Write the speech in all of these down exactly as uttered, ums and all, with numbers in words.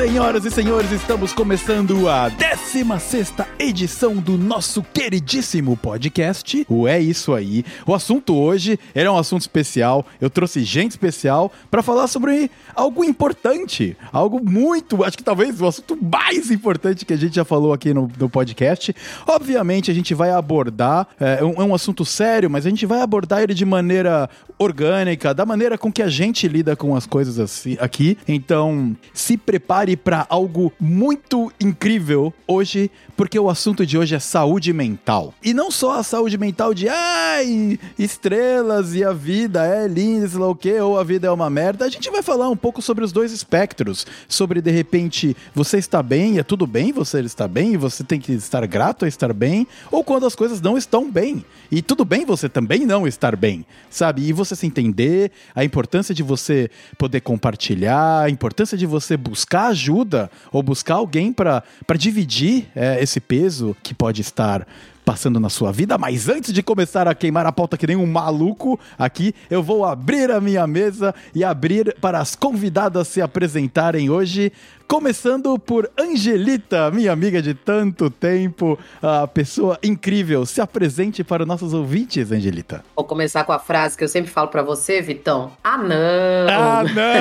Senhoras e senhores, estamos começando a décima sexta edição do nosso queridíssimo podcast, o É Isso Aí. O assunto hoje era um assunto especial, eu trouxe gente especial para falar sobre algo importante, algo muito, acho que talvez o assunto mais importante que a gente já falou aqui no, no podcast. Obviamente a gente vai abordar, é um, é um assunto sério, mas a gente vai abordar ele de maneira orgânica, da maneira com que a gente lida com as coisas assim, aqui. Então, se prepare para algo muito incrível hoje, porque o assunto de hoje é saúde mental. E não só a saúde mental de ai, estrelas e a vida é linda, sei lá o quê, ou a vida é uma merda. A gente vai falar um pouco sobre os dois espectros, sobre de repente você está bem, é tudo bem você está bem e você tem que estar grato a estar bem, ou quando as coisas não estão bem. E tudo bem você também não estar bem, sabe? E você se entender, a importância de você poder compartilhar, a importância de você buscar ajuda ou buscar alguém para para dividir é, esse peso que pode estar passando na sua vida. Mas antes de começar a queimar a pauta que nem um maluco aqui, eu vou abrir a minha mesa e abrir para as convidadas se apresentarem hoje, começando por Angelita, minha amiga de tanto tempo, a pessoa incrível. Se apresente para os nossos ouvintes, Angelita. Vou começar com a frase que eu sempre falo pra você, Vitão. Ah, não! Ah,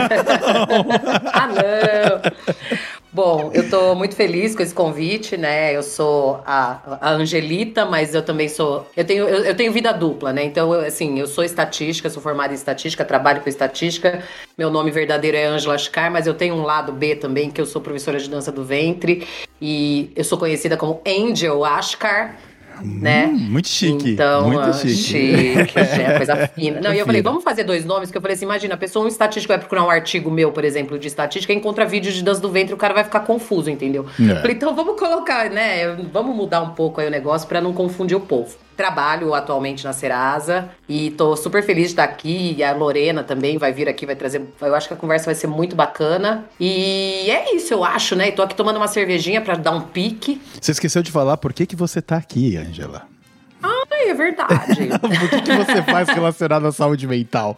não! Ah, não! Bom, eu tô muito feliz com esse convite, né? Eu sou a, a Angelita, mas eu também sou... Eu tenho, eu, eu tenho vida dupla, né? Então, eu, assim, eu sou estatística, sou formada em estatística, trabalho com estatística. Meu nome verdadeiro é Ângela Ascar, mas eu tenho um lado B também, que eu sou professora de dança do ventre. E eu sou conhecida como Angel Ascar. Hum, né? Muito chique. Então, muito chique. chique, é coisa fina. Não, e eu falei, vamos fazer dois nomes, que eu falei assim, imagina, a pessoa, um estatístico vai procurar um artigo meu, por exemplo, de estatística, e encontra vídeos de dança do ventre, o cara vai ficar confuso, entendeu? É. Falei, então vamos colocar, né, vamos mudar um pouco aí o negócio pra não confundir o povo. Trabalho atualmente na Serasa e tô super feliz de estar aqui, e a Lorena também vai vir aqui, vai trazer, eu acho que a conversa vai ser muito bacana, e é isso, eu acho, né, e tô aqui tomando uma cervejinha pra dar um pique. Você esqueceu de falar por que que você tá aqui, Ângela. Ai, é verdade. O que, que você faz relacionado à saúde mental?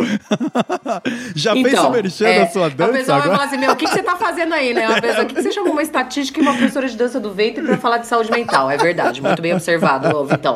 Já então, fez o merchan é, da sua dança? A pessoa agora? vai falar assim, meu, o que, que você tá fazendo aí, né? Uma pessoa, o que, que você chamou uma estatística e uma professora de dança do ventre pra falar de saúde mental? É verdade, muito bem observado, Vitão.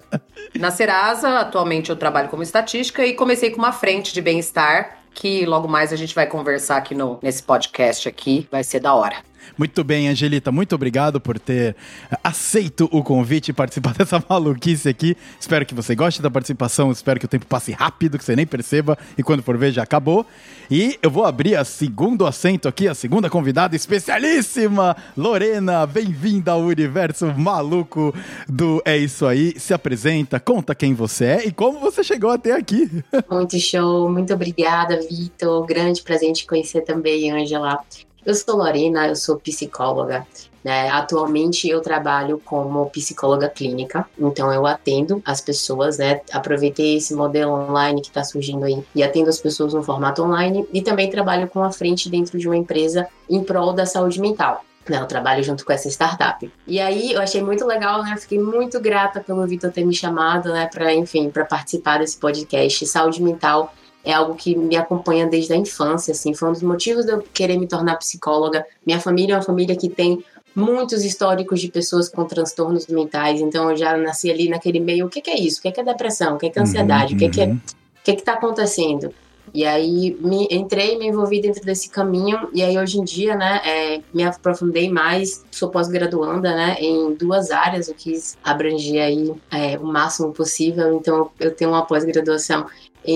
Na Serasa, atualmente eu trabalho como estatística e comecei com uma frente de bem-estar, que logo mais a gente vai conversar aqui no, nesse podcast aqui, vai ser da hora. Muito bem, Angelita, muito obrigado por ter aceito o convite e participar dessa maluquice aqui. Espero que você goste da participação, espero que o tempo passe rápido, que você nem perceba e quando for ver já acabou. E eu vou abrir a segundo assento aqui, a segunda convidada especialíssima, Lorena, bem-vinda ao universo maluco do É Isso Aí. Se apresenta, conta quem você é e como você chegou até aqui. Muito show, muito obrigada, Vitor. Grande prazer em te conhecer também, Ângela. Eu sou Lorena, eu sou psicóloga, né? Atualmente eu trabalho como psicóloga clínica, então eu atendo as pessoas, né? Aproveitei esse modelo online que está surgindo aí e atendo as pessoas no formato online e também trabalho com a frente dentro de uma empresa em prol da saúde mental. Eu trabalho junto com essa startup. E aí eu achei muito legal, né? Fiquei muito grata pelo Vitor ter me chamado, né? Para, enfim, para participar desse podcast. Saúde mental é algo que me acompanha desde a infância, assim, foi um dos motivos de eu querer me tornar psicóloga. Minha família é uma família que tem muitos históricos de pessoas com transtornos mentais, então eu já nasci ali naquele meio, o que, que é isso? O que, que é depressão? O que, que é ansiedade? Uhum. O que, que é, o que que tá acontecendo? E aí me, entrei, me envolvi dentro desse caminho, e aí hoje em dia, né, é, me aprofundei mais, sou pós-graduanda, né, em duas áreas, eu quis abranger aí é, o máximo possível, então eu tenho uma pós-graduação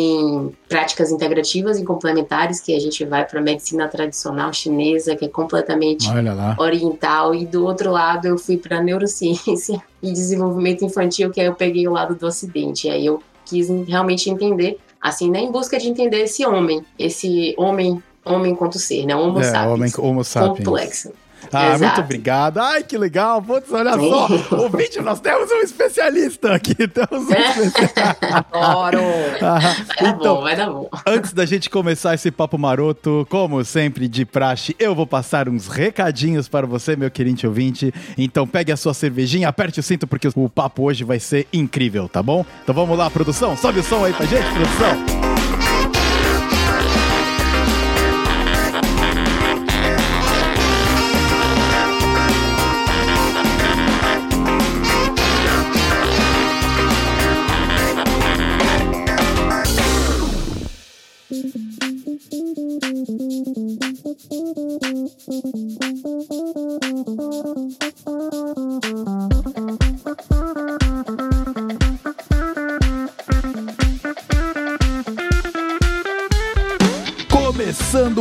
em práticas integrativas e complementares, que a gente vai para a medicina tradicional chinesa, que é completamente oriental, e do outro lado eu fui para neurociência e desenvolvimento infantil, que aí eu peguei o lado do ocidente, e aí eu quis realmente entender, assim, né, em busca de entender esse homem, esse homem, homem quanto ser, né, homo é, sapiens, homem, homo sapiens. complexo. Ah, Exato. Muito obrigado. Ai, que legal. Putz, olha só. O vídeo, nós temos um especialista aqui. Temos um especialista. Adoro. Ah, vai então, dar bom, vai dar bom. Antes da gente começar esse papo maroto, como sempre de praxe, eu vou passar uns recadinhos para você, meu querido ouvinte. Então pegue a sua cervejinha, aperte o cinto, porque o papo hoje vai ser incrível, tá bom? Então vamos lá, produção. Sobe o som aí pra gente, produção.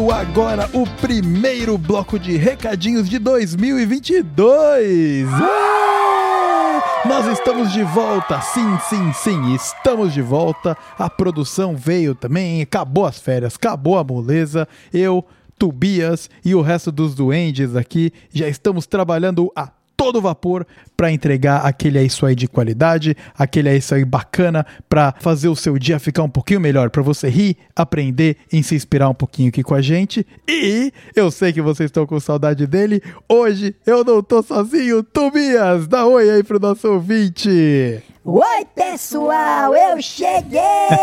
Começando agora o primeiro bloco de recadinhos de dois mil e vinte e dois. Ah! Nós estamos de volta, sim, sim, sim, estamos de volta. A produção veio também, acabou as férias, acabou a moleza. Eu, Tobias e o resto dos duendes aqui já estamos trabalhando a todo vapor para entregar aquele é isso aí de qualidade, aquele é isso aí bacana para fazer o seu dia ficar um pouquinho melhor, para você rir, aprender e se inspirar um pouquinho aqui com a gente. E eu sei que vocês estão com saudade dele. Hoje eu não tô sozinho. Tobias, dá oi aí pro nosso ouvinte. Oi, pessoal, eu cheguei!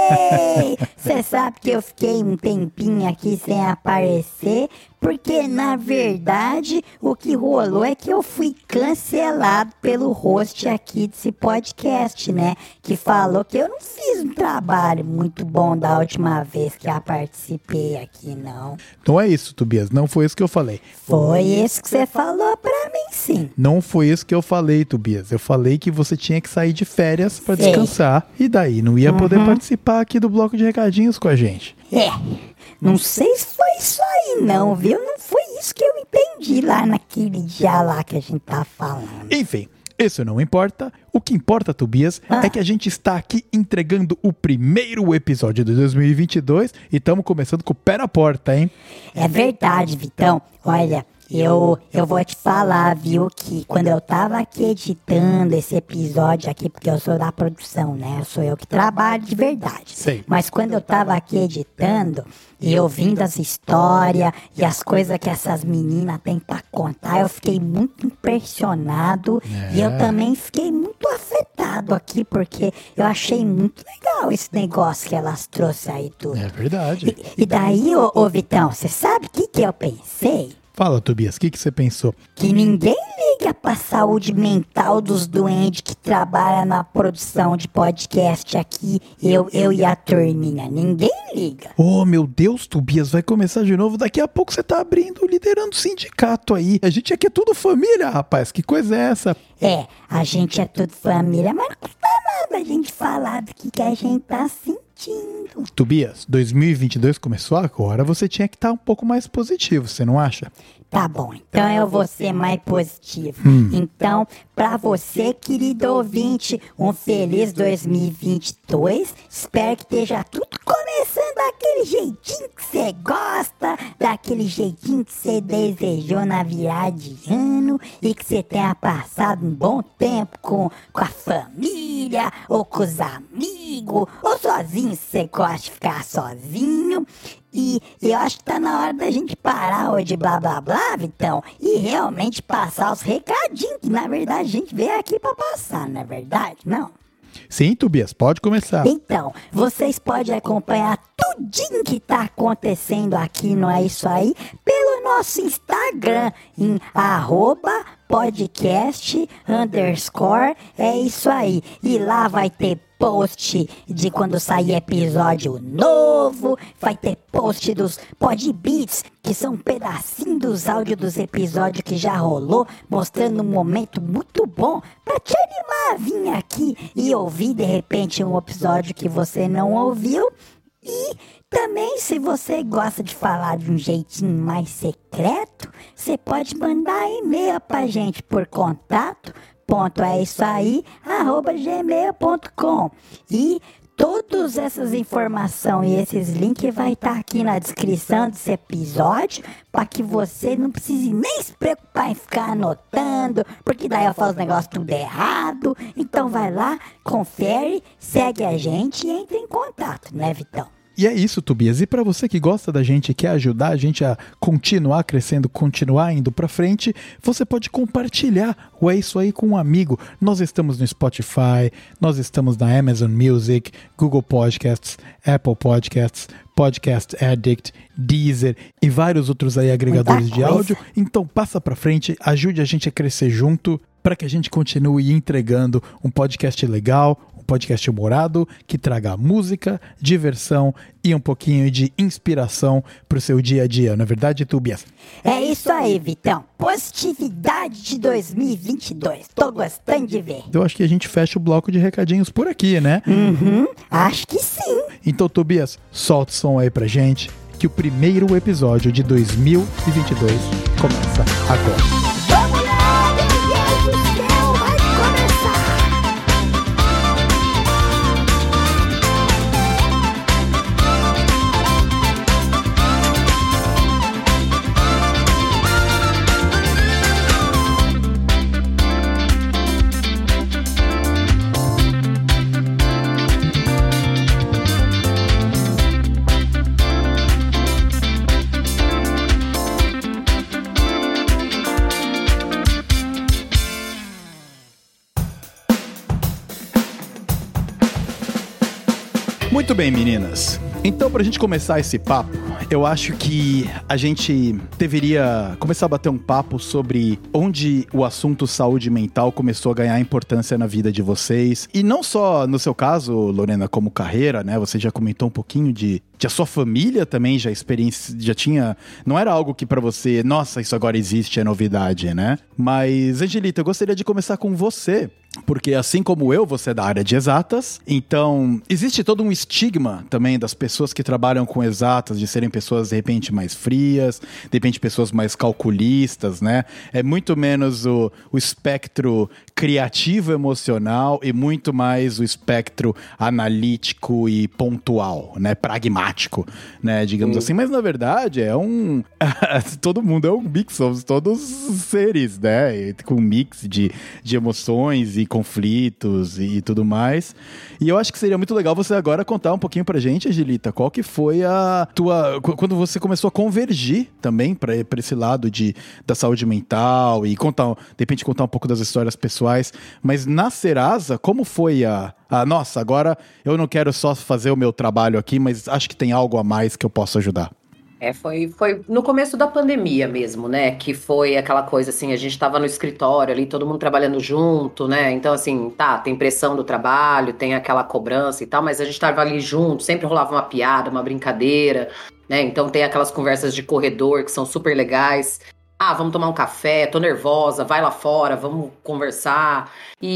Você sabe que eu fiquei um tempinho aqui sem aparecer, porque, na verdade, o que rolou é que eu fui cancelado pelo host aqui desse podcast, né? Que falou que eu não fiz um trabalho muito bom da última vez que eu participei aqui, não. Não é isso, Tobias, não foi isso que eu falei. Foi isso que você falou pra mim, sim. Não foi isso que eu falei, Tobias. Eu falei que você tinha que sair de férias pra Sei. descansar e daí não ia uhum. poder participar aqui do bloco de recadinhos com a gente. É, não sei se foi isso aí não, viu? Não foi isso que eu entendi lá naquele dia lá que a gente tá falando. Enfim, isso não importa. O que importa, Tobias, ah. é que a gente está aqui entregando o primeiro episódio de dois mil e vinte e dois e estamos começando com o pé na porta, hein? É verdade, Vitão. Olha, eu, eu vou te falar, viu, que quando eu tava aqui editando esse episódio aqui, porque eu sou da produção, né? Sou eu que trabalho de verdade. Sei. Mas quando eu tava aqui editando e ouvindo as histórias e as coisas que essas meninas têm pra contar, eu fiquei muito impressionado é. e eu também fiquei muito afetado aqui, porque eu achei muito legal esse negócio que elas trouxeram aí tudo. É verdade. E, e daí, ô, ô Vitão, você sabe o que que eu pensei? Fala, Tobias, o que que você pensou? Que ninguém liga pra saúde mental dos doentes que trabalham na produção de podcast aqui, eu, eu e a turminha. Ninguém liga. Oh, meu Deus, Tobias, vai começar de novo. Daqui a pouco você tá abrindo, liderando o sindicato aí. A gente aqui é tudo família, rapaz. Que coisa é essa? É, a gente é tudo família, mas não custa nada a gente falar do que, que a gente tá sentindo. Tobias, dois mil e vinte e dois começou agora, você tinha que estar um pouco mais positivo, você não acha? Tá bom, então eu vou ser mais positivo. Hum. Então, pra você, querido ouvinte, um feliz dois mil e vinte e dois. Espero que esteja tudo começando daquele jeitinho que você gosta, daquele jeitinho que você desejou na virada de ano e que você tenha passado um bom tempo com, com a família, ou com os amigos, ou sozinho, se você gosta de ficar sozinho. E eu acho que tá na hora da gente parar hoje de blá blá blá, Vitão, e realmente passar os recadinhos, que na verdade a gente veio aqui pra passar, não é verdade? Não? Sim, Tobias, pode começar. Então, vocês podem acompanhar tudinho que tá acontecendo aqui no É Isso Aí pelo nosso Instagram, em arroba podcast underscore é isso aí. E lá vai ter post de quando sair episódio novo, vai ter post dos podbeats, que são um pedacinho dos áudios dos episódios que já rolou, mostrando um momento muito bom pra te animar a vir aqui e ouvir de repente um episódio que você não ouviu. E também, se você gosta de falar de um jeitinho mais secreto, você pode mandar e-mail pra gente por contato ponto é isso aí arroba gmail ponto com. E todas essas informações e esses links vai estar aqui na descrição desse episódio, para que você não precise nem se preocupar em ficar anotando, porque daí eu falo os negócios tudo errado. Então vai lá, confere, segue a gente e entra em contato, né, Vitão? E é isso, Tobias. E para você que gosta da gente e quer ajudar a gente a continuar crescendo, continuar indo para frente, você pode compartilhar o É Isso Aí com um amigo. Nós estamos no Spotify, nós estamos na Amazon Music, Google Podcasts, Apple Podcasts, Podcast Addict, Deezer e vários outros aí agregadores de áudio. Então passa para frente, ajude a gente a crescer junto para que a gente continue entregando um podcast legal, um podcast humorado que traga música, diversão e um pouquinho de inspiração para o seu dia a dia. Não é verdade, Tobias? É isso aí, Vitão. Positividade de dois mil e vinte e dois. Tô gostando de ver. Eu acho que a gente fecha o bloco de recadinhos por aqui, né? Uhum, acho que sim. Então, Tobias, solta o som aí pra gente, que o primeiro episódio de dois mil e vinte e dois começa agora. Muito bem, meninas. Então, pra gente começar esse papo, eu acho que a gente deveria começar a bater um papo sobre onde o assunto saúde mental começou a ganhar importância na vida de vocês. E não só no seu caso, Lorena, como carreira, né? Você já comentou um pouquinho de, de a sua família também já experiência, já tinha... Não era algo que pra você, nossa, isso agora existe, é novidade, né? Mas, Angelita, eu gostaria de começar com você. Porque assim como eu, você é da área de exatas, então existe todo um estigma também das pessoas que trabalham com exatas, de serem pessoas de repente mais frias, de repente pessoas mais calculistas, né? É muito menos o, o espectro criativo emocional e muito mais o espectro analítico e pontual, né? Pragmático, né? Digamos Sim. assim. Mas na verdade é um... todo mundo é um mix, somos todos seres, né? Com um mix de, de emoções e conflitos e tudo mais. E eu acho que seria muito legal você agora contar um pouquinho pra gente, Angelita, qual que foi a tua... Quando você começou a convergir também pra, pra esse lado de, da saúde mental e contar, de repente contar um pouco das histórias pessoais, mas na Serasa, como foi a... a nossa, agora eu não quero só fazer o meu trabalho aqui, mas acho que tem algo a mais que eu posso ajudar. É, foi, foi no começo da pandemia mesmo, né, que foi aquela coisa assim, a gente tava no escritório ali, todo mundo trabalhando junto, né, então assim, tá, tem pressão do trabalho, tem aquela cobrança e tal, mas a gente tava ali junto, sempre rolava uma piada, uma brincadeira, né, então tem aquelas conversas de corredor que são super legais. Ah, vamos tomar um café, tô nervosa, vai lá fora, vamos conversar.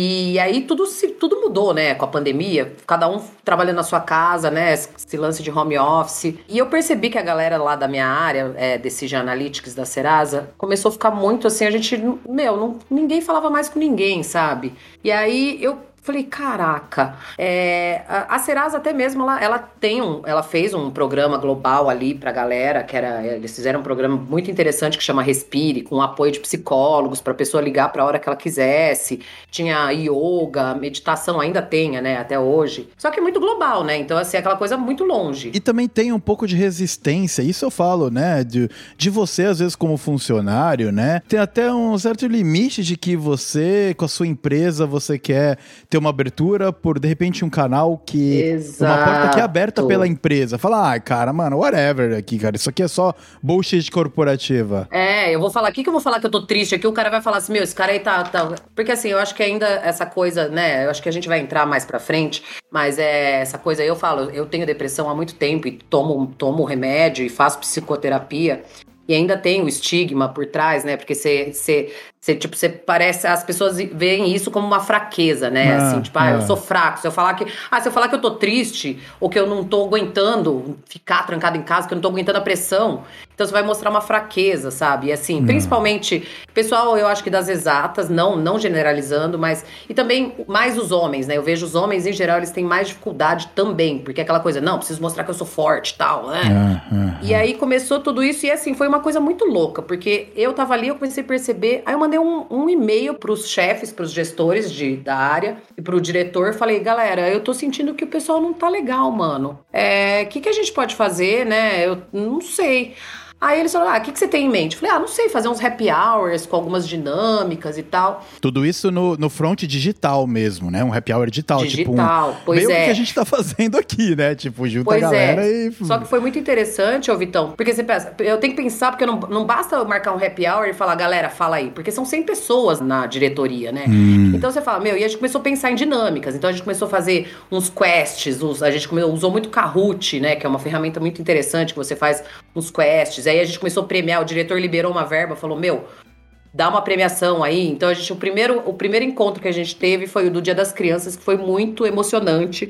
E aí tudo, se, tudo mudou, né, com a pandemia, cada um trabalhando na sua casa, né, esse lance de home office. E eu percebi que a galera lá da minha área, é, Decision Analytics da Serasa, começou a ficar muito assim, a gente, meu, não, ninguém falava mais com ninguém, sabe? E aí eu falei, caraca, é, a, a Serasa até mesmo, ela, ela tem um, ela fez um programa global ali pra galera, que era, eles fizeram um programa muito interessante que chama Respire, com apoio de psicólogos, pra pessoa ligar pra hora que ela quisesse, tinha yoga, meditação, ainda tem, né, até hoje, só que é muito global, né, então assim, é aquela coisa muito longe. E também tem um pouco de resistência, isso eu falo, né, de, de você às vezes como funcionário, né, tem até um certo limite de que você, com a sua empresa, você quer ter uma abertura por, de repente, um canal que... Exato. Uma porta que é aberta pela empresa. Fala, ah, cara, mano, whatever aqui, cara. Isso aqui é só bullshit corporativa. É, eu vou falar aqui que eu vou falar que eu tô triste aqui, o cara vai falar assim, meu, esse cara aí tá, tá... Porque assim, eu acho que ainda essa coisa, né, eu acho que a gente vai entrar mais pra frente, mas é essa coisa aí, eu falo, eu tenho depressão há muito tempo e tomo, tomo remédio e faço psicoterapia. E ainda tem o estigma por trás, né? Porque você, você, você tipo, você parece... As pessoas veem isso como uma fraqueza, né? Ah, assim, tipo, ah, ah, eu sou fraco. Se eu falar que... Ah, se eu falar que eu tô triste ou que eu não tô aguentando ficar trancado em casa, que eu não tô aguentando a pressão, então você vai mostrar uma fraqueza, sabe? E assim, não. Principalmente... Pessoal, eu acho que das exatas, não, não generalizando, mas... E também mais os homens, né? Eu vejo os homens, em geral, eles têm mais dificuldade também. Porque é aquela coisa, não, preciso mostrar que eu sou forte e tal, né? Ah, ah, e aí começou tudo isso e assim, foi uma coisa muito louca, porque eu tava ali, eu comecei a perceber, aí eu mandei um, um e-mail pros chefes, pros gestores de, da área e pro diretor, falei, galera, eu tô sentindo que o pessoal não tá legal, mano. É, o que que a gente pode fazer, né? Eu não sei. Aí eles falaram, ah, o que, que você tem em mente? Eu falei, ah, não sei, fazer uns happy hours com algumas dinâmicas e tal. Tudo isso no, no front digital mesmo, né? Um happy hour digital. Digital, tipo um, pois meio é. que a gente tá fazendo aqui, né? Tipo, junta pois a galera é. e... Só que foi muito interessante, ô Vitão, porque você pensa, eu tenho que pensar, porque não, não basta eu marcar um happy hour e falar, galera, fala aí, porque são cem pessoas na diretoria, né? Hum. Então você fala, meu, e a gente começou a pensar em dinâmicas, então a gente começou a fazer uns quests, uns, a gente usou muito Kahoot, né? Que é uma ferramenta muito interessante, que você faz uns quests, aí a gente começou a premiar, o diretor liberou uma verba, falou, meu, dá uma premiação aí. Então a gente, o primeiro, o primeiro encontro que a gente teve foi o do Dia das Crianças, que foi muito emocionante.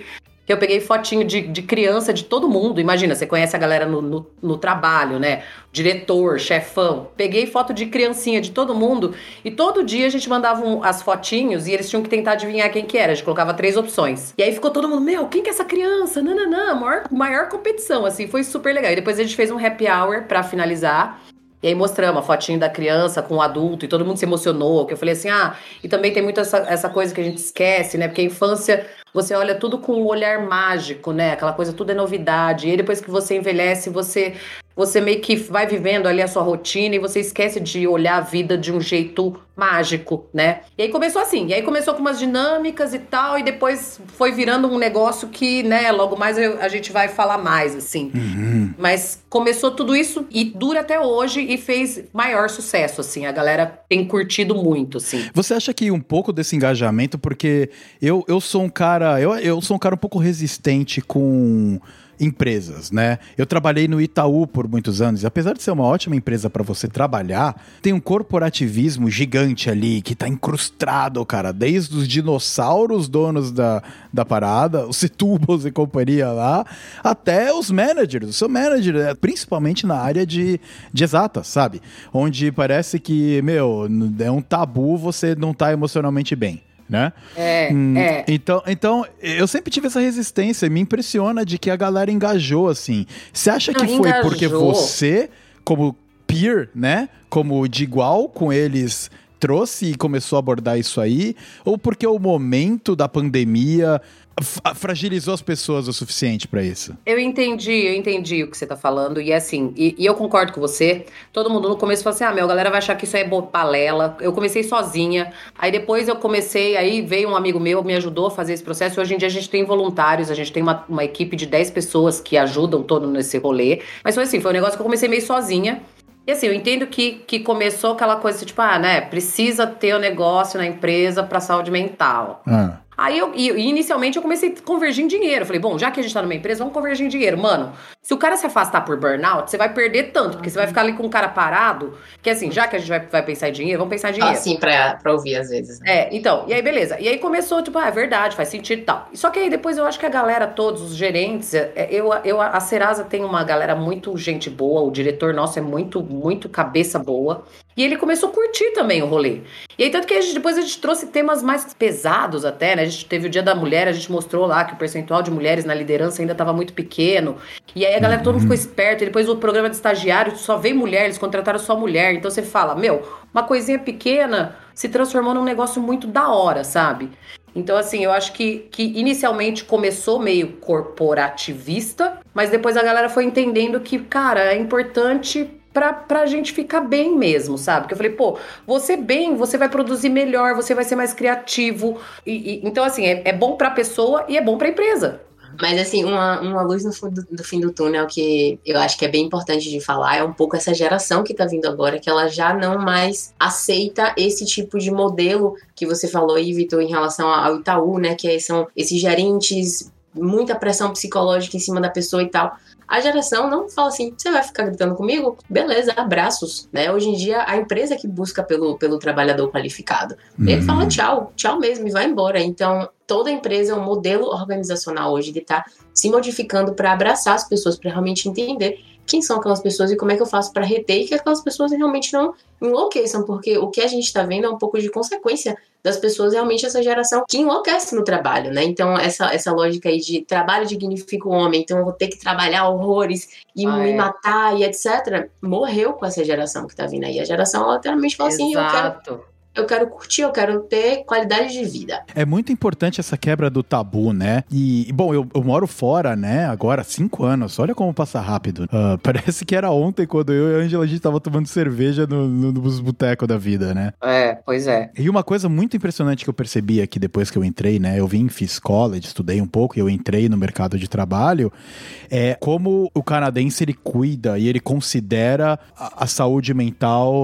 que eu peguei fotinho de, de criança de todo mundo. Imagina, você conhece a galera no, no, no trabalho, né? Diretor, chefão. Peguei foto de criancinha de todo mundo e todo dia a gente mandava um, as fotinhos e eles tinham que tentar adivinhar quem que era. A gente colocava três opções. E aí ficou todo mundo, meu, quem que é essa criança? Nananã, maior, maior competição, assim, foi super legal. E depois a gente fez um happy hour pra finalizar. E aí mostramos a fotinho da criança com o adulto e todo mundo se emocionou, que eu falei assim, ah, e também tem muito essa, essa coisa que a gente esquece, né, porque a infância, você olha tudo com um olhar mágico, né, aquela coisa, tudo é novidade, e aí depois que você envelhece, você, você meio que vai vivendo ali a sua rotina e você esquece de olhar a vida de um jeito mágico, né, e aí começou assim, e aí começou com umas dinâmicas e tal, e depois foi virando um negócio que, né, logo mais eu, a gente vai falar mais, assim, uhum. Mas começou tudo isso e dura até hoje, e fez maior sucesso, assim. A galera tem curtido muito, assim. Você acha que um pouco desse engajamento, porque eu, eu sou um cara, eu, eu sou um cara um pouco resistente com empresas, né? Eu trabalhei no Itaú por muitos anos, e apesar de ser uma ótima empresa para você trabalhar, tem um corporativismo gigante ali, que tá incrustado, cara, desde os dinossauros donos da, da parada, os Setúbalos e companhia lá, até os managers, o seu manager, principalmente na área de, de exatas, sabe? Onde parece que, meu, é um tabu você não tá emocionalmente bem. Né? É, hum, é. Então, então, eu sempre tive essa resistência. Me impressiona de que a galera engajou, assim. Você acha Não, que foi engajou. porque você, como peer, né? Como de igual com eles, trouxe e começou a abordar isso aí? Ou porque o momento da pandemia fragilizou as pessoas o suficiente pra isso? Eu entendi, eu entendi o que você tá falando. E assim, e, e eu concordo com você. Todo mundo no começo falou assim, ah, meu, a galera vai achar que isso é balela. Eu comecei sozinha. Aí depois eu comecei, aí veio um amigo meu, me ajudou a fazer esse processo. Hoje em dia a gente tem voluntários, a gente tem uma, uma equipe de dez pessoas que ajudam todo nesse rolê. Mas foi assim, foi um negócio que eu comecei meio sozinha. E assim, eu entendo que, que começou aquela coisa, tipo, ah, né, precisa ter o um negócio na empresa pra saúde mental. Ah. Aí, eu, e, inicialmente, eu comecei a convergir em dinheiro. Eu falei, bom, já que a gente tá numa empresa, vamos convergir em dinheiro. Mano, se o cara se afastar por burnout, você vai perder tanto, porque você vai ficar ali com um cara parado, que assim, já que a gente vai, vai pensar em dinheiro, vamos pensar em dinheiro. Ah, sim, pra, pra ouvir às vezes. Né? É, então, e aí beleza. E aí começou, tipo, ah, é verdade, faz sentido e tal. Só que aí depois eu acho que a galera, todos os gerentes, eu, eu, a Serasa tem uma galera muito gente boa, o diretor nosso é muito, muito cabeça boa. E ele começou a curtir também o rolê. E aí, tanto que a gente, depois a gente trouxe temas mais pesados até, né? A gente teve o Dia da Mulher, a gente mostrou lá que o percentual de mulheres na liderança ainda estava muito pequeno. E aí a galera, todo mundo ficou esperto. E depois o programa de estagiário só veio mulher, eles contrataram só mulher. Então você fala, meu, uma coisinha pequena se transformou num negócio muito da hora, sabe? Então, assim, eu acho que, que inicialmente começou meio corporativista, mas depois a galera foi entendendo que, cara, é importante pra, pra gente ficar bem mesmo, sabe? Porque eu falei, pô, você bem, você vai produzir melhor, você vai ser mais criativo. E, e, então, assim, é, é bom pra pessoa e é bom pra empresa. Mas, assim, uma, uma luz no fundo do fim do túnel que eu acho que é bem importante de falar é um pouco essa geração que tá vindo agora, que ela já não mais aceita esse tipo de modelo que você falou aí, Vitor, em relação ao Itaú, né? Que são esses gerentes, muita pressão psicológica em cima da pessoa e tal. A geração não fala assim, você vai ficar gritando comigo? Beleza, abraços, né? Hoje em dia, a empresa que busca pelo, pelo trabalhador qualificado. Uhum. Ele fala tchau, tchau mesmo e vai embora. Então, toda empresa é um modelo organizacional hoje que está se modificando para abraçar as pessoas, para realmente entender quem são aquelas pessoas e como é que eu faço para reter e que aquelas pessoas realmente não enlouqueçam, porque o que a gente está vendo é um pouco de consequência das pessoas, realmente essa geração que enlouquece no trabalho, né? Então, essa, essa lógica aí de trabalho dignifica o homem, então eu vou ter que trabalhar horrores e ah, me é. matar e etcétera, morreu com essa geração que tá vindo aí. A geração, ela literalmente fala assim, eu quero... Eu quero curtir, eu quero ter qualidade de vida. É muito importante essa quebra do tabu, né? E, bom, eu, eu moro fora, né? Agora há cinco anos. Olha como passa rápido. Uh, parece que era ontem quando eu e a Ângela, a gente tava tomando cerveja no, no, nos botecos da vida, né? É, pois é. E uma coisa muito impressionante que eu percebi aqui depois que eu entrei, né? Eu vim, fiz college, estudei um pouco e eu entrei no mercado de trabalho. É como o canadense, ele cuida e ele considera a, a saúde mental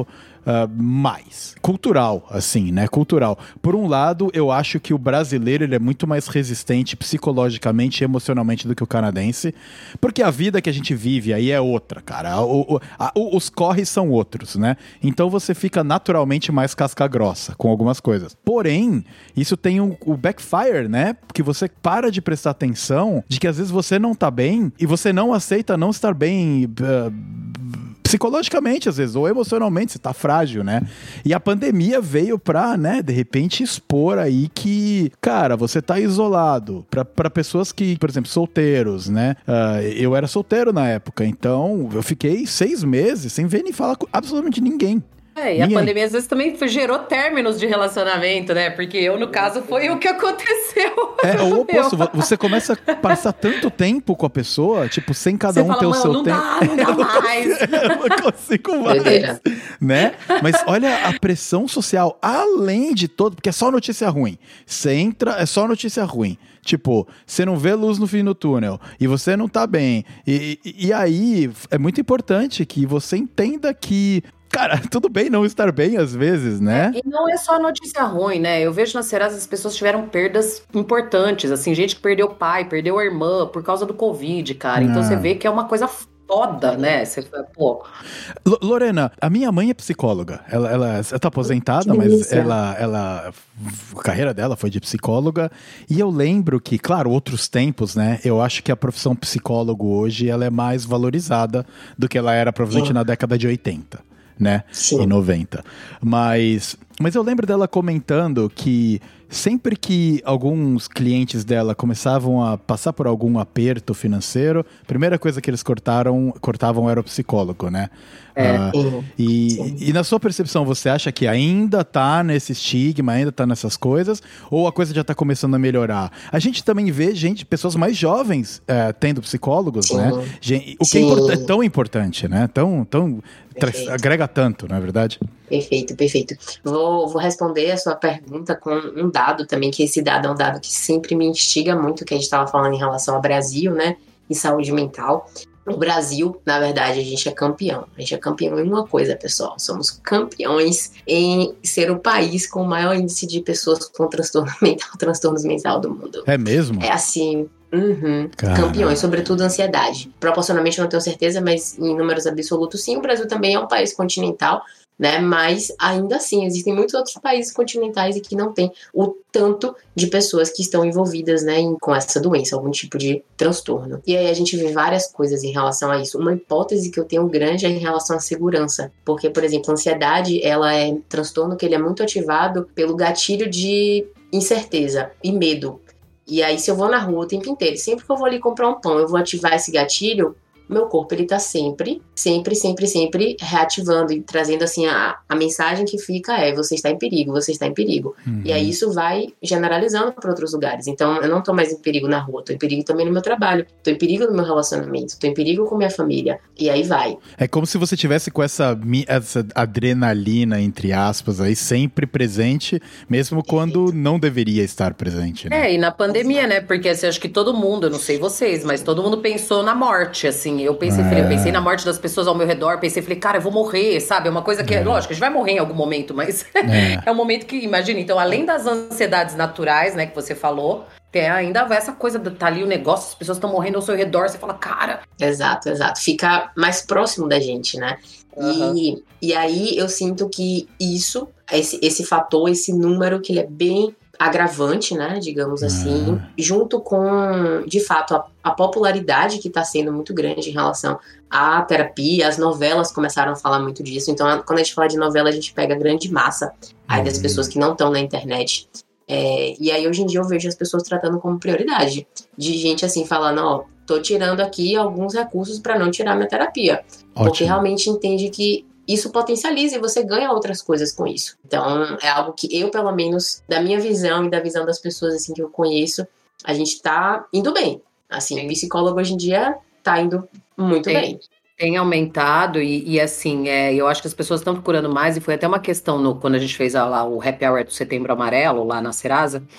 uh, mais. Cultural, assim, né? Cultural. Por um lado, eu acho que o brasileiro ele é muito mais resistente psicologicamente e emocionalmente do que o canadense, porque a vida que a gente vive aí é outra, cara. O, o, a, o, os corres são outros, né? Então você fica naturalmente mais casca grossa com algumas coisas. Porém, isso tem o um, um backfire, né? Porque você para de prestar atenção de que às vezes você não tá bem e você não aceita não estar bem uh, psicologicamente, às vezes, ou emocionalmente, você tá frágil, né? E a pandemia veio pra, né, de repente expor aí que, cara, você tá isolado. Pra, pra pessoas que, por exemplo, solteiros, né? Uh, eu era solteiro na época, então eu fiquei seis meses sem ver nem falar com absolutamente ninguém. É, e Ninguém. A pandemia às vezes também gerou términos de relacionamento, né? Porque eu, no caso, foi o que aconteceu. É, o oposto. Você começa a passar tanto tempo com a pessoa, tipo, sem cada você um fala, ter o seu não tempo. Dá, não dá eu mais. Consigo, eu não consigo mais. Né? Mas olha a pressão social, além de todo, porque é só notícia ruim. Você entra, é só notícia ruim. Tipo, você não vê luz no fim do túnel e você não tá bem. E, e, e aí, é muito importante que você entenda que, cara, tudo bem não estar bem às vezes, né? É, e não é só notícia ruim, né? Eu vejo nas Serasa as pessoas tiveram perdas importantes, assim, gente que perdeu o pai, perdeu a irmã por causa do Covid, cara. Então ah. você vê que é uma coisa foda, né? Você pô. L- Lorena, a minha mãe é psicóloga. Ela, ela, ela tá aposentada, mas ela, ela, a carreira dela foi de psicóloga. E eu lembro que, claro, outros tempos, né? Eu acho que a profissão psicólogo hoje ela é mais valorizada do que ela era provavelmente Sim. na década de oitenta. Né? Sim. E noventa. Mas, mas eu lembro dela comentando que sempre que alguns clientes dela começavam a passar por algum aperto financeiro, a primeira coisa que eles cortaram, cortavam era o psicólogo, né? É, uh, sim. E, e na sua percepção, você acha que ainda tá nesse estigma, ainda tá nessas coisas, ou a coisa já tá começando a melhorar? A gente também vê gente, pessoas mais jovens uh, tendo psicólogos, sim. né? Gente, o que é, import- é tão importante, né? Tão, tão tra- agrega tanto, não é verdade? Perfeito, perfeito. Vou, vou responder a sua pergunta com um dado também, que esse dado é um dado que sempre me instiga muito, que a gente estava falando em relação ao Brasil, né, e saúde mental. O Brasil, na verdade, a gente é campeão. A gente é campeão em uma coisa, pessoal. Somos campeões em ser o país com o maior índice de pessoas com transtorno mental, transtornos mentais do mundo. É mesmo? É assim... Uhum. Campeões, sobretudo ansiedade. Proporcionalmente eu não tenho certeza, mas em números absolutos sim, o Brasil também é um país continental, né? Mas ainda assim existem muitos outros países continentais e que não tem o tanto de pessoas que estão envolvidas, né, em, com essa doença, algum tipo de transtorno. E aí a gente vê várias coisas em relação a isso. Uma hipótese que eu tenho grande é em relação à segurança, porque, por exemplo, a ansiedade, ela é um transtorno que ele é muito ativado pelo gatilho de incerteza e medo. E aí, se eu vou na rua o tempo inteiro, sempre que eu vou ali comprar um pão, eu vou ativar esse gatilho, meu corpo, ele tá sempre, sempre, sempre, sempre reativando e trazendo, assim, a, a mensagem que fica é, você está em perigo, você está em perigo. Uhum. E aí, isso vai generalizando para outros lugares. Então, eu não tô mais em perigo na rua, tô em perigo também no meu trabalho, tô em perigo no meu relacionamento, tô em perigo com minha família. E aí vai. É como se você tivesse com essa, essa adrenalina, entre aspas, aí, sempre presente, mesmo quando não deveria estar presente, né? É, e na pandemia, né? Porque, assim, acho que todo mundo, eu não sei vocês, mas todo mundo pensou na morte, assim. Eu pensei, é. falei, eu pensei na morte das pessoas ao meu redor, pensei, falei, cara, eu vou morrer, sabe? É uma coisa que, é. lógico, a gente vai morrer em algum momento, mas é. é um momento que, imagina, então, além das ansiedades naturais, né, que você falou, tem ainda essa coisa de tá ali o negócio, as pessoas estão morrendo ao seu redor, você fala, cara... Exato, exato. Fica mais próximo da gente, né? Uhum. E, e aí eu sinto que isso, esse, esse fator, esse número, que ele é bem... agravante, né, digamos assim, uhum. junto com, de fato, a, a popularidade que está sendo muito grande em relação à terapia. As novelas começaram a falar muito disso, então quando a gente fala de novela, a gente pega a grande massa aí uhum. das pessoas que não estão na internet. É, e aí hoje em dia eu vejo as pessoas tratando como prioridade, de gente assim, falando, ó, tô tirando aqui alguns recursos para não tirar minha terapia, Ótimo. Porque realmente entende que isso potencializa e você ganha outras coisas com isso. Então, é algo que eu, pelo menos, da minha visão e da visão das pessoas assim, que eu conheço, a gente tá indo bem. Assim, Sim. o psicólogo hoje em dia tá indo muito Tem, bem. Tem aumentado e, e assim, é, eu acho que as pessoas estão procurando mais, e foi até uma questão no, quando a gente fez a, lá o Happy Hour do Setembro Amarelo, lá na Serasa,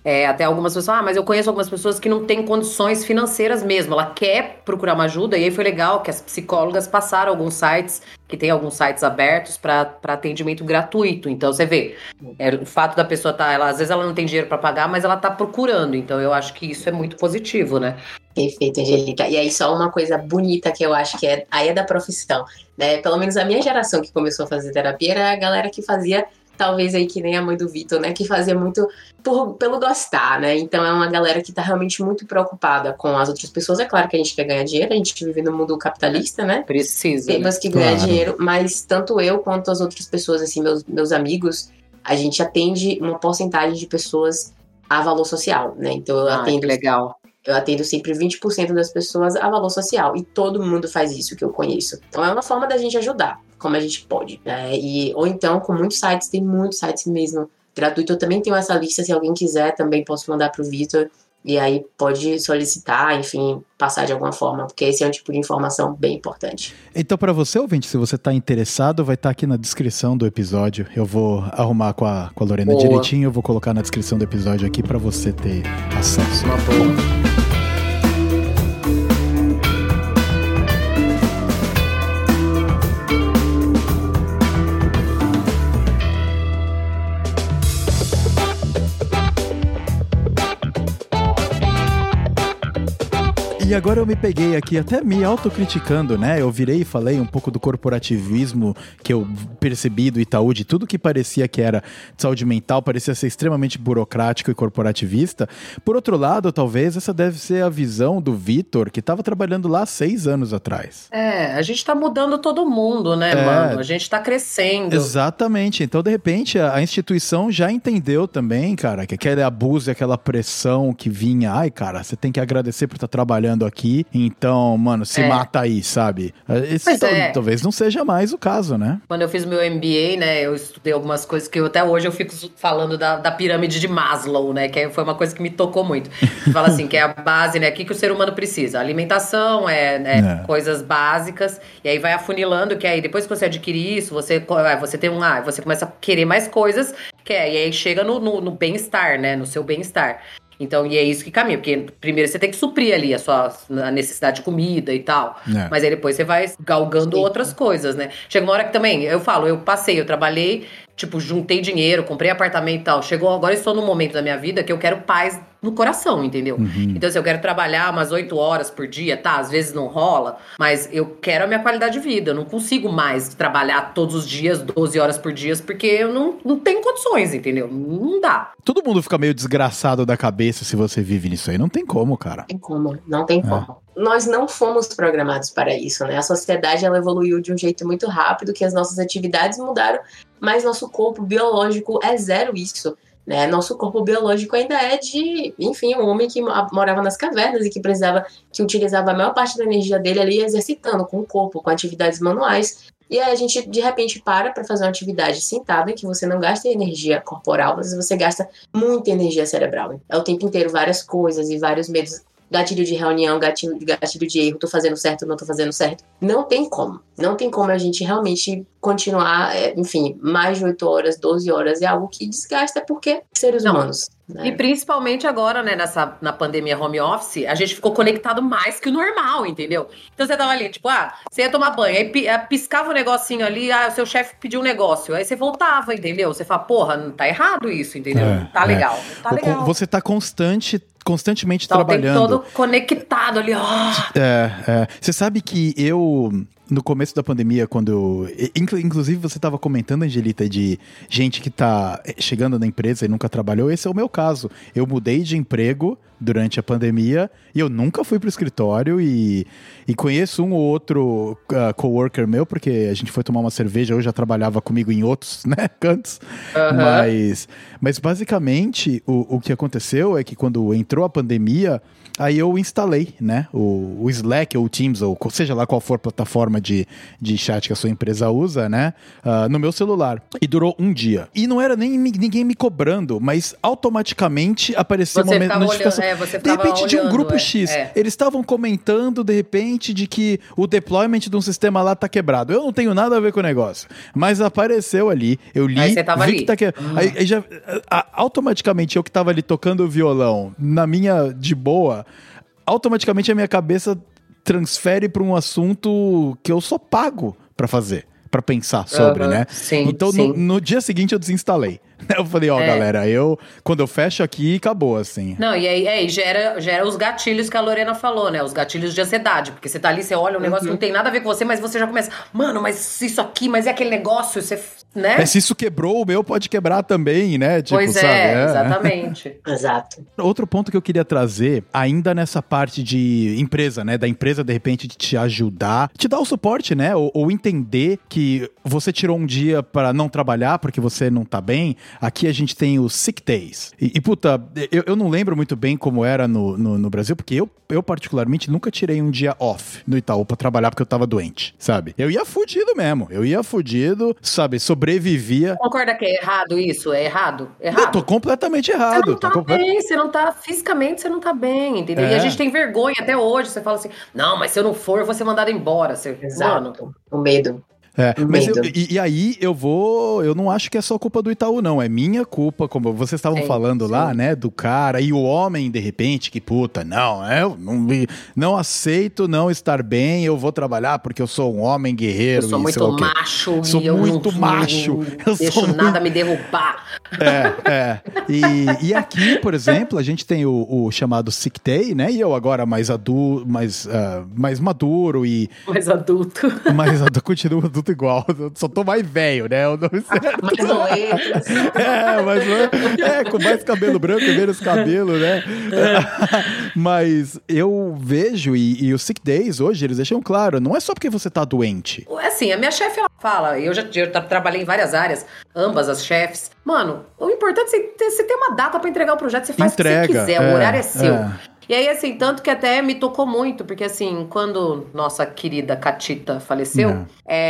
É, até algumas pessoas, ah, mas eu conheço algumas pessoas que não têm condições financeiras mesmo. Ela quer procurar uma ajuda, e aí foi legal que as psicólogas passaram alguns sites, que tem alguns sites abertos para atendimento gratuito. Então, você vê, é, o fato da pessoa estar, tá, ela, às vezes ela não tem dinheiro para pagar, mas ela está procurando. Então, eu acho que isso é muito positivo, né? Perfeito, Angelica. E aí, só uma coisa bonita que eu acho que é, aí é da profissão, né? Pelo menos a minha geração que começou a fazer terapia era a galera que fazia, talvez aí que nem a mãe do Vitor, né? Que fazia muito por, pelo gostar, né? Então é uma galera que tá realmente muito preocupada com as outras pessoas. É claro que a gente quer ganhar dinheiro, a gente vive no mundo capitalista, né? Precisa. Temos né? que ganhar Claro. dinheiro, mas tanto eu quanto as outras pessoas, assim, meus, meus amigos, a gente atende uma porcentagem de pessoas a valor social, né? Então eu Ah, atendo. que legal. Eu atendo sempre vinte por cento das pessoas a valor social. E todo mundo faz isso que eu conheço. Então é uma forma da gente ajudar, como a gente pode. Né? E, ou então, com muitos sites, tem muitos sites mesmo gratuito. Eu também tenho essa lista, se alguém quiser, também posso mandar pro Vitor. E aí pode solicitar, enfim, passar de alguma forma, porque esse é um tipo de informação bem importante. Então, para você, ouvinte, se você tá interessado, vai estar aqui na descrição do episódio. Eu vou arrumar com a, com a Lorena Boa. direitinho, eu vou colocar na descrição do episódio aqui para você ter acesso. Uma boa. E agora eu me peguei aqui até me autocriticando, né? Eu virei e falei um pouco do corporativismo que eu percebi do Itaú, de tudo que parecia que era de saúde mental, parecia ser extremamente burocrático e corporativista. Por outro lado, talvez essa deve ser a visão do Vitor, que estava trabalhando lá há seis anos atrás. É, a gente tá mudando todo mundo, né, É. mano? A gente tá crescendo. Exatamente. Então, de repente, a, a instituição já entendeu também, cara, que aquele abuso e aquela pressão que vinha, ai, cara, você tem que agradecer por estar trabalhando aqui, então, mano, se É. mata aí, sabe? Esse Pois tal- é. Talvez não seja mais o caso, né? Quando eu fiz meu M B A, né, eu estudei algumas coisas que eu, até hoje eu fico falando da, da pirâmide de Maslow, né, que foi uma coisa que me tocou muito. Fala assim, que é a base, né, o que, que o ser humano precisa? Alimentação, é, né, É. coisas básicas, e aí vai afunilando, que aí depois que você adquire isso, você, ah, você tem um, ah, você começa a querer mais coisas, que é, e aí chega no, no, no bem-estar, né, no seu bem-estar. Então, e é isso que caminha, porque primeiro você tem que suprir ali a sua a necessidade de comida e tal, É. mas aí depois você vai galgando Sim. outras coisas, né? Chega uma hora que também, eu falo, eu passei, eu trabalhei, tipo, juntei dinheiro, comprei apartamento e tal, chegou, agora eu estou num momento da minha vida que eu quero paz no coração, entendeu? Uhum. Então, se eu quero trabalhar umas oito horas por dia, tá, às vezes não rola, mas eu quero a minha qualidade de vida, eu não consigo mais trabalhar todos os dias, doze horas por dia, porque eu não, não tenho condições, entendeu? Não dá. Todo mundo fica meio desgraçado da cabeça se você vive nisso aí. Não tem como, cara. Não tem como, não tem como. Nós não fomos programados para isso, né? A sociedade, ela evoluiu de um jeito muito rápido, que as nossas atividades mudaram, mas nosso corpo biológico é zero isso, né? Nosso corpo biológico ainda é de, enfim, um homem que morava nas cavernas e que precisava, que utilizava a maior parte da energia dele ali exercitando com o corpo, com atividades manuais. E aí a gente, de repente, para para fazer uma atividade sentada, que você não gasta energia corporal, mas você gasta muita energia cerebral. É o tempo inteiro várias coisas e vários medos. Gatilho de reunião, gatilho, gatilho de erro, tô fazendo certo, não tô fazendo certo. Não tem como. Não tem como a gente realmente continuar, enfim, mais de oito horas, doze horas. É algo que desgasta porque seres Não. humanos. Né? E principalmente agora, né, nessa, na pandemia home office, a gente ficou conectado mais que o normal, entendeu? Então você tava ali, tipo, ah, você ia tomar banho, aí pi- ah, piscava o negocinho ali, ah, o seu chefe pediu um negócio, aí você voltava, entendeu? Você fala, porra, não tá errado isso, entendeu? É, Não tá é. legal, não tá O- legal. Você tá constante, constantemente Tá o tempo trabalhando. todo conectado ali, ó. É, é. Você sabe que eu, no começo da pandemia, quando... eu- inclu- Inclusive, você estava comentando, Angelita, de gente que tá chegando na empresa e nunca trabalhou. Esse é o meu caso. Eu mudei de emprego durante a pandemia e eu nunca fui pro escritório e, e conheço um ou outro uh, coworker meu, porque a gente foi tomar uma cerveja, eu já trabalhava comigo em outros, né, cantos. Aham. Mas, mas basicamente o, o que aconteceu é que quando entrou a pandemia, aí eu instalei, né, o, o Slack ou o Teams, ou seja lá qual for a plataforma de, de chat que a sua empresa usa, né, uh, no meu celular. E durou um dia. E não era nem mi- ninguém me cobrando, mas automaticamente aparecia Você uma me- ficava notificação. É, você de repente, olhando, de um grupo é, X, é. eles estavam comentando, de repente, de que o deployment de um sistema lá tá quebrado. Eu não tenho nada a ver com o negócio. Mas apareceu ali, eu li, Aí você tava vi ali. que tá quebrado. Aí, aí já, a, automaticamente, eu que tava ali tocando o violão, na minha de boa, automaticamente a minha cabeça transfere para um assunto que eu sou pago para fazer, para pensar sobre, uhum, né? Sim, então, sim. No, no dia seguinte eu desinstalei. Eu falei, ó, oh, é. galera, eu, quando eu fecho aqui, acabou, assim. Não, e aí, aí gera, gera os gatilhos que a Lorena falou, né? Os gatilhos de ansiedade, porque você tá ali, você olha um negócio uhum. que não tem nada a ver com você, mas você já começa, mano, mas isso aqui, mas é aquele negócio, você, né? Mas se isso quebrou, o meu pode quebrar também, né? Tipo, pois sabe? é, é, exatamente. Exato. Outro ponto que eu queria trazer, ainda nessa parte de empresa, né? Da empresa, de repente, de te ajudar, te dar o suporte, né? Ou, ou entender que você tirou um dia para não trabalhar porque você não tá bem. Aqui a gente tem os sick days. E, e puta, eu, eu não lembro muito bem como era no, no, no Brasil, porque eu, eu particularmente nunca tirei um dia off no Itaú pra trabalhar porque eu tava doente, sabe? Eu ia fudido mesmo. Eu ia fudido, sabe? Sobrevivia. Concorda que é errado isso? É errado? Errado. Eu tô completamente errado. Você não tá complet... bem, você não tá... Fisicamente você não tá bem, entendeu? É. E a gente tem vergonha até hoje. Você fala assim, não, mas se eu não for, eu vou ser mandado embora. Você... Exato. Mano. O medo. É, mas eu, e, e aí eu vou, eu não acho que é só culpa do Itaú, não, é minha culpa, como vocês estavam sim, falando sim. lá, né, do cara, e o homem, de repente, que puta, não, eu não, não aceito não estar bem, eu vou trabalhar porque eu sou um homem guerreiro. Eu sou muito macho, sou e eu muito não, macho, não eu deixo sou nada muito... me derrubar. É, é, e, e aqui, por exemplo, a gente tem o, o chamado sick day, né, e eu agora mais adulto, mais, uh, mais maduro e... Mais adulto. Mais adulto, continuo adulto igual, eu só tô mais velho, né? O nome certo. Mais boletos. É, mas é, com mais cabelo branco e menos cabelo, né? É. Mas eu vejo, e, e os sick days hoje, eles deixam claro, não é só porque você tá doente. É assim, a minha chefe, ela fala, eu já eu trabalhei em várias áreas, ambas as chefes. Mano, o importante é você, você ter uma data pra entregar o projeto, você faz Entrega, o que você quiser, é, o horário é seu. É. E aí, assim, tanto que até me tocou muito, porque assim, quando nossa querida Catita faleceu,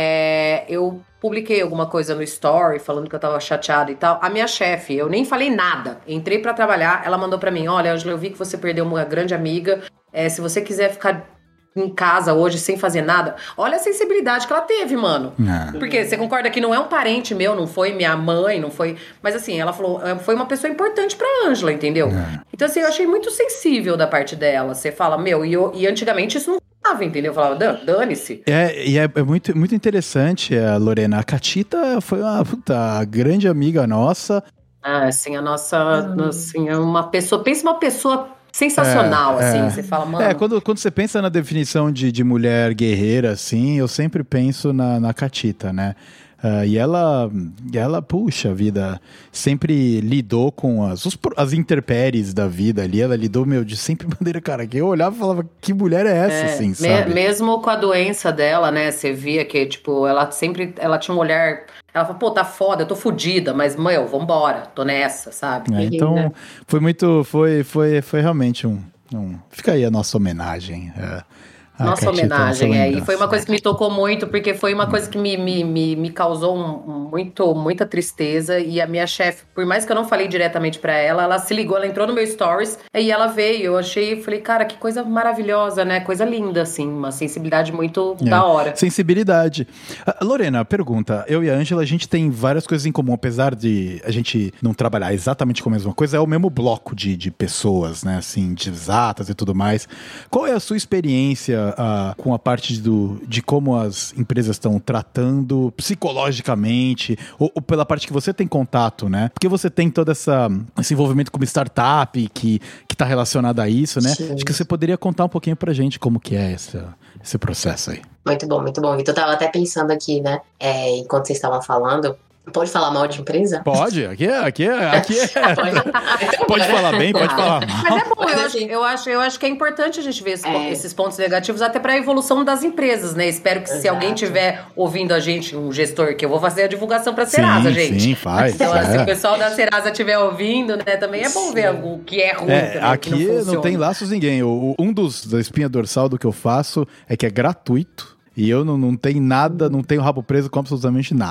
é, eu publiquei alguma coisa no story, falando que eu tava chateada e tal. A minha chefe, eu nem falei nada, entrei pra trabalhar, ela mandou pra mim, olha, Ângela, eu vi que você perdeu uma grande amiga, é, se você quiser ficar em casa hoje sem fazer nada, olha a sensibilidade que ela teve, mano. Não. Porque você concorda que não é um parente meu, não foi minha mãe, não foi... Mas assim, ela falou, foi uma pessoa importante pra Ângela, entendeu? Não. Então assim, eu achei muito sensível da parte dela. Você fala, meu, e, eu, e antigamente isso não tava, entendeu? Eu falava, dane-se. É, e é, é muito, muito interessante, a Lorena. A Catita foi uma puta, grande amiga nossa. Ah, assim, a nossa... Hum. Assim, é uma pessoa... Pensa uma pessoa... sensacional, é, assim, é. Você fala, mano... É, quando, quando você pensa na definição de, de mulher guerreira, assim, eu sempre penso na, na Catita, né? Uh, e ela, ela, puxa vida, sempre lidou com as, os, as intempéries da vida ali, ela lidou, meu, de sempre maneira, cara, que eu olhava e falava, que mulher é essa, é, assim, sabe? Me, mesmo com a doença dela, né, você via que, tipo, ela sempre, ela tinha um olhar... Ela falou, pô, tá foda, eu tô fodida, mas, meu, vambora, tô nessa, sabe? É, então, foi muito, foi, foi, foi realmente um, um... Fica aí a nossa homenagem, é. Nossa Catita, homenagem, nossa é, e foi uma coisa que me tocou muito, porque foi uma coisa que me, me, me, me causou um, um, muito, muita tristeza, e a minha chefe, por mais que eu não falei diretamente pra ela, ela se ligou, ela entrou no meu stories, e ela veio, eu achei, falei, cara, que coisa maravilhosa, né, coisa linda, assim, uma sensibilidade muito é, da hora. Sensibilidade. Uh, Lorena, pergunta, eu e a Ângela, a gente tem várias coisas em comum, apesar de a gente não trabalhar exatamente com a mesma coisa, é o mesmo bloco de, de pessoas, né, assim, de exatas e tudo mais. Qual é a sua experiência Uh, com a parte do, de como as empresas estão tratando psicologicamente, ou, ou pela parte que você tem contato, né? Porque você tem todo essa, esse envolvimento como startup que, que tá relacionado a isso, né? Sim. Acho que você poderia contar um pouquinho pra gente como que é esse, esse processo aí. Muito bom, muito bom, Vitor. Eu tava até pensando aqui, né? É, enquanto vocês estavam falando... Pode falar mal de empresa? Pode, aqui é, aqui é, aqui é. pode, pode falar bem, pode falar mal. Mas é bom, eu acho, eu acho, eu acho que é importante a gente ver esse, é. esses pontos negativos até para a evolução das empresas, né? Espero que Exato. Se alguém tiver ouvindo a gente, um gestor, que eu vou fazer a divulgação para a Serasa, sim, gente. Sim, faz. Então, é. se o pessoal da Serasa estiver ouvindo, né, também é bom sim. ver o que é ruim. É, também, aqui que não, não tem laços ninguém. O, um dos da espinha dorsal do que eu faço é que é gratuito. E eu não, não tenho nada, não tenho rabo preso com absolutamente nada.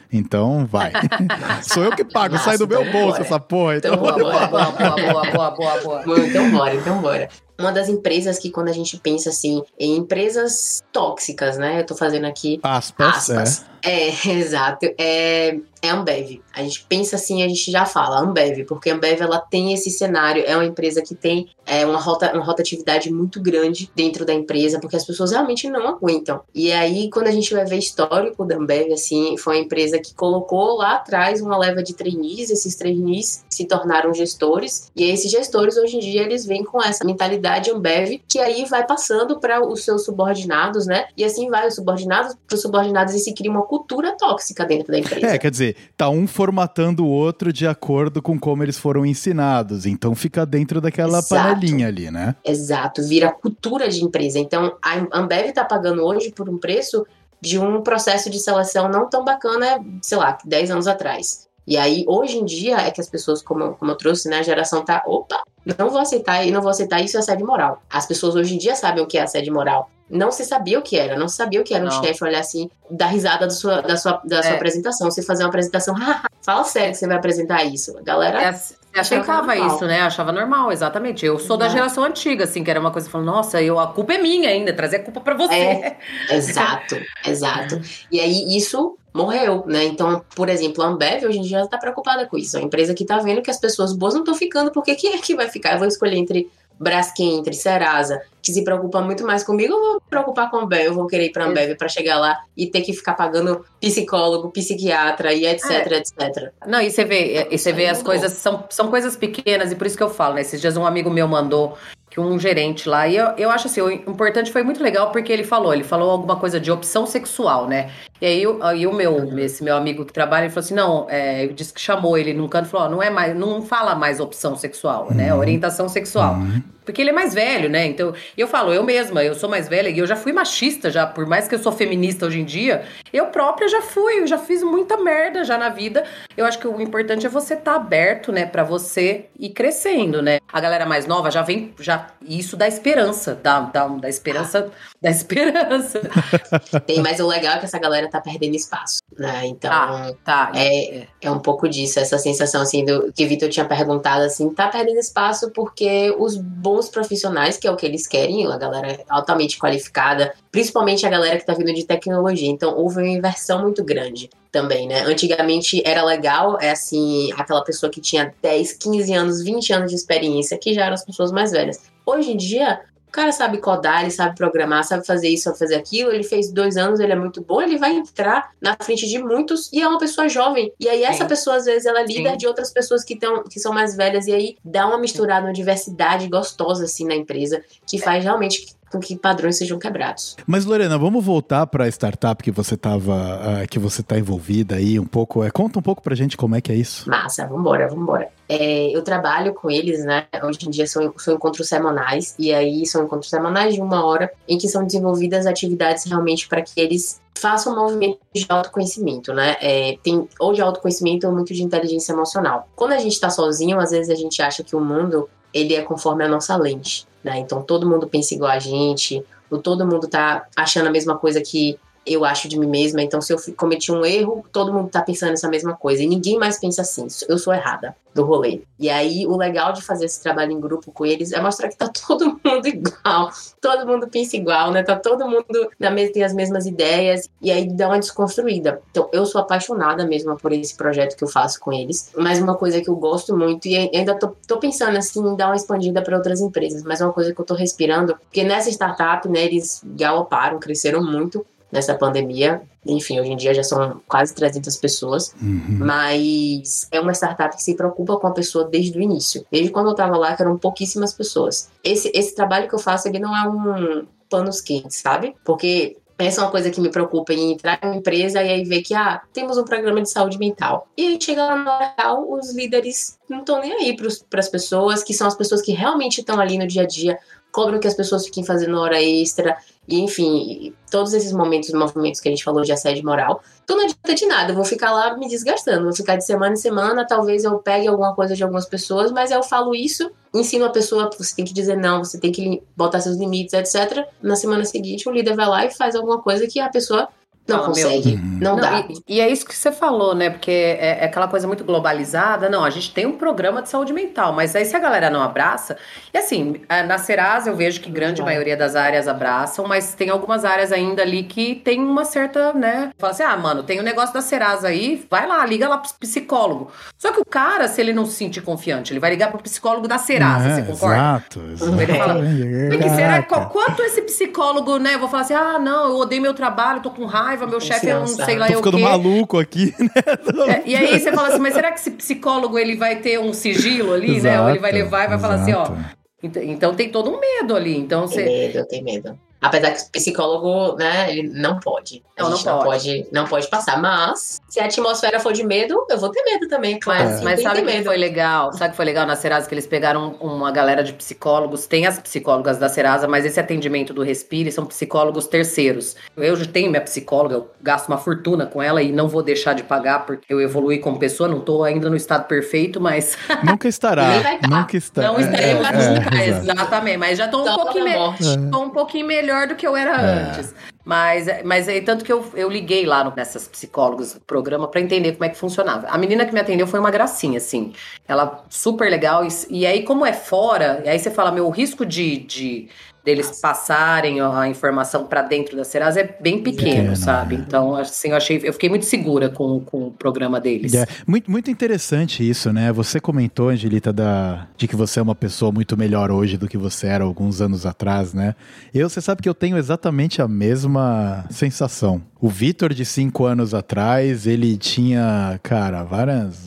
Então, vai. Sou eu que pago, Nossa, sai do meu então bolso bora. essa porra. Então, Então, Boa, bora. boa, boa, boa, boa, boa, boa, boa. Então bora, então bora, então bora. Uma das empresas que, quando a gente pensa assim, em empresas tóxicas, né? Eu tô fazendo aqui aspas, aspas. É, é exato. É, é a Ambev. A gente pensa assim, a gente já fala Ambev, porque a Ambev, ela tem esse cenário, é uma empresa que tem é, uma, rota, uma rotatividade muito grande dentro da empresa, porque as pessoas realmente não aguentam. E aí, quando a gente vai ver histórico da Ambev, assim, foi uma empresa que colocou lá atrás uma leva de trainees, esses trainees se tornaram gestores, e esses gestores, hoje em dia, eles vêm com essa mentalidade Ambev, que aí vai passando para os seus subordinados, né? E assim vai, os subordinados para os subordinados, e se cria uma cultura tóxica dentro da empresa. É, quer dizer, tá um formatando o outro de acordo com como eles foram ensinados, então fica dentro daquela Exato. panelinha ali, né? Exato, vira cultura de empresa. Então, a Ambev tá pagando hoje por um preço de um processo de seleção não tão bacana, sei lá, dez anos atrás. E aí, hoje em dia, é que as pessoas, como, como eu trouxe, né, a geração tá, opa, não vou aceitar, e não vou aceitar, isso é assédio moral. As pessoas hoje em dia sabem o que é assédio moral. Não se sabia o que era, não se sabia o que era um Não. chefe olhar assim, dar risada do sua, da, sua, da sua É. apresentação. Você fazer uma apresentação, fala sério que você vai apresentar isso. A galera... É, você aceitava normal. isso, né? Achava normal, exatamente. Eu sou da Exato. geração antiga, assim, que era uma coisa que falava, nossa, eu, a culpa é minha ainda, trazer a culpa pra você. É, exato, exato. E aí isso morreu, né? Então, por exemplo, a Ambev hoje em dia já tá preocupada com isso. É uma empresa que tá vendo que as pessoas boas não estão ficando, porque quem é que vai ficar? Eu vou escolher entre Braskem, entre Serasa, que se preocupa muito mais comigo, eu vou me preocupar com a Ambev, eu vou querer ir pra Ambev pra chegar lá e ter que ficar pagando psicólogo, psiquiatra e etc, É. etcétera. Não, e você vê, e você vê as coisas, são, são coisas pequenas, e por isso que eu falo, né? Esses dias um amigo meu mandou que um gerente lá, e eu, eu acho assim, o importante foi muito legal, porque ele falou, ele falou alguma coisa de opção sexual, né? E aí, o- aí o meu, esse meu amigo que trabalha, ele falou assim, não, é, ele disse que chamou ele num canto e falou, ó, não é mais, não fala mais opção sexual, né? Orientação sexual. Porque ele é mais velho, né? Então, eu falo, eu mesma, eu sou mais velha e eu já fui machista já, por mais que eu sou feminista hoje em dia, eu própria já fui, eu já fiz muita merda já na vida. Eu acho que o importante é você estar aberto, né, pra você ir crescendo, né? A galera mais nova já vem, já, isso dá esperança, dá, dá, dá esperança, dá esperança. Tem, mas o legal é que essa galera tá perdendo espaço, né? Então, Tá, tá. É, é um pouco disso, essa sensação assim do que o Vitor tinha perguntado, assim, tá perdendo espaço porque os bons profissionais, que é o que eles querem, a galera altamente qualificada, principalmente a galera que tá vindo de tecnologia, então houve uma inversão muito grande também, né? Antigamente era legal, é assim, aquela pessoa que tinha dez, quinze anos, vinte anos de experiência, que já eram as pessoas mais velhas. Hoje em dia, o cara sabe codar, ele sabe programar, sabe fazer isso, sabe fazer aquilo, ele fez dois anos, ele é muito bom, ele vai entrar na frente de muitos e é uma pessoa jovem. E aí essa Sim. pessoa, às vezes, ela é líder Sim. de outras pessoas que, tão, que são mais velhas, e aí dá uma misturada, uma diversidade gostosa, assim, na empresa, que faz realmente com que padrões sejam quebrados. Mas, Lorena, vamos voltar para a startup que você tava, uh, que você tá envolvida aí um pouco. É, conta um pouco pra gente como é que é isso. Massa, vambora, vambora. É, eu trabalho com eles, né? Hoje em dia são, são encontros semanais, e aí são encontros semanais de uma hora, em que são desenvolvidas atividades realmente para que eles façam um movimento de autoconhecimento, né? É, tem, ou de autoconhecimento ou muito de inteligência emocional. Quando a gente tá sozinho, às vezes a gente acha que o mundo, ele é conforme a nossa lente, né? Então todo mundo pensa igual a gente, ou todo mundo tá achando a mesma coisa que eu acho de mim mesma, então se eu cometi um erro, todo mundo tá pensando essa mesma coisa, e ninguém mais pensa assim, eu sou errada do rolê. E aí, o legal de fazer esse trabalho em grupo com eles é mostrar que tá todo mundo igual, todo mundo pensa igual, né, tá todo mundo na mes- tem as mesmas ideias, e aí dá uma desconstruída. Então, eu sou apaixonada mesmo por esse projeto que eu faço com eles, mas uma coisa que eu gosto muito, e ainda tô, tô pensando assim, em dar uma expandida para outras empresas, mas é uma coisa que eu tô respirando, porque nessa startup, né, eles galoparam, cresceram muito nessa pandemia, enfim, hoje em dia já são quase trezentas pessoas, Uhum. mas é uma startup que se preocupa com a pessoa desde o início, desde quando eu tava lá, que eram pouquíssimas pessoas. Esse, esse trabalho que eu faço, ele não é um panos quentes, sabe? Porque essa é uma coisa que me preocupa em entrar em uma empresa e aí ver que, ah, temos um programa de saúde mental. E aí chega lá no local, os líderes não estão nem aí para as pessoas, que são as pessoas que realmente estão ali no dia a dia, cobram que as pessoas fiquem fazendo hora extra, e enfim, todos esses momentos, movimentos que a gente falou de assédio moral. Então não adianta de nada, eu vou ficar lá me desgastando, vou ficar de semana em semana, talvez eu pegue alguma coisa de algumas pessoas, mas eu falo isso, ensino a pessoa, você tem que dizer não, você tem que botar seus limites, etcétera. Na semana seguinte, o líder vai lá e faz alguma coisa que a pessoa Não Ah, consegue, não, Não, dá. e, e é isso que você falou, né? Porque é, é aquela coisa muito globalizada. Não, a gente tem um programa de saúde mental, mas aí se a galera não abraça... E assim, a- na Serasa eu vejo que grande Vai. maioria das áreas abraçam, mas tem algumas áreas ainda ali que tem uma certa, né? Fala assim, ah, mano, tem um negócio da Serasa aí, vai lá, liga lá pro psicólogo. Só que o cara, se ele não se sentir confiante, ele vai ligar pro psicólogo da Serasa, É, você concorda? Exato, exato. Ele fala, Porque será Caraca. qu- quanto esse psicólogo, né? Eu vou falar assim: ah, não, eu odeio meu trabalho, tô com raiva, meu chefe é um Confiança. sei lá Tô eu ficando quê. maluco aqui, né? É, e aí você fala assim, mas será que esse psicólogo ele vai ter um sigilo ali, né? Ou ele vai Exato, levar e vai falar assim, ó. exato. Ent- Então tem todo um medo ali. Então Tem você. medo, tem medo. Apesar que o psicólogo, né, ele não pode. A Não, gente não não pode. pode, não pode passar. Mas, se a atmosfera for de medo, eu vou ter medo também, claro. Mas, Sim, mas tem sabe o que ter que medo. foi legal? Sabe o que foi legal na Serasa? Que eles pegaram uma galera de psicólogos, tem as psicólogas da Serasa, mas esse atendimento do Respire são psicólogos terceiros. Eu já tenho minha psicóloga, eu gasto uma fortuna com ela e não vou deixar de pagar porque eu evolui como pessoa, não tô ainda no estado perfeito, mas Nunca estará. Nem vai tá. Nunca estará. não estaremos É, nunca. é, exato. Exatamente, mas já tô um Só pouquinho, na me- morte. tô um pouquinho melhor do que eu era É. antes. Mas, mas é tanto que eu, eu liguei lá no, nessas psicólogos do programa pra entender como é que funcionava. A menina que me atendeu foi uma gracinha, assim. Ela super legal. E, e aí, como é fora, e aí você fala, meu, o risco de, de deles passarem a informação pra dentro da Serasa é bem pequeno, Pequeno, sabe? né? Então, assim, eu achei, eu fiquei muito segura com, com o programa deles. É, muito, muito interessante isso, né? Você comentou, Angelita, da, de que você é uma pessoa muito melhor hoje do que você era alguns anos atrás, né? Eu, você sabe que eu tenho exatamente a mesma sensação. O Vitor, de cinco anos atrás, ele tinha, cara, várias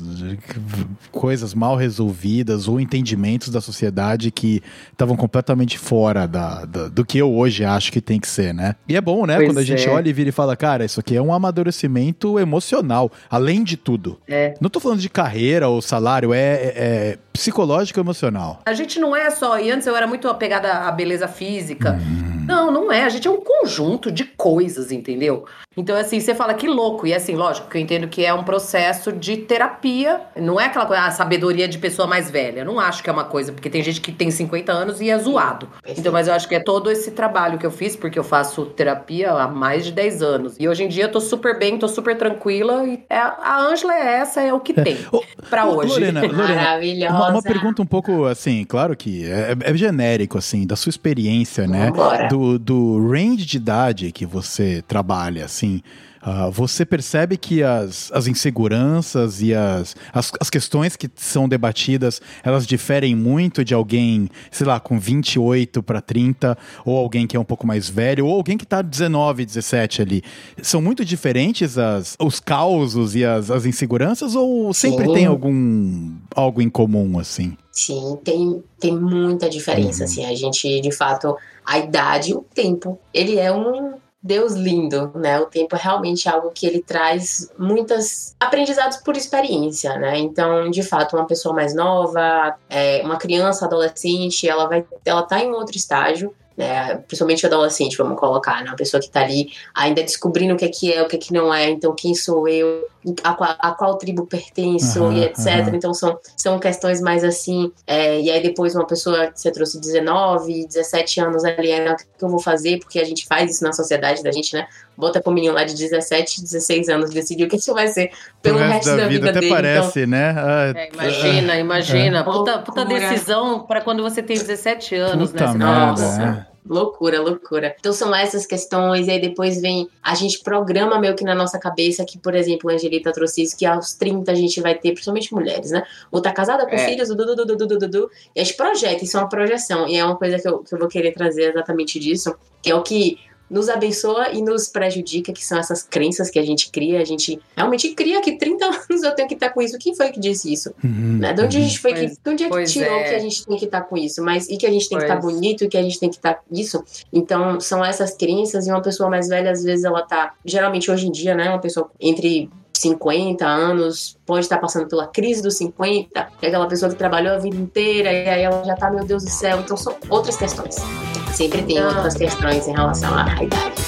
coisas mal resolvidas ou entendimentos da sociedade que estavam completamente fora da, da- do que eu hoje acho que tem que ser, né? E é bom, né? Pois Quando a gente é. olha e vira e fala, cara, isso aqui é um amadurecimento emocional, além de tudo. É. Não tô falando de carreira ou salário, é, é- é psicológico e emocional. A gente não é só, e antes eu era muito apegada à beleza física. Não, não é. A gente é um conjunto de coisas, entendeu? Então, assim, você fala que louco. E assim, lógico que eu entendo que é um processo de terapia. Não é aquela coisa, ah, sabedoria de pessoa mais velha. Eu não acho que é uma coisa, porque tem gente que tem cinquenta anos e é zoado. Então, mas eu acho que é todo esse trabalho que eu fiz, porque eu faço terapia há mais de dez anos. E hoje em dia eu tô super bem, tô super tranquila. E é, a Ângela é essa, é o que tem Ô, pra ô, hoje. Lorena, Lorena, Maravilhosa. uma, uma pergunta um pouco, assim, claro que é, é genérico, assim, da sua experiência, né? Vambora. Do, do range de idade que você trabalha, assim, ah, você percebe que as, as inseguranças e as, as, as questões que são debatidas, elas diferem muito de alguém, sei lá, com vinte e oito para trinta, ou alguém que é um pouco mais velho, ou alguém que tá dezenove, dezessete ali. São muito diferentes as, os causos e as, as inseguranças, ou sempre Sim. tem algum algo em comum, assim? Sim, tem, tem muita diferença, assim, a gente, de fato, a idade, o tempo, ele é um Deus lindo, né, o tempo é realmente algo que ele traz muitos aprendizados por experiência, né, então, de fato, uma pessoa mais nova, é, uma criança, adolescente, ela vai, ela tá em um outro estágio, né, principalmente adolescente, vamos colocar, né, uma pessoa que está ali ainda descobrindo o que é que é, o que é que não é, então quem sou eu, a qual, a qual tribo pertenço Aham, e etcétera. aham. Então são, são questões mais assim, é, e aí depois uma pessoa que você trouxe dezenove, dezessete anos ali, é, o que eu vou fazer, porque a gente faz isso na sociedade da gente, né, bota pro menino lá de dezessete, dezesseis anos, decidir o que isso vai ser pelo Pro resto da vida, até dele, parece, né? Ah, É, imagina, imagina. Puta, puta Loucura. decisão para quando você tem dezessete anos, Puta né? Você merda, fala, Nossa. né? Loucura, loucura. Então são essas questões, e aí depois vem, a gente programa meio que na nossa cabeça que, por exemplo, a Angelita trouxe isso, que aos trinta a gente vai ter, principalmente mulheres, né? Ou tá casada com É. filhos, du, du, du, du, du, du, du, e a gente projeta, isso é uma projeção, e é uma coisa que eu, que eu vou querer trazer exatamente disso, que é o que nos abençoa e nos prejudica, que são essas crenças que a gente cria, a gente realmente cria que trinta anos eu tenho que estar com isso. Quem foi que disse isso? Uhum, Né? De onde a gente foi Pois- que, de onde é que pois tirou é. que a gente tem que estar com isso? Mas e que a gente tem que Pois. estar bonito e que a gente tem que estar isso? Então, são essas crenças, e uma pessoa mais velha, às vezes, ela tá, geralmente hoje em dia, né, uma pessoa entre cinquenta anos, pode estar passando pela crise dos cinquenta, é aquela pessoa que trabalhou a vida inteira, e aí ela já tá, meu Deus do céu, então são outras questões. Sempre tem Ah. outras questões em relação à idade.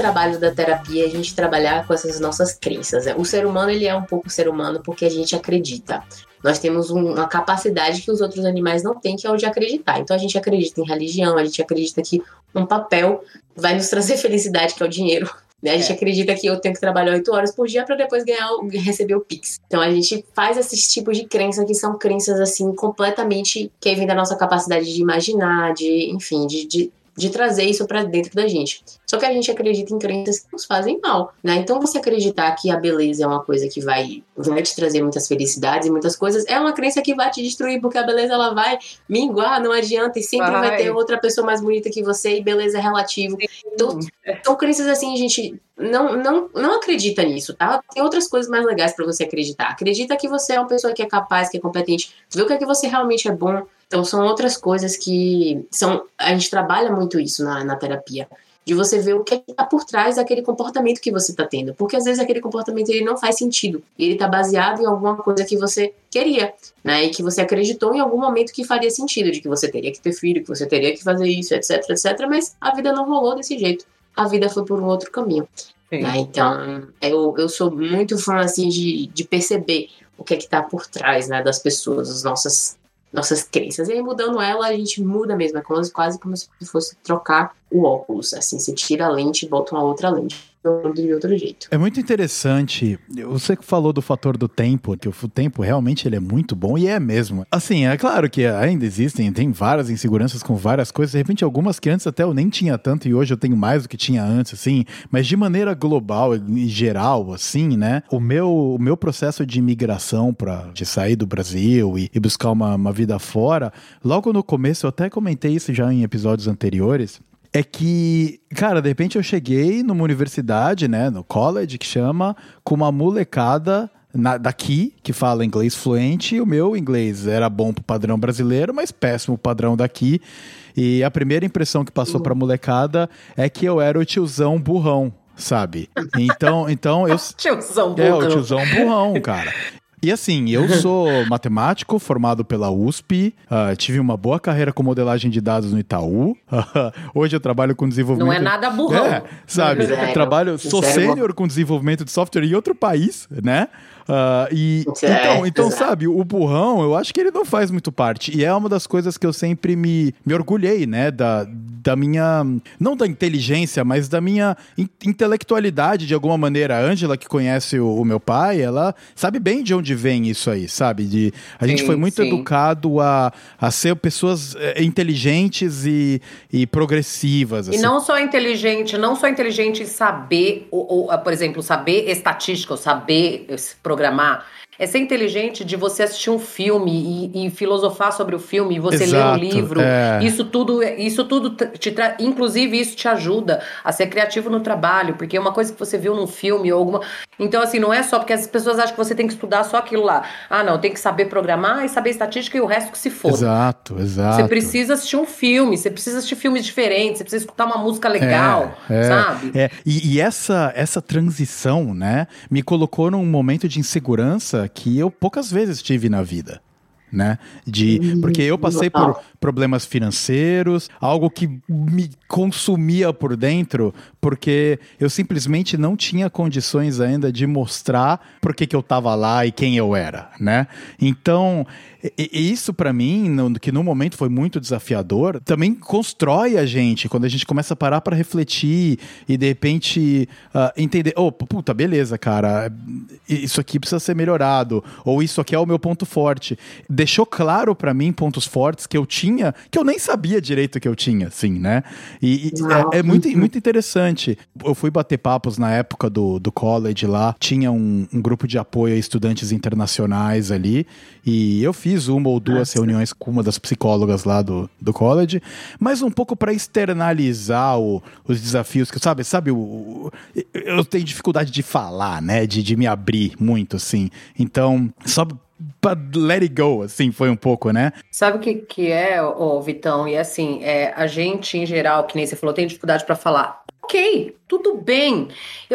trabalho da terapia é a gente trabalhar com essas nossas crenças. Né? O ser humano, ele é um pouco ser humano porque a gente acredita. Nós temos um, uma capacidade que os outros animais não têm, que é o de acreditar. Então a gente acredita em religião, a gente acredita que um papel vai nos trazer felicidade, que é o dinheiro. Né? A gente é. acredita que eu tenho que trabalhar oito horas por dia para depois ganhar, receber o Pix. Então a gente faz esses tipos de crença que são crenças assim completamente que vem da nossa capacidade de imaginar, de, enfim, de, de de trazer isso pra dentro da gente. Só que a gente acredita em crenças que nos fazem mal, né? Então você acreditar que a beleza é uma coisa que vai, vai te trazer muitas felicidades e muitas coisas, é uma crença que vai te destruir, porque a beleza ela vai minguar, não adianta, e sempre vai, vai ter outra pessoa mais bonita que você, e beleza é relativo. Então, são crenças assim, gente, não, não, não acredita nisso, tá? Tem outras coisas mais legais pra você acreditar. Acredita que você é uma pessoa que é capaz, que é competente, vê o que é que você realmente é bom. Então são outras coisas que são, a gente trabalha muito isso na, na terapia, de você ver o que está por trás daquele comportamento que você está tendo, porque às vezes aquele comportamento ele não faz sentido, ele está baseado em alguma coisa que você queria, né, e que você acreditou em algum momento que faria sentido, de que você teria que ter filho, que você teria que fazer isso, etc, etc, mas a vida não rolou desse jeito, a vida foi por um outro caminho. Né? Então eu, eu sou muito fã assim, de, de perceber o que é que está por trás, né, das pessoas, as nossas nossas crenças, e aí mudando ela, a gente muda mesmo, é quase, quase como se fosse trocar o óculos, assim, você tira a lente e bota uma outra lente, de outro jeito. É muito interessante, você que falou do fator do tempo, que o tempo realmente ele é muito bom, e é mesmo. Assim, é claro que ainda existem, tem várias inseguranças com várias coisas, de repente algumas que antes até eu nem tinha tanto, e hoje eu tenho mais do que tinha antes, assim, mas de maneira global e geral, assim, né, o meu, o meu processo de imigração pra, de sair do Brasil e, e buscar uma, uma vida fora, logo no começo, eu até comentei isso já em episódios anteriores, é que, cara, de repente eu cheguei numa universidade, né, no college, que chama, com uma molecada na, daqui, que fala inglês fluente, e o meu inglês era bom pro padrão brasileiro, mas péssimo pro padrão daqui, e a primeira impressão que passou pra molecada é que eu era o tiozão burrão, sabe? Então, então eu... tiozão burrão. É, o tiozão burrão, cara. E assim, eu sou matemático, formado pela U S P, uh, tive uma boa carreira com modelagem de dados no Itaú, hoje eu trabalho com desenvolvimento... Não é nada burrão. É, sabe, eu trabalho, sou sênior com desenvolvimento de software em outro país, né? Uh, e, então, então sabe, o burrão, eu acho que ele não faz muito parte. E é uma das coisas que eu sempre me, me orgulhei, né? Da, da minha... Não da inteligência, mas da minha in- intelectualidade, de alguma maneira. A Ângela, que conhece o, o meu pai, ela sabe bem de onde vem isso aí, sabe? De, a sim, gente foi muito sim. educado a, a ser pessoas é, inteligentes e, e progressivas. Assim. E não só inteligente, não só inteligente em saber, ou, ou, por exemplo, saber estatística, ou saber programar. É ser inteligente de você assistir um filme e, e filosofar sobre o filme, e você Exato, ler um livro. É. Isso tudo, isso tudo te tra... inclusive isso te ajuda a ser criativo no trabalho, porque é uma coisa que você viu num filme ou alguma... Então, assim, não é só porque as pessoas acham que você tem que estudar só aquilo lá. Ah, não, tem que saber programar e saber estatística e o resto que se for. Exato, exato. Você precisa assistir um filme, você precisa assistir filmes diferentes, você precisa escutar uma música legal, é, é, sabe? É. E, e essa, essa transição, né, me colocou num momento de insegurança que eu poucas vezes tive na vida, né? De, porque eu passei por problemas financeiros, algo que me consumia por dentro, porque eu simplesmente não tinha condições ainda de mostrar por que que eu tava lá e quem eu era, né? Então, isso pra mim, no, que no momento foi muito desafiador, também constrói a gente, quando a gente começa a parar pra refletir e de repente uh, entender, oh, puta, beleza, cara, isso aqui precisa ser melhorado, ou isso aqui é o meu ponto forte. Deixou claro pra mim pontos fortes que eu tinha, que eu nem sabia direito que eu tinha, assim, né? E, e é, é muito, muito interessante. Eu fui bater papos na época do, do college lá, tinha um, um grupo de apoio a estudantes internacionais ali, e eu fiz uma ou duas Nossa. reuniões com uma das psicólogas lá do, do college, mas um pouco para externalizar o, os desafios, que sabe, sabe, o, o, eu tenho dificuldade de falar, né? De, de me abrir muito, assim. Então, só pra let it go, assim, foi um pouco, né? Sabe o que, que é, ô, Vitão? E assim, é, a gente, em geral, que nem você falou, tem dificuldade pra falar. Ok, tudo bem. Eu,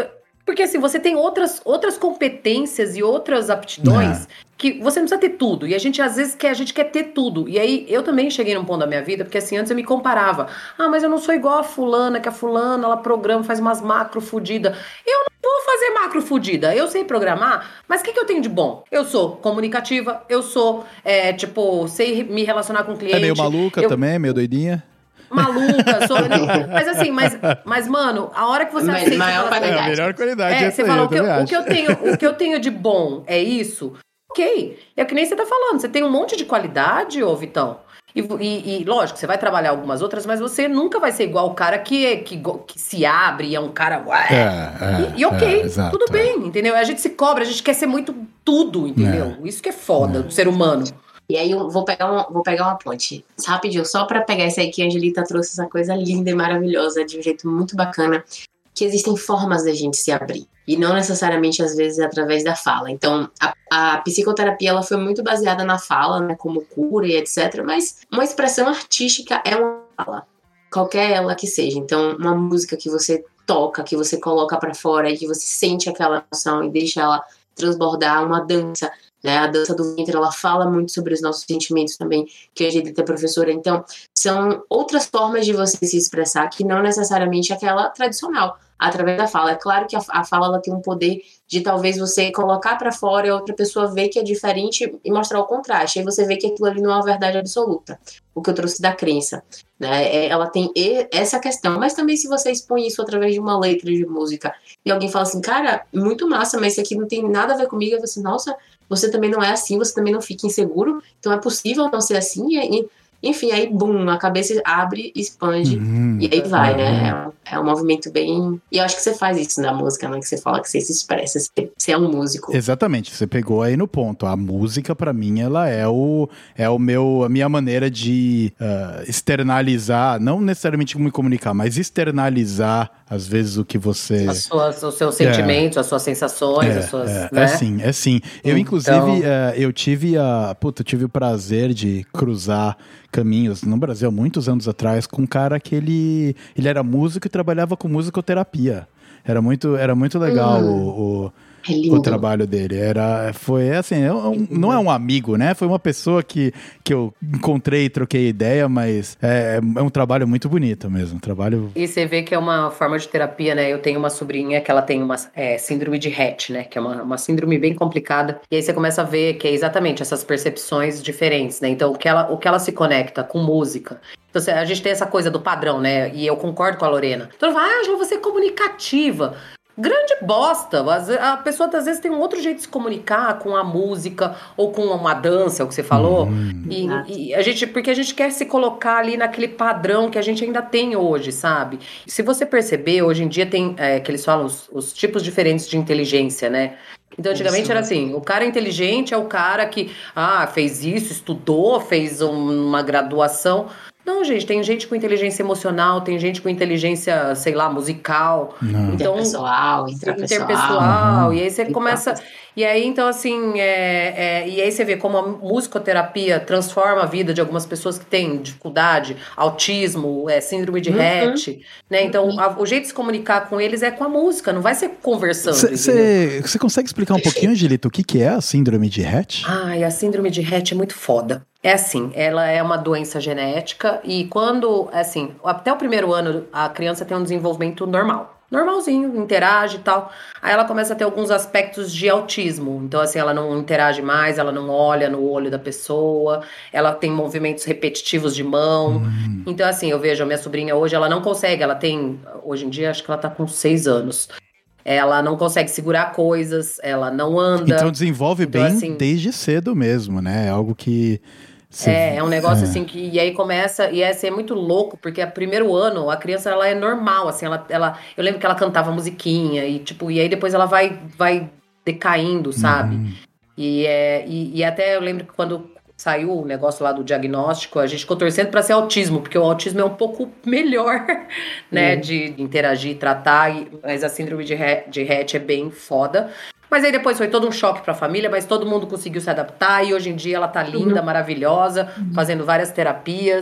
Porque assim, você tem outras, outras competências e outras aptidões é. que você não precisa ter tudo. E a gente, às vezes, quer, a gente quer ter tudo. E aí, eu também cheguei num ponto da minha vida, porque assim, antes eu me comparava. Ah, mas eu não sou igual a fulana, que a fulana, ela programa, faz umas macro fodidas. Eu não vou fazer macro fodida. Eu sei programar, mas o que, que eu tenho de bom? Eu sou comunicativa, eu sou, é, tipo, sei me relacionar com o cliente. É meio maluca eu... também, meio doidinha. Maluca, sou... mas assim, mas, mas mano, a hora que você mas, aceita... Maior qualidade. É a melhor qualidade. É, você aí, fala, eu o que, eu, acho. o, que eu tenho, o que eu tenho de bom é isso? Ok, é que nem você tá falando, você tem um monte de qualidade, ô Vitão. E, e, e lógico, você vai trabalhar algumas outras, mas você nunca vai ser igual o cara que, que, que se abre e é um cara... Ué, é, é, e, e ok, é, exato, tudo bem, entendeu? A gente se cobra, a gente quer ser muito tudo, entendeu? É. Isso que é foda é. do ser humano. E aí eu vou pegar uma, vou pegar uma ponte rapidinho, só pra pegar isso aí que a Angelita trouxe, essa coisa linda e maravilhosa, de um jeito muito bacana, que existem formas da gente se abrir. E não necessariamente, às vezes, através da fala. Então, a, a psicoterapia, ela foi muito baseada na fala, né, como cura e etcétera. Mas uma expressão artística é uma fala, qualquer ela que seja. Então, uma música que você toca, que você coloca pra fora e que você sente aquela emoção e deixa ela transbordar, uma dança, né? A dança do ventre, ela fala muito sobre os nossos sentimentos também, que a Angelita é professora. Então, são outras formas de você se expressar que não necessariamente aquela tradicional, através da fala. É claro que a, a fala, ela tem um poder de talvez você colocar pra fora e a outra pessoa ver que é diferente e mostrar o contraste. Aí você vê que aquilo ali não é uma verdade absoluta. O que eu trouxe da crença, né? Ela tem essa questão. Mas também se você expõe isso através de uma letra de música e alguém fala assim, cara, muito massa, mas isso aqui não tem nada a ver comigo. Eu falo assim, nossa, você também não é assim, você também não fica inseguro, então é possível não ser assim, e, enfim, aí, bum, a cabeça abre, expande, uhum, e aí vai, uhum. né, é, é um movimento bem, e eu acho que você faz isso na música, né, que você fala que você se expressa, você é um músico. Exatamente, você pegou aí no ponto, a música pra mim, ela é o, é o meu, a minha maneira de uh, externalizar, não necessariamente me comunicar, mas externalizar, às vezes, o que você... As suas, os seus sentimentos, é. as suas sensações, é, as suas... É, né? é sim, é sim. Eu, então... inclusive, uh, eu tive a, puta, eu tive o prazer de cruzar caminhos no Brasil há muitos anos atrás com um cara que ele, ele era músico e trabalhava com musicoterapia. Era muito, era muito legal hum. o... o É o trabalho dele. Era, foi assim, é um, não é um amigo, né? Foi uma pessoa que, que eu encontrei e troquei ideia, mas é, é um trabalho muito bonito mesmo. Um trabalho... E você vê que é uma forma de terapia, né? Eu tenho uma sobrinha que ela tem uma é, síndrome de Rett, né? Que é uma, uma síndrome bem complicada. E aí você começa a ver que é exatamente essas percepções diferentes, né? Então, o que ela, o que ela se conecta com música. Então, a gente tem essa coisa do padrão, né? E eu concordo com a Lorena. Então, ela fala, ah, Angela, você é comunicativa. Grande bosta, a pessoa às vezes tem um outro jeito de se comunicar com a música ou com uma dança, é o que você falou, hum. e, e a gente, porque a gente quer se colocar ali naquele padrão que a gente ainda tem hoje, sabe? Se você perceber, hoje em dia tem, é, que eles falam os, os tipos diferentes de inteligência, né? Então, antigamente era assim, o cara inteligente é o cara que, ah, fez isso, estudou, fez uma graduação. Não, gente, tem gente com inteligência emocional, tem gente com inteligência, sei lá, musical. Não. Então, interpessoal, intrapessoal. Interpessoal, uhum. E aí você começa... E aí, então, assim, é, é, e aí você vê como a musicoterapia transforma a vida de algumas pessoas que têm dificuldade, autismo, é, síndrome de uhum. Rett, né? Então, uhum. a, o jeito de se comunicar com eles é com a música, não vai ser conversando, Você consegue explicar um pouquinho, Angelita, o que, que é a síndrome de Rett? Ai, a síndrome de Rett é muito foda. É assim, ela é uma doença genética e quando, assim, até o primeiro ano a criança tem um desenvolvimento normal. Normalzinho, interage e tal. Aí ela começa a ter alguns aspectos de autismo. Então, assim, ela não interage mais, ela não olha no olho da pessoa, ela tem movimentos repetitivos de mão. Hum. Então, assim, eu vejo a minha sobrinha hoje, ela não consegue, ela tem, hoje em dia, acho que ela tá com seis anos. Ela não consegue segurar coisas, ela não anda. Então desenvolve então, bem assim, desde cedo mesmo, né? É algo que... Você... É, é um negócio é. assim que... E aí começa... E é, assim, é muito louco, porque o primeiro ano, a criança, ela é normal, assim, ela... ela eu lembro que ela cantava musiquinha e, tipo... E aí depois ela vai, vai decaindo, sabe? Uhum. E, é, e, e até eu lembro que quando saiu o negócio lá do diagnóstico, a gente ficou torcendo pra ser autismo, porque o autismo é um pouco melhor, né? Uhum. De, de interagir, tratar. E, mas a síndrome de Rett é bem foda. Mas aí depois foi todo um choque pra família, mas todo mundo conseguiu se adaptar e hoje em dia ela tá linda, uhum. maravilhosa, uhum. fazendo várias terapias.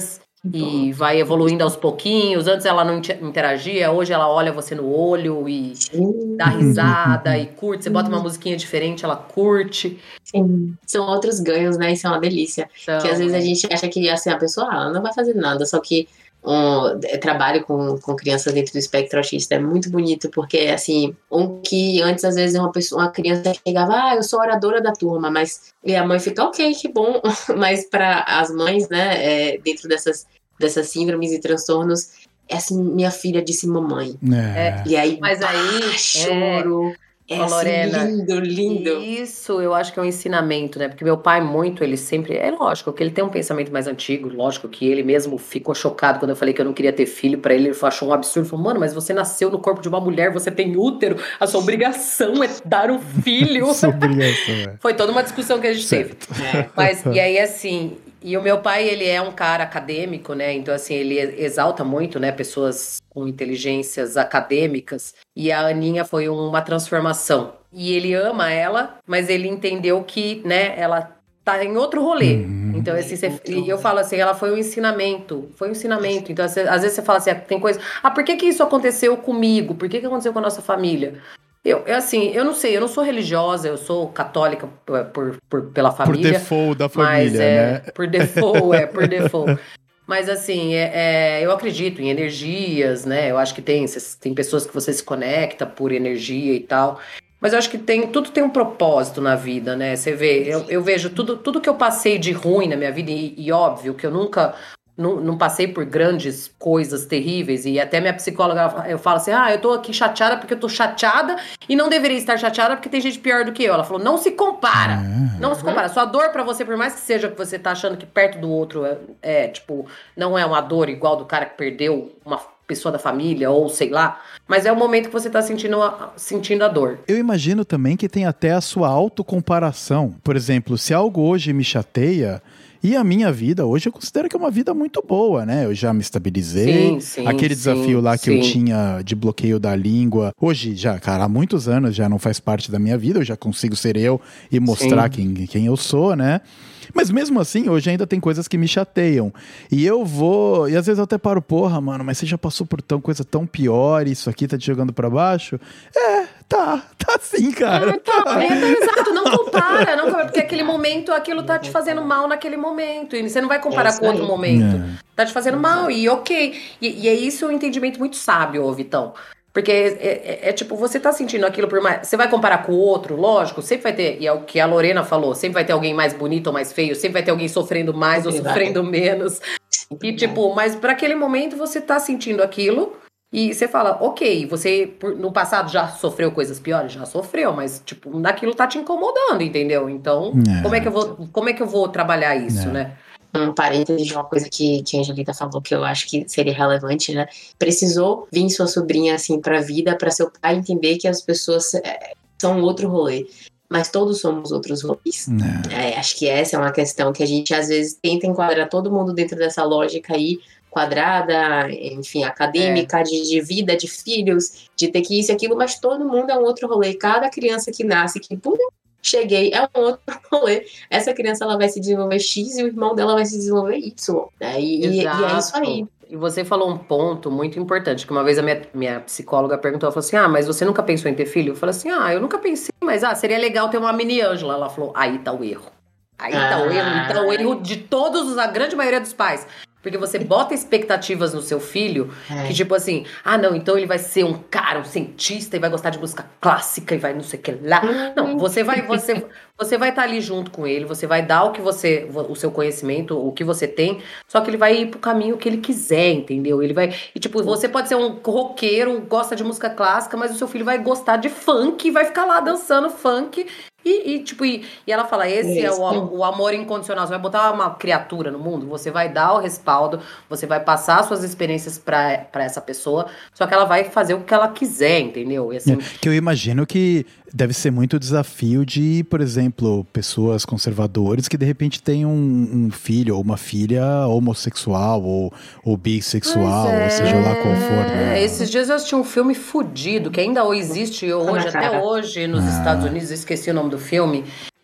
E vai evoluindo aos pouquinhos. Antes ela não interagia, hoje ela olha você no olho e Sim. dá risada e curte. Você bota uma musiquinha diferente, ela curte. Sim. São outros ganhos, né? Isso é uma delícia. Então, que às vezes a gente acha que assim, a pessoa ah, não vai fazer nada, só que um, trabalho com, com crianças dentro do espectro autista é muito bonito, porque assim, um que antes às vezes uma, pessoa, uma criança chegava, ah, eu sou oradora da turma, mas e a mãe fica, ok, que bom, mas para as mães, né, é, dentro dessas, dessas síndromes e transtornos, é assim, minha filha disse mamãe. É. E aí, mas aí ah, choro. É... É Ô, assim, Lorena, lindo, lindo. Isso eu acho que é um ensinamento, né? Porque meu pai muito, ele sempre... É lógico que ele tem um pensamento mais antigo, lógico que ele mesmo ficou chocado quando eu falei que eu não queria ter filho. Pra ele, ele achou um absurdo. Falou, mano, mas você nasceu no corpo de uma mulher, você tem útero, a sua obrigação é dar um filho. Sua obrigação, é. Foi toda uma discussão que a gente certo. teve. É. Mas, e aí, assim... E o meu pai, ele é um cara acadêmico, né? Então, assim, ele exalta muito, né? Pessoas com inteligências acadêmicas. E a Aninha foi uma transformação. E ele ama ela, mas ele entendeu que, né? Ela tá em outro rolê. Uhum. Então, assim, você, e eu falo assim, ela foi um ensinamento. Foi um ensinamento. Então, às vezes você fala assim, tem coisa... Ah, por que que isso aconteceu comigo? Por que que aconteceu com a nossa família? Eu, eu, assim, eu não sei, eu não sou religiosa, eu sou católica por, por, pela família. Por default da família, mas, é, né? Por default, é, por default. Mas, assim, é, é, eu acredito em energias, né? Eu acho que tem, tem pessoas que você se conecta por energia e tal. Mas eu acho que tem, tudo tem um propósito na vida, né? Você vê, eu, eu vejo tudo, tudo que eu passei de ruim na minha vida, e, e óbvio que eu nunca... Não, não passei por grandes coisas terríveis, e até minha psicóloga, eu falo assim, ah, eu tô aqui chateada porque eu tô chateada e não deveria estar chateada porque tem gente pior do que eu. Ela falou, não se compara, uhum. não se compara. Sua dor pra você, por mais que seja que você tá achando que perto do outro é, é, tipo, não é uma dor igual do cara que perdeu uma pessoa da família, ou sei lá, mas é o momento que você tá sentindo a, sentindo a dor. Eu imagino também que tem até a sua autocomparação. Por exemplo, se algo hoje me chateia... E a minha vida, hoje, eu considero que é uma vida muito boa, né? Eu já me estabilizei. Sim, sim, Aquele desafio sim, lá que sim. eu tinha de bloqueio da língua. Hoje, já, cara, há muitos anos já não faz parte da minha vida. Eu já consigo ser eu e mostrar quem, quem eu sou, né? Mas mesmo assim, hoje ainda tem coisas que me chateiam. E eu vou... E às vezes eu até paro, porra, mano, mas você já passou por tão coisa tão pior e isso aqui tá te jogando pra baixo? É, tá. Tá sim, cara. É, tá, tá. É, tá, exato. Não compara, não compara. Porque aquele momento, aquilo tá te fazendo mal naquele momento. E você não vai comparar é com outro momento. É. Tá te fazendo mal e ok. E, e é isso um entendimento muito sábio, ô Vitão. Porque é, é, é tipo, você tá sentindo aquilo por mais... Você vai comparar com o outro, lógico, sempre vai ter... E é o que a Lorena falou, sempre vai ter alguém mais bonito ou mais feio, sempre vai ter alguém sofrendo mais é ou sofrendo menos. E tipo, mas para aquele momento você tá sentindo aquilo e você fala, ok, você no passado já sofreu coisas piores? Já sofreu, mas tipo, naquilo tá te incomodando, entendeu? Então, é. como, é que eu vou, como é que eu vou trabalhar isso, é. né? Um parênteses de uma coisa que, que a Angelita falou que eu acho que seria relevante, né? Precisou vir sua sobrinha assim pra vida, pra seu pai entender que as pessoas é, são outro rolê. Mas todos somos outros rolês. É, acho que essa é uma questão que a gente às vezes tenta enquadrar todo mundo dentro dessa lógica aí, quadrada, enfim, acadêmica, é. de, de vida, de filhos, de ter que isso e aquilo, mas todo mundo é um outro rolê. Cada criança que nasce, que pum, cheguei, é um outro rolê. Essa criança ela vai se desenvolver X e o irmão dela vai se desenvolver Y. Né? E, e, e é isso aí. E você falou um ponto muito importante, que uma vez a minha, minha psicóloga perguntou, ela falou assim, ah, mas você nunca pensou em ter filho? Eu falei assim, ah, eu nunca pensei, mas ah, seria legal ter uma mini Ângela. Ela falou, aí tá o erro. Aí ah. tá o erro. Então o erro de todos, a grande maioria dos pais. Porque você bota expectativas no seu filho, é. que tipo assim, ah não, então ele vai ser um cara, um cientista e vai gostar de música clássica e vai não sei o que lá. Uhum. Não, você vai você, você vai estar ali junto com ele, você vai dar o que você, o seu conhecimento, o que você tem, só que ele vai ir pro caminho que ele quiser, entendeu? Ele vai, e tipo, você pode ser um roqueiro, gosta de música clássica, mas o seu filho vai gostar de funk e vai ficar lá dançando funk. E, e, tipo, e, e ela fala, esse é, é o, o amor incondicional. Você vai botar uma criatura no mundo, você vai dar o respaldo, você vai passar suas experiências pra, pra essa pessoa, só que ela vai fazer o que ela quiser, entendeu? E assim, é, que eu imagino que deve ser muito desafio de, por exemplo, pessoas conservadoras que de repente têm um, um filho ou uma filha homossexual ou, ou bissexual, é, ou seja lá qual for. Né? Esses dias eu assisti um filme fudido, que ainda existe hoje, até hoje, nos ah. Estados Unidos, eu esqueci o nome do filme,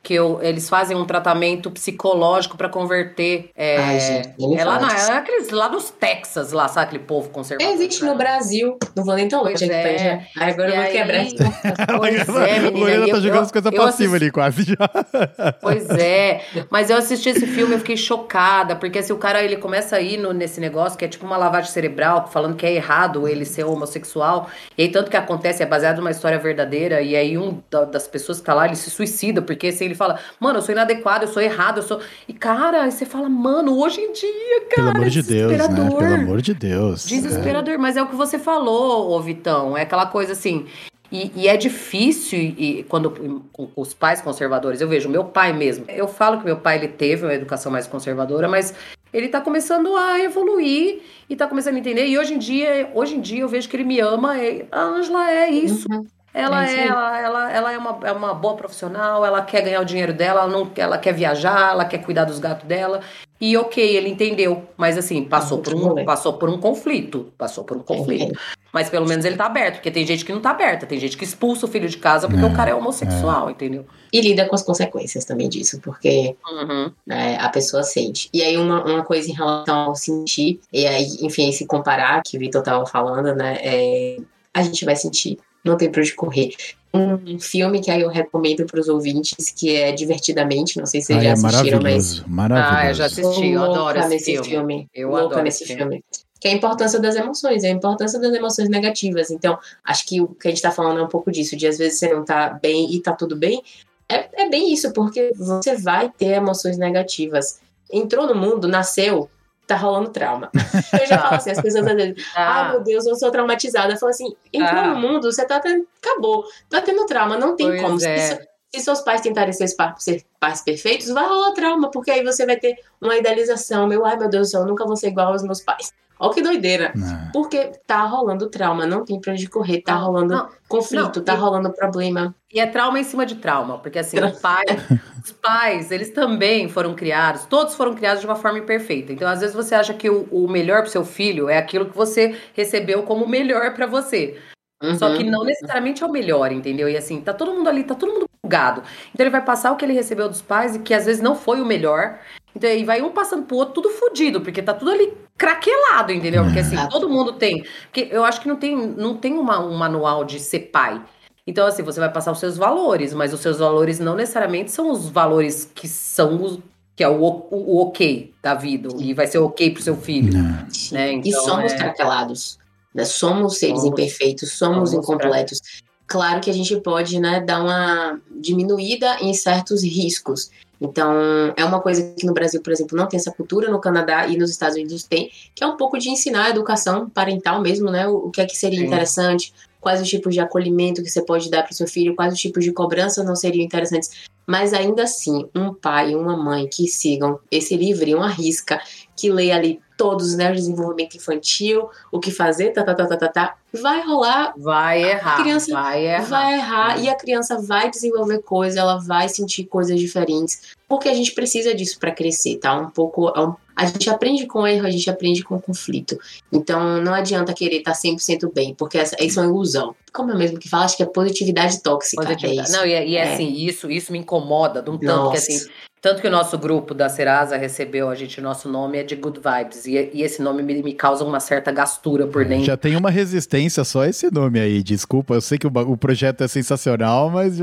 que eu, eles fazem um tratamento psicológico pra converter. É, Ai, gente, nem me é lá, fala na, disso. é aqueles, lá nos Texas, lá, sabe aquele povo conservador? Existe né? no Brasil. Não vou nem tão Pois longe aqui pra é. gente. Ai, agora E eu vou aí- quebrar esse Pois é, menina. Lorena e tá eu- jogando eu- as coisas eu passivas assisti- ali, quase já. Pois é, mas eu assisti esse filme e eu fiquei chocada, porque se o cara ele começa a ir no- nesse negócio que é tipo uma lavagem cerebral, falando que é errado ele ser homossexual, e aí tanto que acontece, é baseado numa história verdadeira, e aí um da- das pessoas que tá lá, ele se suicida, porque assim, ele fala, mano, eu sou inadequado, eu sou errado, eu sou... E cara, aí você fala, mano, hoje em dia, cara, Pelo amor é de Deus, né? desesperador. Pelo amor de Deus. Desesperador, mas é o que você falou, ô Vitão, é aquela coisa assim... E, e é difícil, e, quando com, com os pais conservadores, eu vejo meu pai mesmo. Eu falo que meu pai ele teve uma educação mais conservadora, mas ele tá começando a evoluir e tá começando a entender. E hoje em dia, hoje em dia eu vejo que ele me ama. E a Ângela é isso. Uhum. Ela É isso é, aí. ela, ela, ela é, uma, é uma boa profissional, ela quer ganhar o dinheiro dela, ela, não, ela quer viajar, ela quer cuidar dos gatos dela. E ok, ele entendeu, mas assim, passou por um, passou por um conflito, passou por um conflito. Mas pelo menos ele tá aberto, porque tem gente que não tá aberta, tem gente que expulsa o filho de casa porque É, o cara é homossexual, entendeu? E lida com as consequências também disso, porque Uhum. né, a pessoa sente. E aí uma, uma coisa em relação ao sentir, e aí, enfim, se comparar, que o Vitor tava falando, né, é, a gente vai sentir, não tem pra onde correr. Um filme que aí eu recomendo pros ouvintes, que é Divertidamente, não sei se vocês Ai, já é assistiram, mas... maravilhoso, maravilhoso. Ah, eu já assisti, eu adoro louca esse nesse filme. filme. Eu louca adoro nesse esse filme. Que é a importância das emoções, é a importância das emoções negativas. Então, acho que o que a gente tá falando é um pouco disso, de às vezes você não tá bem e tá tudo bem. É, é bem isso, porque você vai ter emoções negativas. Entrou no mundo, nasceu, tá rolando trauma. Eu já falo assim, as pessoas às vezes, Ah. ai meu Deus, eu sou traumatizada. Eu falo assim, entrou Ah. no mundo, você tá tendo, acabou, tá tendo trauma, não tem Pois como. Se é. isso- Se seus pais tentarem ser, pa- ser pais perfeitos, vai rolar trauma, porque aí você vai ter uma idealização. Meu, ai meu Deus do céu, eu nunca vou ser igual aos meus pais. Olha que doideira. É. Porque tá rolando trauma, não tem pra onde correr, tá Não, rolando não, conflito, não, tá e- rolando problema. E é trauma em cima de trauma, porque assim, o pai, os pais, eles também foram criados, todos foram criados de uma forma imperfeita. Então, às vezes você acha que o, o melhor pro seu filho é aquilo que você recebeu como melhor pra você. Só que Uhum. não necessariamente é o melhor, entendeu? E assim, tá todo mundo ali, tá todo mundo bugado. Então ele vai passar o que ele recebeu dos pais e que às vezes não foi o melhor. Então aí vai um passando pro outro tudo fodido, porque tá tudo ali craquelado, entendeu? Porque assim, Exato. todo mundo tem. Porque eu acho que não tem, não tem uma, um manual de ser pai. Então assim, você vai passar os seus valores, mas os seus valores não necessariamente são os valores que são os que é o, o, o ok da vida, e vai ser ok pro seu filho. Sim. Né? E Então, somos é- craquelados. Né? Somos seres Somos- imperfeitos, somos, somos incompletos. Claro que a gente pode, né, dar uma diminuída em certos riscos. Então, é uma coisa que no Brasil, por exemplo, não tem essa cultura, no Canadá e nos Estados Unidos tem, que é um pouco de ensinar a educação parental mesmo, né? O, o que é que seria Sim. interessante, quais os tipos de acolhimento que você pode dar para o seu filho, quais os tipos de cobrança não seriam interessantes. Mas ainda assim, um pai e uma mãe que sigam esse livrinho à risca, que leia ali todos, né, o desenvolvimento infantil, o que fazer, tá, tá, tá, tá, tá, tá, vai rolar, Vai errar, criança vai errar. vai errar e a criança vai desenvolver coisas, ela vai sentir coisas diferentes, porque a gente precisa disso para crescer, tá? Um pouco, é um- a gente aprende com erro, a gente aprende com conflito. Então não adianta querer estar cem por cento bem, porque essa, isso é uma ilusão. Como eu mesmo que falo, acho que é positividade tóxica. Positividade. É isso. Não, e, e É. assim, isso, isso me incomoda de um tanto Nossa. que assim, tanto que o nosso grupo da Serasa recebeu a gente, o nosso nome é de Good Vibes, e, e esse nome me, me causa uma certa gastura por dentro. Já tem uma resistência só esse nome aí, desculpa, eu sei que o, ba- o projeto é sensacional, mas...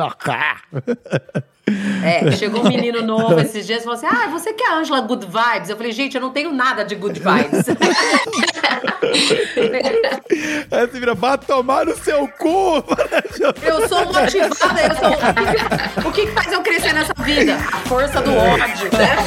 É, chegou um menino novo esses dias e falou assim, ah, você que é a Ângela Good Vibes? Eu falei, gente, eu não tenho nada de Good Vibes. Aí você vira, vá tomar no seu cu! Eu sou motivada, eu sou... O que, que faz eu crescer nessa vida? A força do ódio, né?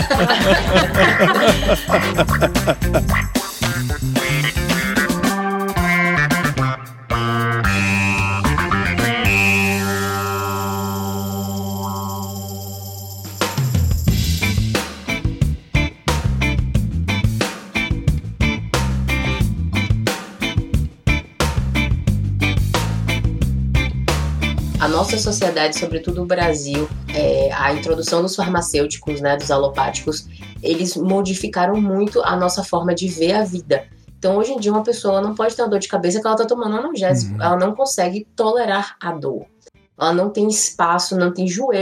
A nossa sociedade, sobretudo o Brasil, é, a introdução dos farmacêuticos, né, dos alopáticos, eles modificaram muito a nossa forma de ver a vida. Então, hoje em dia, uma pessoa não pode ter uma dor de cabeça que ela está tomando analgésico. Uhum. Ela não consegue tolerar a dor. Ela não tem espaço, não tem joelho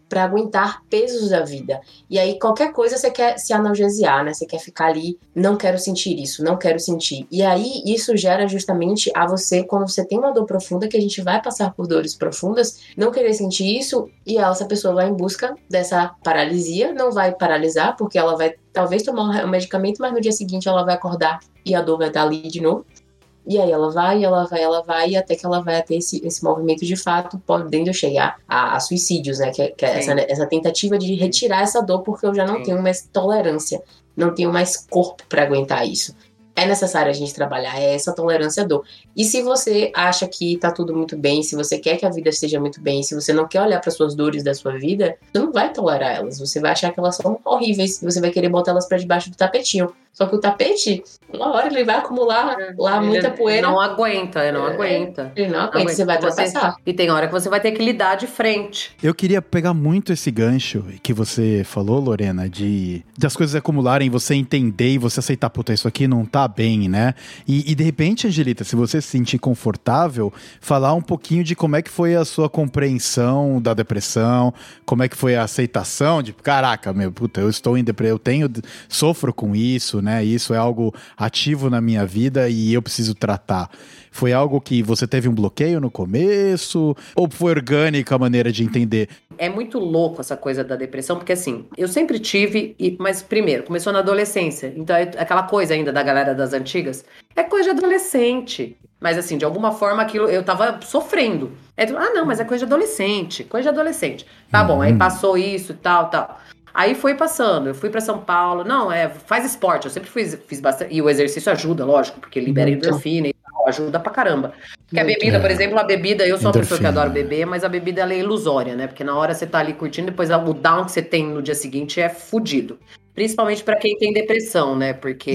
para aguentar pesos da vida. E aí qualquer coisa você quer se analgesiar, né? Você quer ficar ali, não quero sentir isso, não quero sentir. E aí isso gera justamente a você, quando você tem uma dor profunda, que a gente vai passar por dores profundas, não querer sentir isso, e essa pessoa vai em busca dessa paralisia, não vai paralisar, porque ela vai talvez tomar um medicamento, mas no dia seguinte ela vai acordar e a dor vai estar ali de novo. E aí ela vai, ela vai, ela vai, até que ela vai ter esse, esse movimento de fato, podendo chegar a, a suicídios, né? Que, que é essa, essa tentativa de retirar essa dor, porque eu já não Sim. tenho mais tolerância, não tenho mais corpo para aguentar isso. É necessário a gente trabalhar é essa tolerância à dor. E se você acha que tá tudo muito bem, se você quer que a vida esteja muito bem, se você não quer olhar para suas dores da sua vida, você não vai tolerar elas. Você vai achar que elas são horríveis e você vai querer botar elas para debaixo do tapetinho. Só que o tapete, uma hora ele vai acumular lá ele muita poeira. Não aguenta, ele não é, aguenta. Ele não aguenta, não você vai passar. E tem hora que você vai ter que lidar de frente. Eu queria pegar muito esse gancho que você falou, Lorena, de das coisas acumularem, você entender e você aceitar, puta, isso aqui não tá bem, né? E, e de repente, Angelita, se você se sentir confortável, falar um pouquinho de como é que foi a sua compreensão da depressão, como é que foi a aceitação de, caraca, meu, puta, eu estou em depressão, eu tenho, sofro com isso, né? Isso é algo ativo na minha vida e eu preciso tratar. Foi algo que você teve um bloqueio no começo? Ou foi orgânica a maneira de entender? É muito louco essa coisa da depressão, porque assim, eu sempre tive, mas primeiro, começou na adolescência. Então, é aquela coisa ainda da galera das antigas, é coisa de adolescente. Mas assim, de alguma forma, aquilo eu tava sofrendo. É, ah, não, mas é coisa de adolescente, coisa de adolescente. Tá hum. bom, aí passou isso e tal, tal. Aí foi passando, eu fui pra São Paulo, não, é, faz esporte, eu sempre fiz, fiz bastante, e o exercício ajuda, lógico, porque libera Muito. endorfina e tal, ajuda pra caramba. Porque Muito. a bebida, por exemplo, a bebida, eu sou uma endorfina. pessoa que adoro beber, mas a bebida ela é ilusória, né, porque na hora você tá ali curtindo, depois o down que você tem no dia seguinte é fudido. Principalmente pra quem tem depressão, né, porque...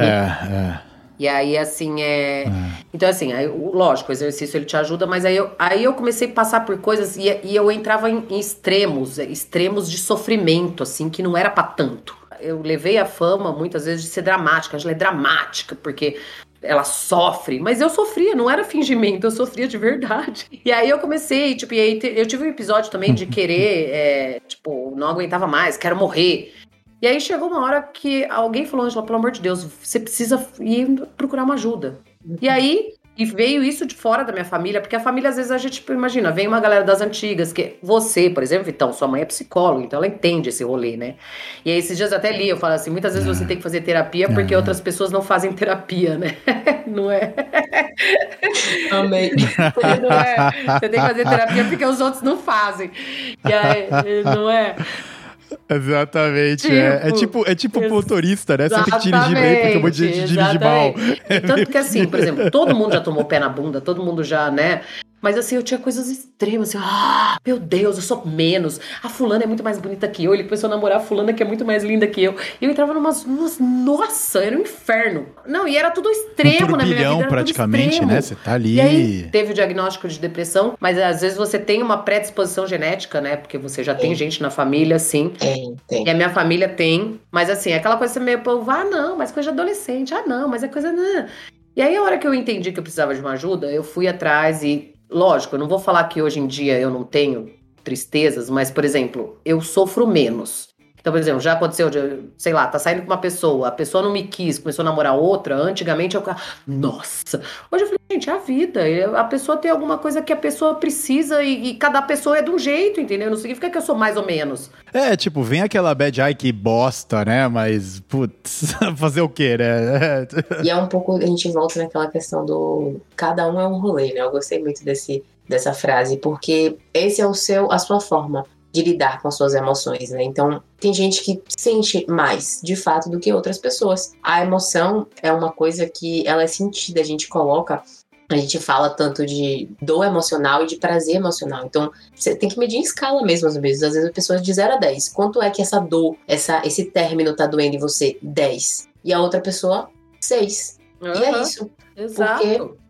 É, é. E aí, assim, é... é. Então, assim, aí, lógico, o exercício ele te ajuda, mas aí eu, aí eu comecei a passar por coisas e, e eu entrava em, em extremos, extremos de sofrimento, assim, que não era pra tanto. Eu levei a fama, muitas vezes, de ser dramática. Ela é dramática, porque ela sofre. Mas eu sofria, não era fingimento, eu sofria de verdade. E aí eu comecei, tipo, e aí eu tive um episódio também de querer, é, tipo, não aguentava mais, quero morrer. E aí chegou uma hora que alguém falou, Ângela, pelo amor de Deus, você precisa ir procurar uma ajuda. E aí, e veio isso de fora da minha família, porque a família, às vezes, a gente, tipo, imagina, vem uma galera das antigas, que você, por exemplo, Vitão, sua mãe é psicóloga, então ela entende esse rolê, né? E aí, esses dias eu até li, eu falo assim, muitas vezes você tem que fazer terapia porque outras pessoas não fazem terapia, né? Não é? Amei. Não é? Você tem que fazer terapia porque os outros não fazem. E aí, não é? Exatamente, tipo, é. É tipo, é tipo motorista, né? Você tem que dirigir bem, porque um monte de gente dirige mal. Tanto que assim, por exemplo, todo mundo já tomou pé na bunda, todo mundo já, né? Mas assim, eu tinha coisas extremas, assim, ah, meu Deus, eu sou menos, a fulana é muito mais bonita que eu, ele começou a namorar a fulana que é muito mais linda que eu, e eu entrava numas, numas nossa, era um inferno. Não, e era tudo extremo um na minha vida, era praticamente, tudo né, você tá ali. E aí, teve o diagnóstico de depressão, mas às vezes você tem uma predisposição genética, né, porque você já tem, tem gente na família, sim. Tem, tem. E a minha família tem, mas assim, aquela coisa você meio, pô, ah, não, mas coisa de adolescente, ah, não, mas é coisa... Não. E aí, a hora que eu entendi que eu precisava de uma ajuda, eu fui atrás e lógico, eu não vou falar que hoje em dia eu não tenho tristezas, mas, por exemplo, eu sofro menos. Então, por exemplo, já aconteceu, de, sei lá, tá saindo com uma pessoa, a pessoa não me quis, começou a namorar outra, antigamente eu ficava, nossa. Hoje eu falei, gente, é a vida, a pessoa tem alguma coisa que a pessoa precisa e, e cada pessoa é de um jeito, entendeu? Não significa que eu sou mais ou menos. É, tipo, vem aquela bad eye que bosta, né, mas, putz, fazer o quê, né? E é um pouco, a gente volta naquela questão do, cada um é um rolê, né? Eu gostei muito desse, dessa frase, porque esse é o seu, a sua forma de lidar com suas emoções, né? Então, tem gente que sente mais, de fato, do que outras pessoas. A emoção é uma coisa que ela é sentida, a gente coloca, a gente fala tanto de dor emocional e de prazer emocional. Então, você tem que medir em escala mesmo, às vezes. Às vezes, a pessoa de zero a dez. Quanto é que essa dor, essa, esse término tá doendo em você? dez. E a outra pessoa, seis. Uhum. E é isso. Exato. Porque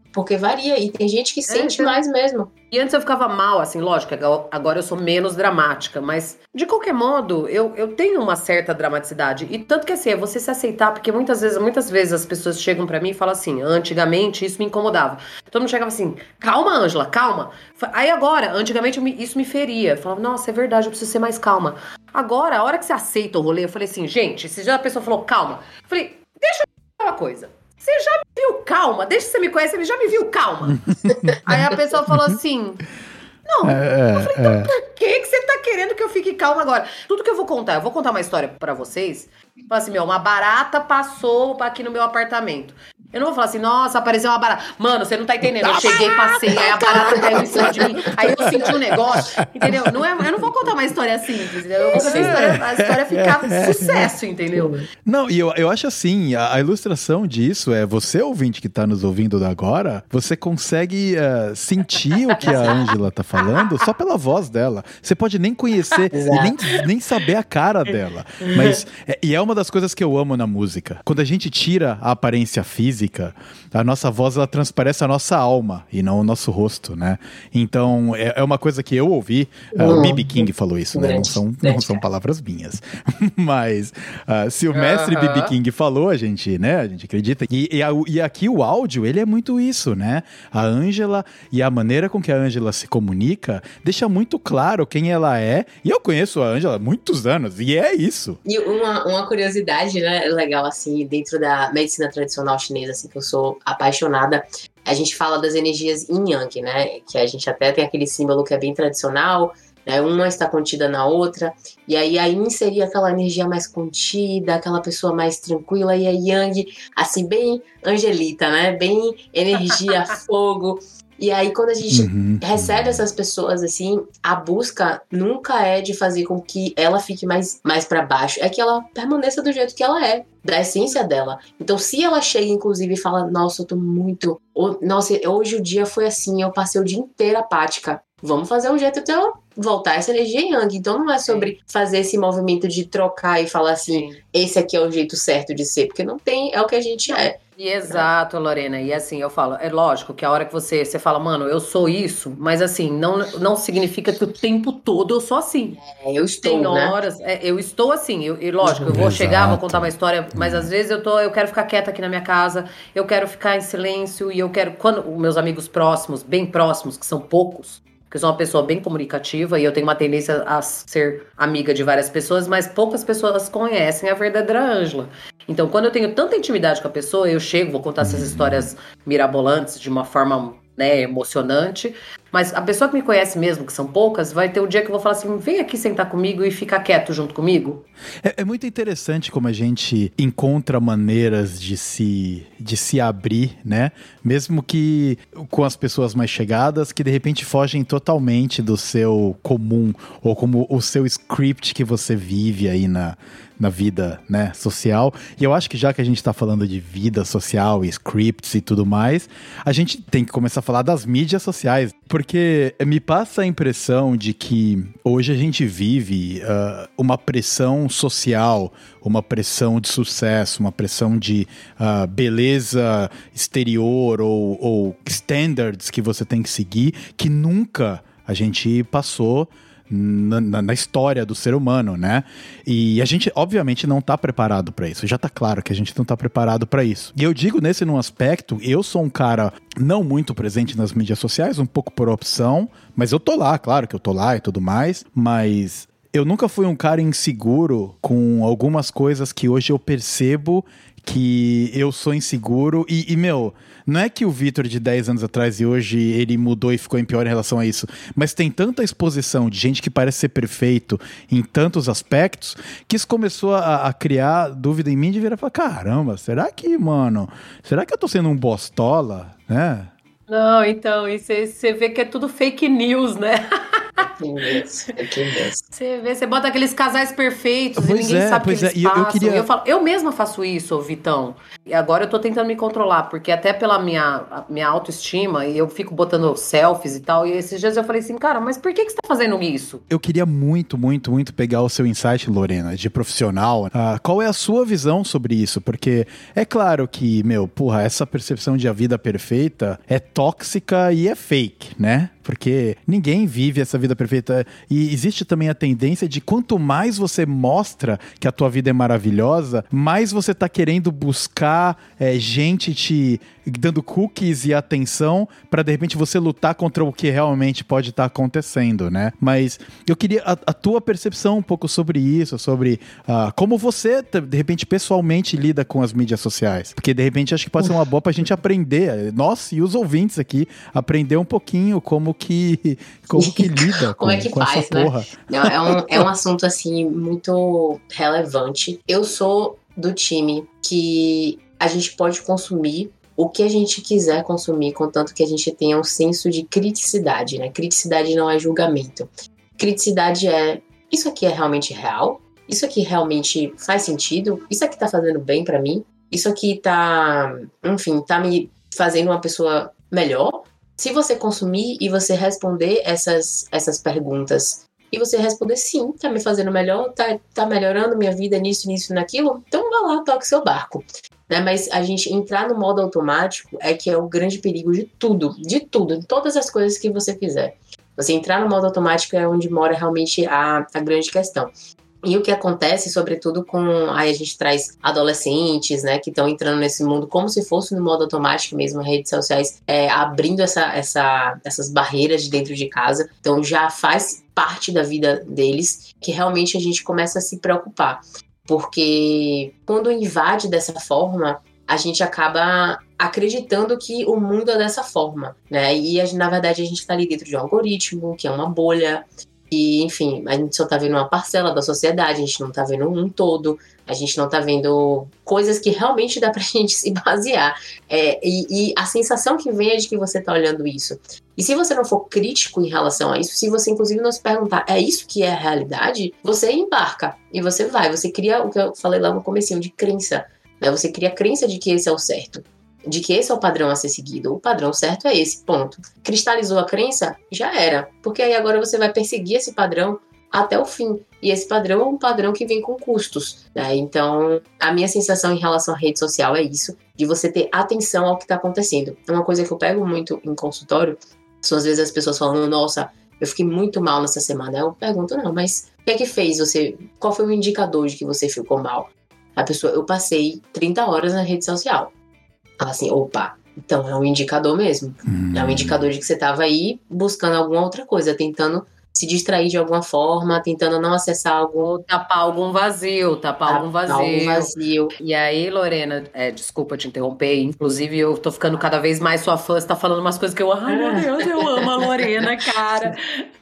porque varia, e tem gente que sente é, mais mesmo. E antes eu ficava mal, assim, lógico, agora eu sou menos dramática, mas de qualquer modo, eu, eu tenho uma certa dramaticidade, e tanto que assim, é você se aceitar, porque muitas vezes, muitas vezes as pessoas chegam pra mim e falam assim, antigamente isso me incomodava, todo mundo chegava assim, calma Ângela, calma, aí agora, antigamente isso me feria, eu falava, nossa, é verdade, eu preciso ser mais calma. Agora, a hora que você aceita o rolê, eu falei assim, gente, se já a pessoa falou calma, eu falei, deixa eu falar uma coisa. Você já me viu calma? Desde que você me conhece, ele já me viu calma. Aí a pessoa falou assim... Não. É, eu falei, então é. por que, que você tá querendo que eu fique calma agora? Tudo que eu vou contar, eu vou contar uma história pra vocês. Fala assim, meu, uma barata passou aqui no meu apartamento. Eu não vou falar assim, nossa, apareceu uma barata. Mano, você não tá entendendo. Eu cheguei, passei, aí a barata caiu em cima de mim. Aí eu senti um negócio, entendeu? Não é, eu não vou contar uma história simples, entendeu? Eu vou fazer a história, a história ficar sucesso, entendeu? Não, e eu, eu acho assim, a, a ilustração disso é você, ouvinte que tá nos ouvindo agora, você consegue uh, sentir o que a Ângela tá falando só pela voz dela. Você pode nem conhecer e nem, nem saber a cara dela. Mas, é, e é uma das coisas que eu amo na música. Quando a gente tira a aparência física, a nossa voz, ela transparece a nossa alma e não o nosso rosto, né? Então, é, é uma coisa que eu ouvi, uh, o B B King falou isso, né? Não são, não são palavras minhas. Mas, uh, se o mestre uh-huh. B B King falou, a gente, né? A gente acredita. E, e, a, e aqui o áudio, ele é muito isso, né? A Ângela e a maneira com que a Ângela se comunica deixa muito claro quem ela é. E eu conheço a Ângela há muitos anos, e é isso. E uma, uma curiosidade, né, legal, assim, dentro da medicina tradicional chinesa, assim, que eu sou apaixonada, a gente fala das energias yin yang, né, que a gente até tem aquele símbolo que é bem tradicional, né, uma está contida na outra, e aí a yin seria aquela energia mais contida, aquela pessoa mais tranquila, e a yang, assim, bem angelita, né, bem energia, fogo. E aí, quando a gente uhum. recebe essas pessoas, assim, a busca nunca é de fazer com que ela fique mais, mais pra baixo. É que ela permaneça do jeito que ela é, da essência dela. Então, se ela chega, inclusive, e fala, nossa, eu tô muito... Nossa, hoje o dia foi assim, eu passei o dia inteiro apática. Vamos fazer um jeito de eu voltar essa energia yang. Então, não é sobre Sim. fazer esse movimento de trocar e falar assim, Sim. esse aqui é o jeito certo de ser. Porque não tem, é o que a gente é. E exato, Lorena, e assim, eu falo, é lógico que a hora que você, você fala, mano, eu sou isso, mas assim, não, não significa que o tempo todo eu sou assim. É, eu estou, Tem né? horas, é, eu estou assim, eu, e lógico, eu vou exato. chegar, vou contar uma história, mas às vezes eu tô, eu quero ficar quieta aqui na minha casa, eu quero ficar em silêncio, e eu quero, quando os meus amigos próximos, bem próximos, que são poucos, porque eu sou uma pessoa bem comunicativa e eu tenho uma tendência a ser amiga de várias pessoas, mas poucas pessoas conhecem a verdadeira Ângela. Então, quando eu tenho tanta intimidade com a pessoa, eu chego, vou contar essas histórias mirabolantes de uma forma, né, emocionante, mas a pessoa que me conhece mesmo, que são poucas, vai ter um dia que eu vou falar assim, vem aqui sentar comigo e ficar quieto junto comigo. É, é muito interessante como a gente encontra maneiras de se, de se abrir, né? Mesmo que com as pessoas mais chegadas, que de repente fogem totalmente do seu comum, ou como o seu script que você vive aí na... na vida, né, social. E eu acho que já que a gente tá falando de vida social e scripts e tudo mais, a gente tem que começar a falar das mídias sociais, porque me passa a impressão de que hoje a gente vive uh, uma pressão social, uma pressão de sucesso, uma pressão de uh, beleza exterior ou, ou standards que você tem que seguir, que nunca a gente passou Na, na, na história do ser humano, né? E a gente, obviamente, não tá preparado pra isso. Já tá claro que a gente não tá preparado pra isso. E eu digo nesse num aspecto, eu sou um cara não muito presente nas mídias sociais, um pouco por opção, mas eu tô lá, claro que eu tô lá e tudo mais, mas eu nunca fui um cara inseguro com algumas coisas que hoje eu percebo que eu sou inseguro e, e meu, não é que o Vitor de dez anos atrás e hoje ele mudou e ficou em pior em relação a isso, mas tem tanta exposição de gente que parece ser perfeito em tantos aspectos que isso começou a, a criar dúvida em mim de virar e falar, caramba, será que, mano, será que eu tô sendo um bostola, né? Não, então, e você vê que é tudo fake news, né? Você vê, você bota aqueles casais perfeitos pois e ninguém é, sabe o que pois eles é. E eu, passam. eu, queria... eu, falo, eu mesma faço isso, Vitão. E agora eu tô tentando me controlar, porque até pela minha, minha autoestima, e eu fico botando selfies e tal, e esses dias eu falei assim, cara, mas por que, que você tá fazendo isso? Eu queria muito, muito, muito pegar o seu insight, Lorena, de profissional. Uh, qual é a sua visão sobre isso? Porque é claro que, meu, porra, essa percepção de a vida perfeita é tóxica e é fake, né? Porque ninguém vive essa vida perfeita. E existe também a tendência de quanto mais você mostra que a tua vida é maravilhosa, mais você tá querendo buscar é, gente te dando cookies e atenção pra de repente você lutar contra o que realmente pode estar acontecendo, né? Mas eu queria a, a tua percepção um pouco sobre isso, sobre uh, como você, de repente, pessoalmente lida com as mídias sociais. Porque de repente acho que pode ser uma boa pra gente aprender, nós e os ouvintes aqui, aprender um pouquinho como que, como que lida com, como é que com faz, essa né? porra. Não, é, um, é um assunto, assim, muito relevante. Eu sou do time que a gente pode consumir o que a gente quiser consumir, contanto que a gente tenha um senso de criticidade, né? Criticidade não é julgamento. Criticidade é, isso aqui é realmente real? Isso aqui realmente faz sentido? Isso aqui tá fazendo bem pra mim? Isso aqui tá, enfim, tá me fazendo uma pessoa melhor? Se você consumir e você responder essas, essas perguntas, e você responder sim, tá me fazendo melhor, tá, tá melhorando minha vida nisso, nisso, naquilo, então vá lá, toque seu barco. Né? Mas a gente entrar no modo automático é que é o grande perigo de tudo, de tudo, de todas as coisas que você fizer. Você entrar no modo automático é onde mora realmente a, a grande questão. E o que acontece, sobretudo com... Aí a gente traz adolescentes, né, que estão entrando nesse mundo como se fosse no modo automático mesmo, redes sociais, é, abrindo essa, essa, essas barreiras de dentro de casa. Então já faz parte da vida deles que realmente a gente começa a se preocupar. Porque quando invade dessa forma, a gente acaba acreditando que o mundo é dessa forma, né? E na verdade a gente está ali dentro de um algoritmo, que é uma bolha. E, enfim, a gente só tá vendo uma parcela da sociedade, a gente não tá vendo um todo, a gente não tá vendo coisas que realmente dá pra gente se basear. É, e, e a sensação que vem é de que você tá olhando isso. E se você não for crítico em relação a isso, se você inclusive não se perguntar, é isso que é a realidade? Você embarca e você vai, você cria o que eu falei lá no comecinho, de crença, né? Você cria a crença de que esse é o certo, de que esse é o padrão a ser seguido. O padrão certo é esse, ponto. Cristalizou a crença? Já era. Porque aí agora você vai perseguir esse padrão até o fim. E esse padrão é um padrão que vem com custos, né? Então, a minha sensação em relação à rede social é isso, de você ter atenção ao que está acontecendo. Uma coisa que eu pego muito em consultório, são às vezes as pessoas falando, nossa, eu fiquei muito mal nessa semana. Eu pergunto, não, mas o que é que fez você? Qual foi o indicador de que você ficou mal? A pessoa, eu passei trinta horas na rede social. Fala assim, opa, então é um indicador mesmo. Hum. É um indicador de que você estava aí buscando alguma outra coisa, tentando se distrair de alguma forma, tentando não acessar algum... Tapar algum vazio, tapar, tapar algum vazio. algum vazio. E aí, Lorena, é, desculpa te interromper, inclusive eu tô ficando cada vez mais sua fã, você tá falando umas coisas que eu... Ai, meu Deus, eu amo a Lorena, cara.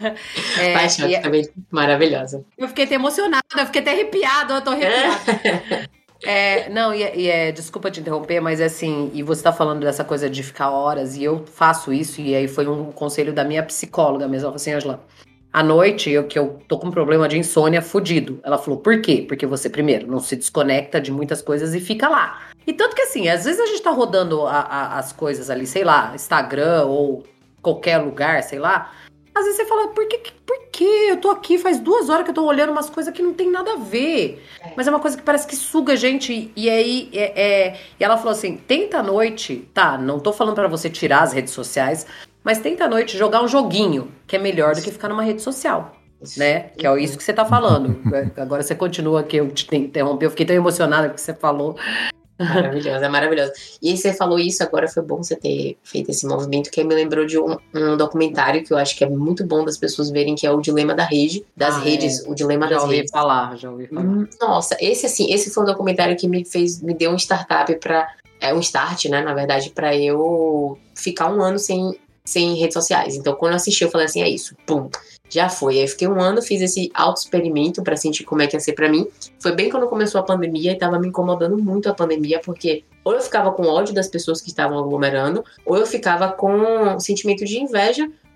É, Paixão, e... também maravilhosa. Eu fiquei até emocionada, eu fiquei até arrepiada, eu tô arrepiada. É, não, e, e é, desculpa te interromper, mas assim, e você tá falando dessa coisa de ficar horas, e eu faço isso, e aí foi um conselho da minha psicóloga mesmo, ela falou assim, Angela, à noite, eu, que eu tô com um problema de insônia fudido. Ela falou, por quê? Porque você, primeiro, não se desconecta de muitas coisas e fica lá. E tanto que assim, às vezes a gente tá rodando a, a, as coisas ali, sei lá, Instagram ou qualquer lugar, sei lá, às vezes você fala, por que, por que eu tô aqui faz duas horas que eu tô olhando umas coisas que não tem nada a ver. É. Mas é uma coisa que parece que suga a gente. E aí, é, é, e ela falou assim, tenta à noite, tá, não tô falando pra você tirar as redes sociais, mas tenta à noite jogar um joguinho, que é melhor do que ficar numa rede social, isso. Né? Que é isso que você tá falando. Agora você continua aqui, eu te interrompi, eu fiquei tão emocionada que você falou. Maravilhosa, é maravilhosa. E aí você falou isso, agora foi bom você ter feito esse movimento, que me lembrou de um, um documentário que eu acho que é muito bom das pessoas verem, que é o Dilema da Rede, das ah, redes, é. o Dilema já das ouvi redes. Falar, já ouvi falar. Nossa, esse assim, esse foi um documentário que me fez, me deu um startup para é um start, né, na verdade, para eu ficar um ano sem, sem redes sociais. Então, quando eu assisti, eu falei assim, é isso, pum. Já foi. Aí eu fiquei um ano, fiz esse auto-experimento pra sentir como é que ia ser pra mim. Foi bem quando começou a pandemia e tava me incomodando muito a pandemia, porque ou eu ficava com ódio das pessoas que estavam aglomerando, ou eu ficava com um sentimento de inveja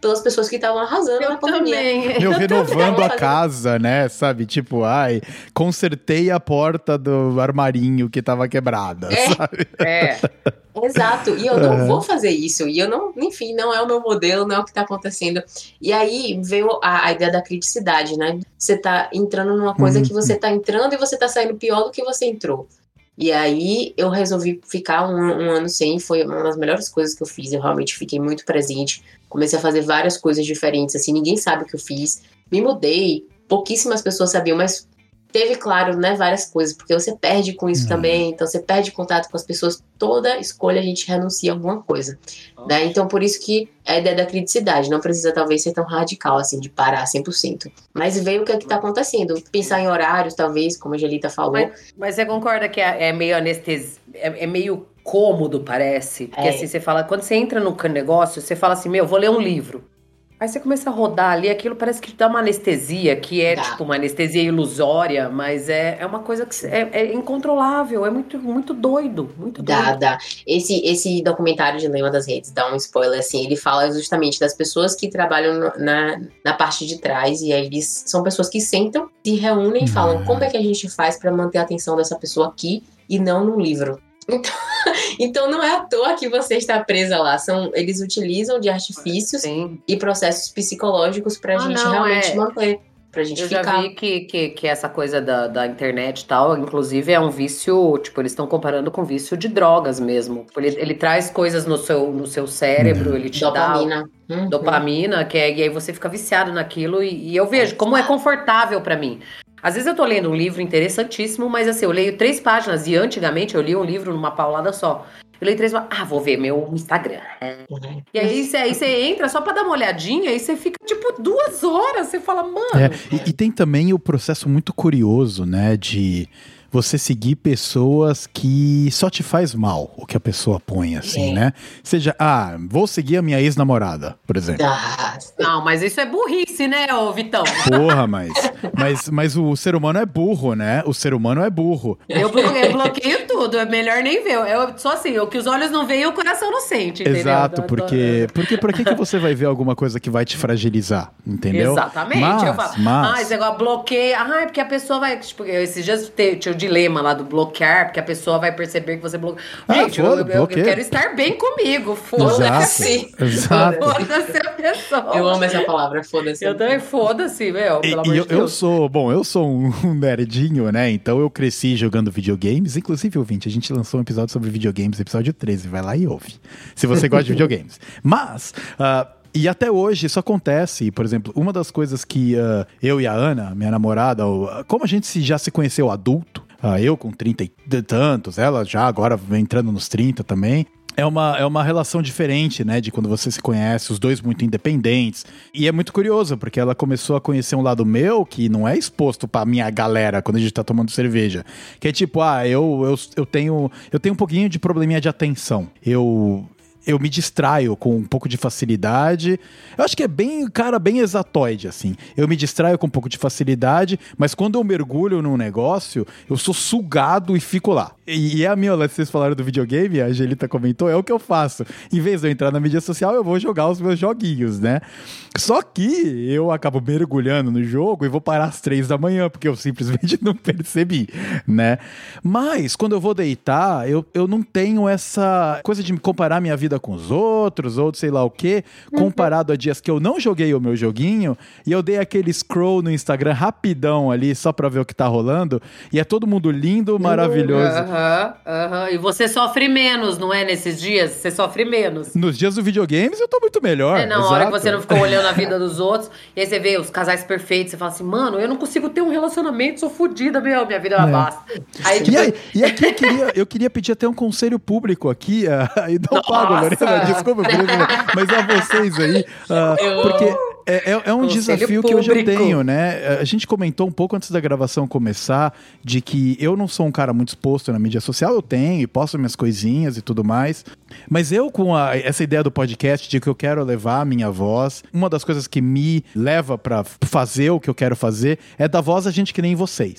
pelas pessoas que estavam arrasando eu na pandemia. Também. Eu renovando a casa, né? Sabe? Tipo, ai, consertei a porta do armarinho que tava quebrada, é. sabe? É. Exato, e eu não uhum. vou fazer isso, e eu não, enfim, não é o meu modelo, não é o que tá acontecendo. E aí veio a, a ideia da criticidade, né? Você tá entrando numa coisa uhum. que você tá entrando e você tá saindo pior do que você entrou. E aí eu resolvi ficar um, um ano sem, foi uma das melhores coisas que eu fiz, eu realmente fiquei muito presente, comecei a fazer várias coisas diferentes, assim, ninguém sabe o que eu fiz, me mudei, pouquíssimas pessoas sabiam, mas teve, claro, né, várias coisas, porque você perde com isso uhum. também, então você perde contato com as pessoas, toda escolha a gente renuncia a alguma coisa, oh. né, então por isso que é a ideia da criticidade, não precisa talvez ser tão radical, assim, de parar cem por cento, mas ver o que é que tá acontecendo, pensar em horários, talvez, como a Angelita falou. Mas, mas você concorda que é, é meio anestesia, é, é meio cômodo, parece, porque é. assim, você fala, quando você entra no negócio, você fala assim, meu, vou ler um livro. Aí você começa a rodar ali, aquilo parece que te dá uma anestesia, que é dá. tipo uma anestesia ilusória, mas é, é uma coisa que é, é incontrolável, é muito, muito doido, muito dá, doido. Dá, esse, esse documentário Dilema das Redes dá um spoiler, assim, ele fala justamente das pessoas que trabalham no, na, na parte de trás, e aí eles são pessoas que sentam, se reúnem e falam como é que a gente faz para manter a atenção dessa pessoa aqui e não no livro. Então, então não é à toa que você está presa lá. São, eles utilizam de artifícios Sim. e processos psicológicos pra ah, gente não, realmente é... manter. Pra gente Eu ficar... já vi que, que, que essa coisa da, da internet e tal, inclusive é um vício, tipo, eles estão comparando com vício de drogas mesmo. Ele, ele traz coisas no seu, no seu cérebro, uhum. ele te dopamina. dá uhum. dopamina, que é, e aí você fica viciado naquilo, e, e eu vejo como é confortável pra mim. Às vezes eu tô lendo um livro interessantíssimo, mas assim, eu leio três páginas, e antigamente eu li um livro numa paulada só. Eu leio três páginas, ah, vou ver meu Instagram. Uhum. E aí você, aí você entra só pra dar uma olhadinha, e você fica tipo duas horas, você fala, mano... É, e, e tem também o processo muito curioso, né, de... você seguir pessoas que só te faz mal, o que a pessoa põe, assim, é. né? Seja, ah, vou seguir a minha ex-namorada, por exemplo. Ah, não, mas isso é burrice, né, ô Vitão? Porra, mas, mas, mas o ser humano é burro, né? O ser humano é burro. Eu bloqueio, eu bloqueio tudo, é melhor nem ver. Eu, só assim, o que os olhos não veem, o coração não sente, entendeu? Exato, porque, porque por que, que você vai ver alguma coisa que vai te fragilizar, entendeu? Exatamente. Mas, eu falo, mas... ah, esse negócio bloqueia, ah, é porque a pessoa vai, tipo, esses dias tinha o dilema lá do bloquear, porque a pessoa vai perceber que você bloqueia. Ah, gente, foda, eu, eu, eu quero estar bem comigo, foda-se. Exato. Foda-se a pessoa. Eu amo essa palavra, foda-se. Eu também, foda-se, meu, pelo e, amor e de eu, Deus. Eu sou, bom, eu sou um nerdinho, né, então eu cresci jogando videogames, inclusive, ouvinte, a gente lançou um episódio sobre videogames, episódio treze, vai lá e ouve, se você gosta de videogames. Mas... Uh, E até hoje isso acontece. Por exemplo, uma das coisas que uh, eu e a Ana, minha namorada, uh, como a gente se, já se conheceu adulto, uh, eu com trinta e tantos, ela já agora entrando nos trinta também, é uma, é uma relação diferente, né, de quando você se conhece, os dois muito independentes. E é muito curioso, porque ela começou a conhecer um lado meu que não é exposto pra minha galera quando a gente tá tomando cerveja. Que é tipo, ah, eu, eu, eu, tenho, eu tenho um pouquinho de probleminha de atenção. Eu... Eu me distraio com um pouco de facilidade. Eu acho que é bem, cara, bem exatoide, assim. Eu me distraio com um pouco de facilidade, mas quando eu mergulho num negócio, eu sou sugado e fico lá. E é a minha, vocês falaram do videogame, a Angelita comentou, é o que eu faço. Em vez de eu entrar na mídia social, eu vou jogar os meus joguinhos, né? Só que eu acabo mergulhando no jogo e vou parar às três da manhã, porque eu simplesmente não percebi, né? Mas, quando eu vou deitar, eu, eu não tenho essa coisa de me comparar minha vida com os outros, ou sei lá o quê, comparado a dias que eu não joguei o meu joguinho, e eu dei aquele scroll no Instagram rapidão ali, só pra ver o que tá rolando, e é todo mundo lindo, maravilhoso. Aham, uhum, aham. Uhum. E você sofre menos, não é, nesses dias? Você sofre menos. Nos dias do videogames eu tô muito melhor. É, na hora que você não ficou olhando a vida dos outros, e aí você vê os casais perfeitos, você fala assim, mano, eu não consigo ter um relacionamento, sou fodida, meu, minha vida é uma é. basta. Aí, tipo... E, aí, e aqui eu queria, eu queria pedir até um conselho público aqui, uh, e não pago, Lorena, desculpa, mas a vocês aí, uh, porque é, é, é um Conselho desafio público. Que hoje eu tenho, né? A gente comentou um pouco antes da gravação começar, de que eu não sou um cara muito exposto na mídia social, eu tenho, e posto minhas coisinhas e tudo mais, mas eu com a, essa ideia do podcast, de que eu quero levar a minha voz, uma das coisas que me leva pra fazer o que eu quero fazer, é dar voz a gente que nem vocês.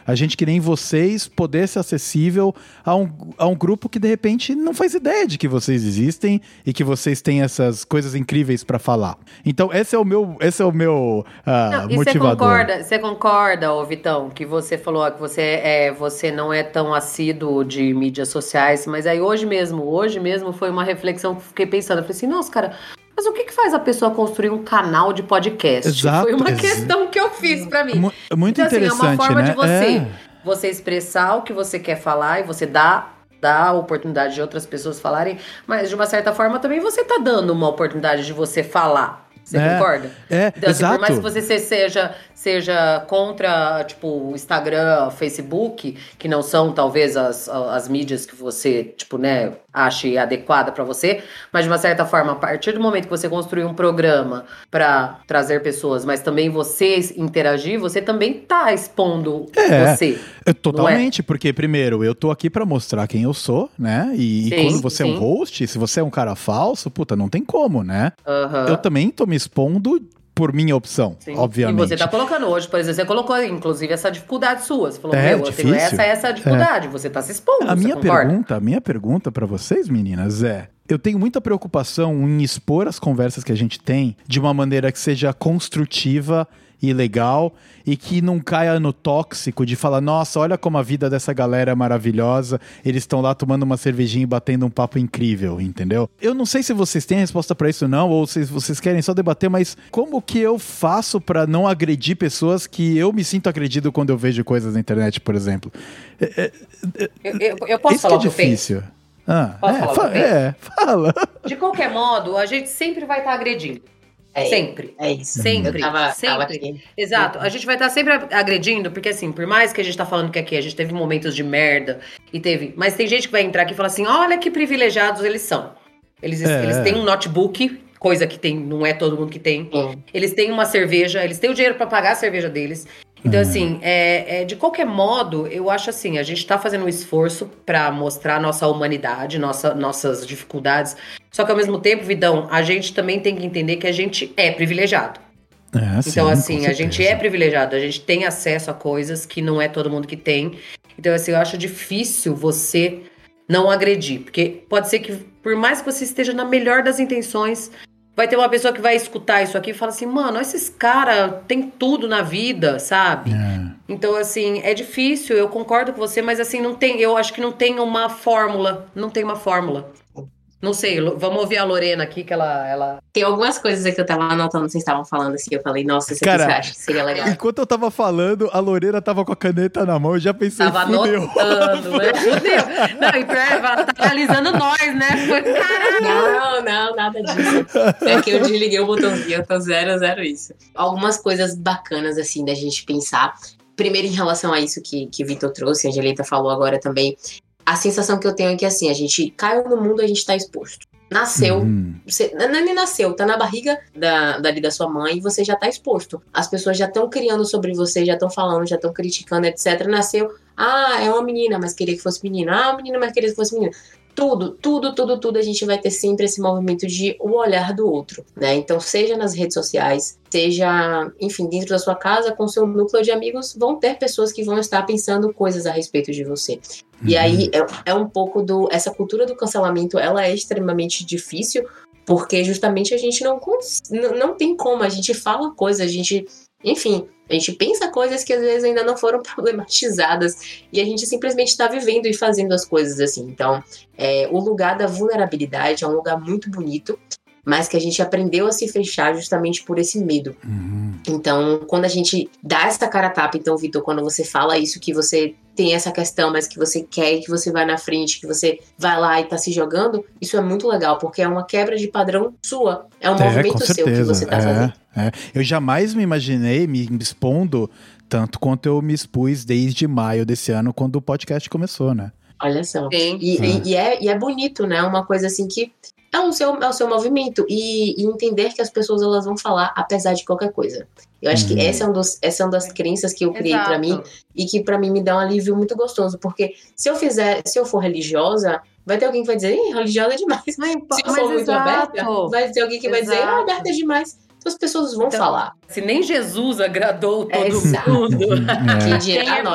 a gente, que nem vocês, poder ser acessível a um, a um grupo que, de repente, não faz ideia de que vocês existem e que vocês têm essas coisas incríveis pra falar. Então, esse é o meu, esse é o meu uh, não, e motivador. Você concorda, você concorda, ô Vitão, que você falou que você, é, você não é tão assíduo de mídias sociais, mas aí hoje mesmo, hoje mesmo foi uma reflexão que eu fiquei pensando. Eu falei assim, nossa, cara, mas o que que faz a pessoa construir um canal de podcast? Exato, foi uma ex- questão que eu fiz pra mim. Muito então, interessante, assim, é uma forma né? de você, é. você expressar o que você quer falar e você dá, dá a oportunidade de outras pessoas falarem, mas de uma certa forma também você tá dando uma oportunidade de você falar. Você é, concorda? É, então, assim, exato. por mais que você seja, seja contra, tipo, Instagram, Facebook, que não são, talvez, as, as mídias que você, tipo, né, ache adequada pra você, mas, de uma certa forma, a partir do momento que você construir um programa pra trazer pessoas, mas também você interagir, você também tá expondo é, você. É, totalmente, é? Porque, primeiro, eu tô aqui pra mostrar quem eu sou, né? E, sim, e quando você sim. é um host, se você é um cara falso, puta, não tem como, né? Uhum. Eu também tô me expondo por minha opção, sim. obviamente. E você tá colocando hoje, por exemplo, você colocou, inclusive, essa dificuldade sua. Você falou, é, meu, eu tenho essa, essa dificuldade. É. Você tá se expondo, a você minha concorda? pergunta, A minha pergunta pra vocês, meninas, é... Eu tenho muita preocupação em expor as conversas que a gente tem de uma maneira que seja construtiva e legal e que não caia no tóxico de falar, nossa, olha como a vida dessa galera é maravilhosa, eles estão lá tomando uma cervejinha e batendo um papo incrível, entendeu? Eu não sei se vocês têm a resposta pra isso não, ou se vocês querem só debater, mas como que eu faço pra não agredir pessoas que eu me sinto agredido quando eu vejo coisas na internet, por exemplo? É, é, eu, eu, eu posso falar o que eu difícil. penso? Ah, Posso é, falar fa- é, fala. De qualquer modo, a gente sempre vai estar agredindo. É, sempre. É isso. Sempre. Eu tava, sempre. tava aqui. Exato. A gente vai estar sempre agredindo, porque assim, por mais que a gente tá falando que aqui a gente teve momentos de merda, e teve. Mas tem gente que vai entrar aqui e falar assim: olha que privilegiados eles são. Eles, É. eles têm um notebook, coisa que tem, não é todo mundo que tem. Hum. Eles têm uma cerveja, eles têm o dinheiro pra pagar a cerveja deles. Então, assim, é, é, de qualquer modo, eu acho assim, a gente tá fazendo um esforço pra mostrar nossa humanidade, nossa, nossas dificuldades. Só que, ao mesmo tempo, Vidão, a gente também tem que entender que a gente é privilegiado. É, então, sim, assim, a gente é privilegiado, a gente tem acesso a coisas que não é todo mundo que tem. Então, assim, eu acho difícil você não agredir. Porque pode ser que, por mais que você esteja na melhor das intenções... Vai ter uma pessoa que vai escutar isso aqui e fala assim, mano, esses caras têm tudo na vida, sabe? É. Então, assim, é difícil, eu concordo com você, mas assim, não tem, eu acho que não tem uma fórmula, não tem uma fórmula. Não sei, vamos ouvir a Lorena aqui, que ela... ela... Tem algumas coisas que eu tava anotando, vocês estavam falando assim, eu falei, nossa, isso Cara, aqui você acha que seria legal. Enquanto eu tava falando, a Lorena tava com a caneta na mão, eu já pensei, tava fudeu. Anotando, né? Fudeu. Não, e pior, ela tá analisando nós, né? Foi, caralho. Não, não, nada disso. É que eu desliguei o botãozinho, eu tô zero, zero isso. Algumas coisas bacanas, assim, da gente pensar. Primeiro, em relação a isso que, que Vitor trouxe, a Angelita falou agora também, a sensação que eu tenho é que, assim, a gente caiu no mundo, a gente tá exposto. Nasceu, uhum. você, não, nem nasceu, tá na barriga da, dali da sua mãe e você já tá exposto. As pessoas já estão criando sobre você, já estão falando, já estão criticando, etcétera. Nasceu, ah, é uma menina, mas queria que fosse menina. Ah, uma menina, mas queria que fosse menina. Tudo, tudo, tudo, tudo, a gente vai ter sempre esse movimento de o olhar do outro, né? Então, seja nas redes sociais, seja, enfim, dentro da sua casa, com seu núcleo de amigos, vão ter pessoas que vão estar pensando coisas a respeito de você. Uhum. E aí, é, é um pouco do... Essa cultura do cancelamento, ela é extremamente difícil, porque justamente a gente não, não, não tem como, a gente fala coisas, a gente... Enfim, a gente pensa coisas que às vezes ainda não foram problematizadas e a gente simplesmente está vivendo e fazendo as coisas assim. Então, é, o lugar da vulnerabilidade é um lugar muito bonito, mas que a gente aprendeu a se fechar justamente por esse medo. Uhum. Então, quando a gente dá essa cara a tapa, então, Vitor, quando você fala isso, que você tem essa questão, mas que você quer, que você vai na frente, que você vai lá e tá se jogando, isso é muito legal, porque é uma quebra de padrão sua. É um é, movimento seu que você tá é, fazendo. É. Eu jamais me imaginei me expondo tanto quanto eu me expus desde maio desse ano, quando o podcast começou, né? Olha só. Sim. E, e, e, é, e é bonito, né? Uma coisa assim que é o seu, é o seu movimento. E, e entender que as pessoas elas vão falar apesar de qualquer coisa. Eu acho uhum. que essa é, um dos, essa é uma das crenças que eu criei Exato. Pra mim. E que pra mim me dá um alívio muito gostoso. Porque se eu fizer, se eu for religiosa, vai ter alguém que vai dizer, religiosa é demais. Mas, se eu for muito exato. aberta, vai ter alguém que vai Exato. dizer, ah, aberta é demais. Então as pessoas vão então, falar. Se nem Jesus agradou todo Exato. mundo. Quem dirá é, nós.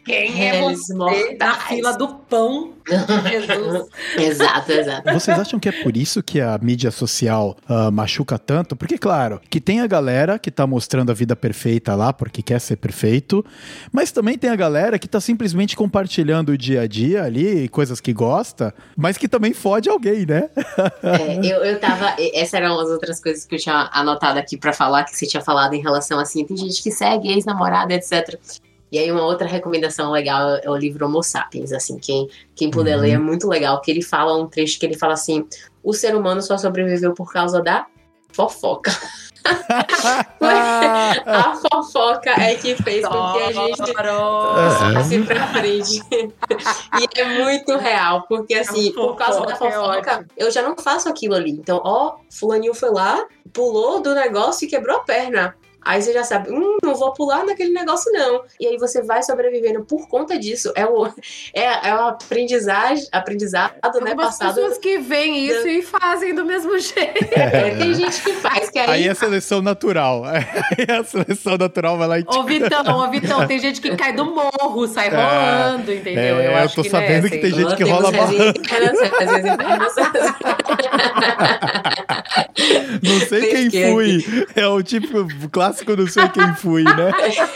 Quem é você mortais. Na fila do pão? Jesus. Exato, exato. Vocês acham que é por isso que a mídia social uh, machuca tanto? Porque, claro, que tem a galera que tá mostrando a vida perfeita lá porque quer ser perfeito, mas também tem a galera que tá simplesmente compartilhando o dia a dia ali, coisas que gosta, mas que também fode alguém, né? É, eu, eu tava... Essas eram as outras coisas que eu tinha anotado aqui pra falar, que você tinha falado em relação, assim, tem gente que segue ex-namorada, etcétera. E aí uma outra recomendação legal é o livro Homo Sapiens, assim, quem, quem puder uhum. ler é muito legal, que ele fala um trecho que ele fala assim, o ser humano só sobreviveu por causa da fofoca. A fofoca é que fez com que a gente passe pra frente. E é muito real, porque assim, por causa da fofoca, eu já não faço aquilo ali. Então, ó, fulaninho foi lá, pulou do negócio e quebrou a perna. Aí você já sabe, hum, não vou pular naquele negócio não. E aí você vai sobrevivendo por conta disso. É o, é, é o aprendizagem, aprendizado, é né, passado. Pessoas que veem isso do... e fazem do mesmo jeito. É, tem gente que faz, que aí... Aí é seleção natural. Aí a seleção natural vai lá e... Ô, Vitão, ô, Vitão, tem gente que cai do morro, sai rolando, é, entendeu? É, eu, acho eu tô que sabendo né, que tem gente que rola barranco. Não sei tem quem que fui. Aqui. É o tipo clássico não sei quem fui, né?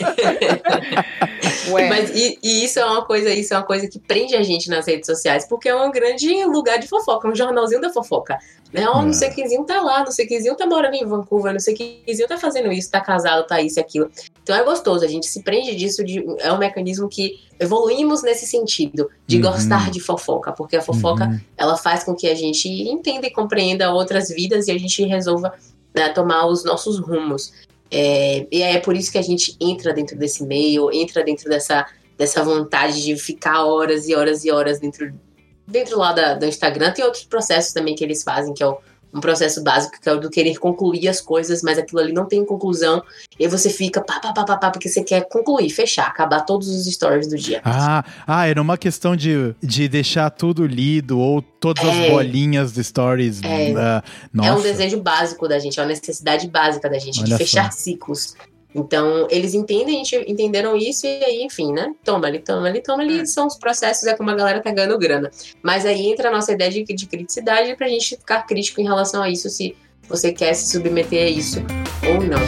Ué. Mas e, e isso é uma coisa, isso é uma coisa que prende a gente nas redes sociais, porque é um grande lugar de fofoca, um jornalzinho da fofoca. Né? Oh, não sei quemzinho tá lá, não sei quemzinho tá morando em Vancouver, não sei quemzinho tá fazendo isso, tá casado, tá isso e aquilo. Então é gostoso, a gente se prende disso, de, é um mecanismo que evoluímos nesse sentido, de uhum. gostar de fofoca, porque a fofoca, uhum. ela faz com que a gente entenda e compreenda outras vidas e a gente resolva, né, tomar os nossos rumos. É, e é por isso que a gente entra dentro desse meio, entra dentro dessa, dessa vontade de ficar horas e horas e horas dentro, dentro lá da, do Instagram. Tem outros processos também que eles fazem, que é o, um processo básico, que é o do querer concluir as coisas, mas aquilo ali não tem conclusão, e aí você fica pá, pá, pá, pá, pá, porque você quer concluir, fechar, acabar todos os stories do dia. Ah, ah era uma questão de, de deixar tudo lido, ou todas é, as bolinhas de stories. É, uh, nossa. É um desejo básico da gente, é uma necessidade básica da gente, Olha de fechar só. ciclos. Então, eles entendem, a gente entenderam isso, e aí, enfim, né? Toma ali, toma ali, toma ali, são os processos, é como a galera tá ganhando grana. Mas aí entra a nossa ideia de, de criticidade pra gente ficar crítico em relação a isso, se você quer se submeter a isso ou não.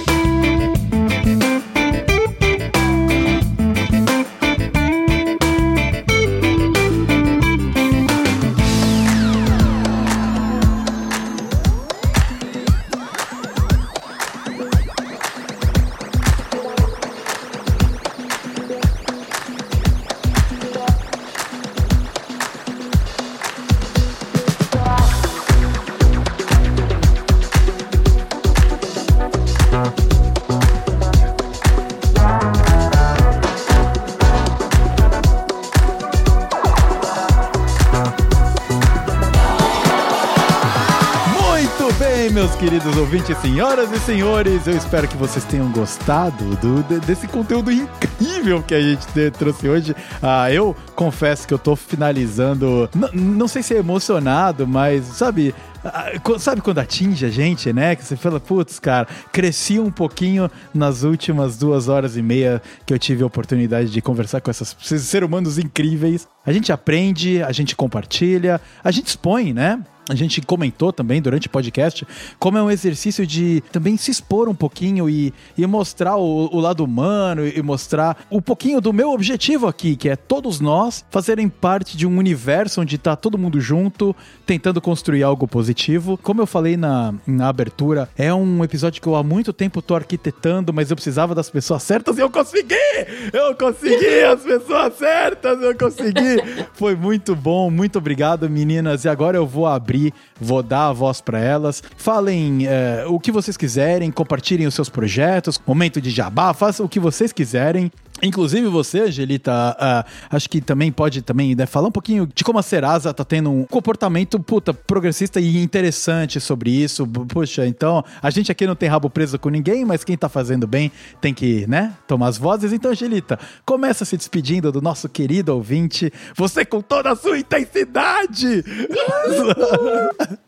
Meus queridos ouvintes, senhoras e senhores, eu espero que vocês tenham gostado do, de, desse conteúdo incrível que a gente te, trouxe hoje. Ah, eu confesso que eu tô finalizando, n- não sei se é emocionado, mas sabe... Sabe quando atinge a gente, né? Que você fala, putz, cara, cresci um pouquinho nas últimas duas horas e meia que eu tive a oportunidade de conversar com essas, esses seres humanos incríveis. A gente aprende, a gente compartilha, a gente expõe, né? A gente comentou também durante o podcast como é um exercício de também se expor um pouquinho e, e mostrar o, o lado humano e mostrar um pouquinho do meu objetivo aqui, que é todos nós fazerem parte de um universo onde tá todo mundo junto, tentando construir algo positivo. Como eu falei na, na abertura, é um episódio que eu há muito tempo tô arquitetando, mas eu precisava das pessoas certas e eu consegui! Eu consegui as pessoas certas, eu consegui! Foi muito bom, muito obrigado, meninas. E agora eu vou abrir, vou dar a voz para elas. Falem é, o que vocês quiserem, compartilhem os seus projetos, momento de jabá, façam o que vocês quiserem. Inclusive você, Angelita, uh, acho que também pode também, né, falar um pouquinho de como a Serasa tá tendo um comportamento, puta, progressista e interessante sobre isso. Puxa, então, a gente aqui não tem rabo preso com ninguém, mas quem tá fazendo bem tem que, né, tomar as vozes. Então, Angelita, começa se despedindo do nosso querido ouvinte, você com toda a sua intensidade!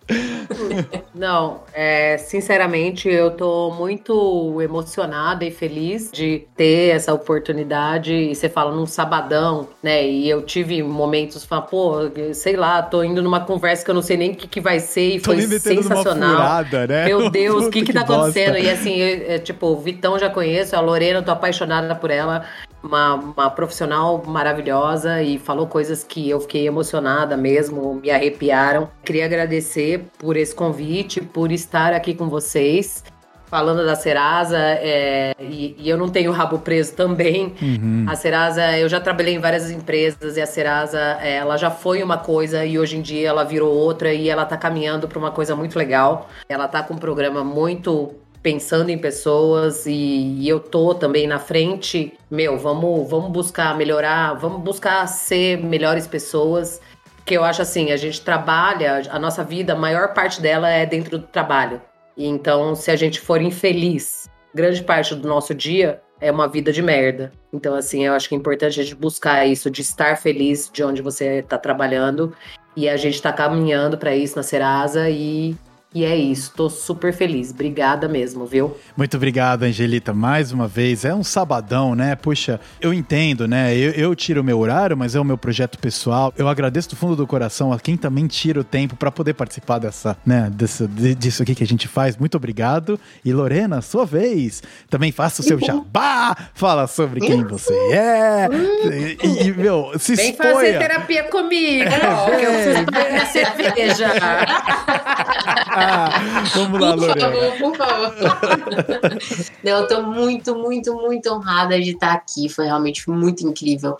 Não, é, sinceramente, eu tô muito emocionada e feliz de ter essa oportunidade. E você fala num sabadão, né? E eu tive momentos, fala, pô, sei lá, tô indo numa conversa que eu não sei nem o que, que vai ser e tô foi sensacional. Furada, né? Meu Deus, o que que, que tá bosta. acontecendo? E assim, eu, eu, tipo, o Vitão já conheço, a Lorena, eu tô apaixonada por ela. Uma, uma profissional maravilhosa e falou coisas que eu fiquei emocionada mesmo, me arrepiaram. Queria agradecer por esse convite, por estar aqui com vocês, falando da Serasa, é, e, e eu não tenho rabo preso também. Uhum. A Serasa, eu já trabalhei em várias empresas e a Serasa, ela já foi uma coisa e hoje em dia ela virou outra e ela tá caminhando para uma coisa muito legal. Ela tá com um programa muito pensando em pessoas e, e eu tô também na frente, meu, vamos, vamos buscar melhorar, vamos buscar ser melhores pessoas, porque eu acho assim, a gente trabalha, a nossa vida, a maior parte dela é dentro do trabalho, e então se a gente for infeliz, grande parte do nosso dia é uma vida de merda, então assim, eu acho que é importante a gente buscar isso, de estar feliz de onde você tá trabalhando, e a gente tá caminhando para isso na Serasa e E é isso, tô super feliz. Obrigada mesmo, viu? Muito obrigado, Angelita, mais uma vez. É um sabadão, né? Puxa, eu entendo, né? Eu, eu tiro o meu horário, mas é o meu projeto pessoal. Eu agradeço do fundo do coração a quem também tira o tempo para poder participar dessa, né? Dessa, disso aqui que a gente faz. Muito obrigado. E Lorena, sua vez. Também faça o seu jabá. Fala sobre quem você é. E, e meu, se vem exponha. Fazer terapia comigo. Ó, que eu preciso pagar minha cerveja. Ah, vamos lá, Lorena. Por favor, por favor. Eu tô muito, muito, muito honrada de estar aqui. Foi realmente muito incrível.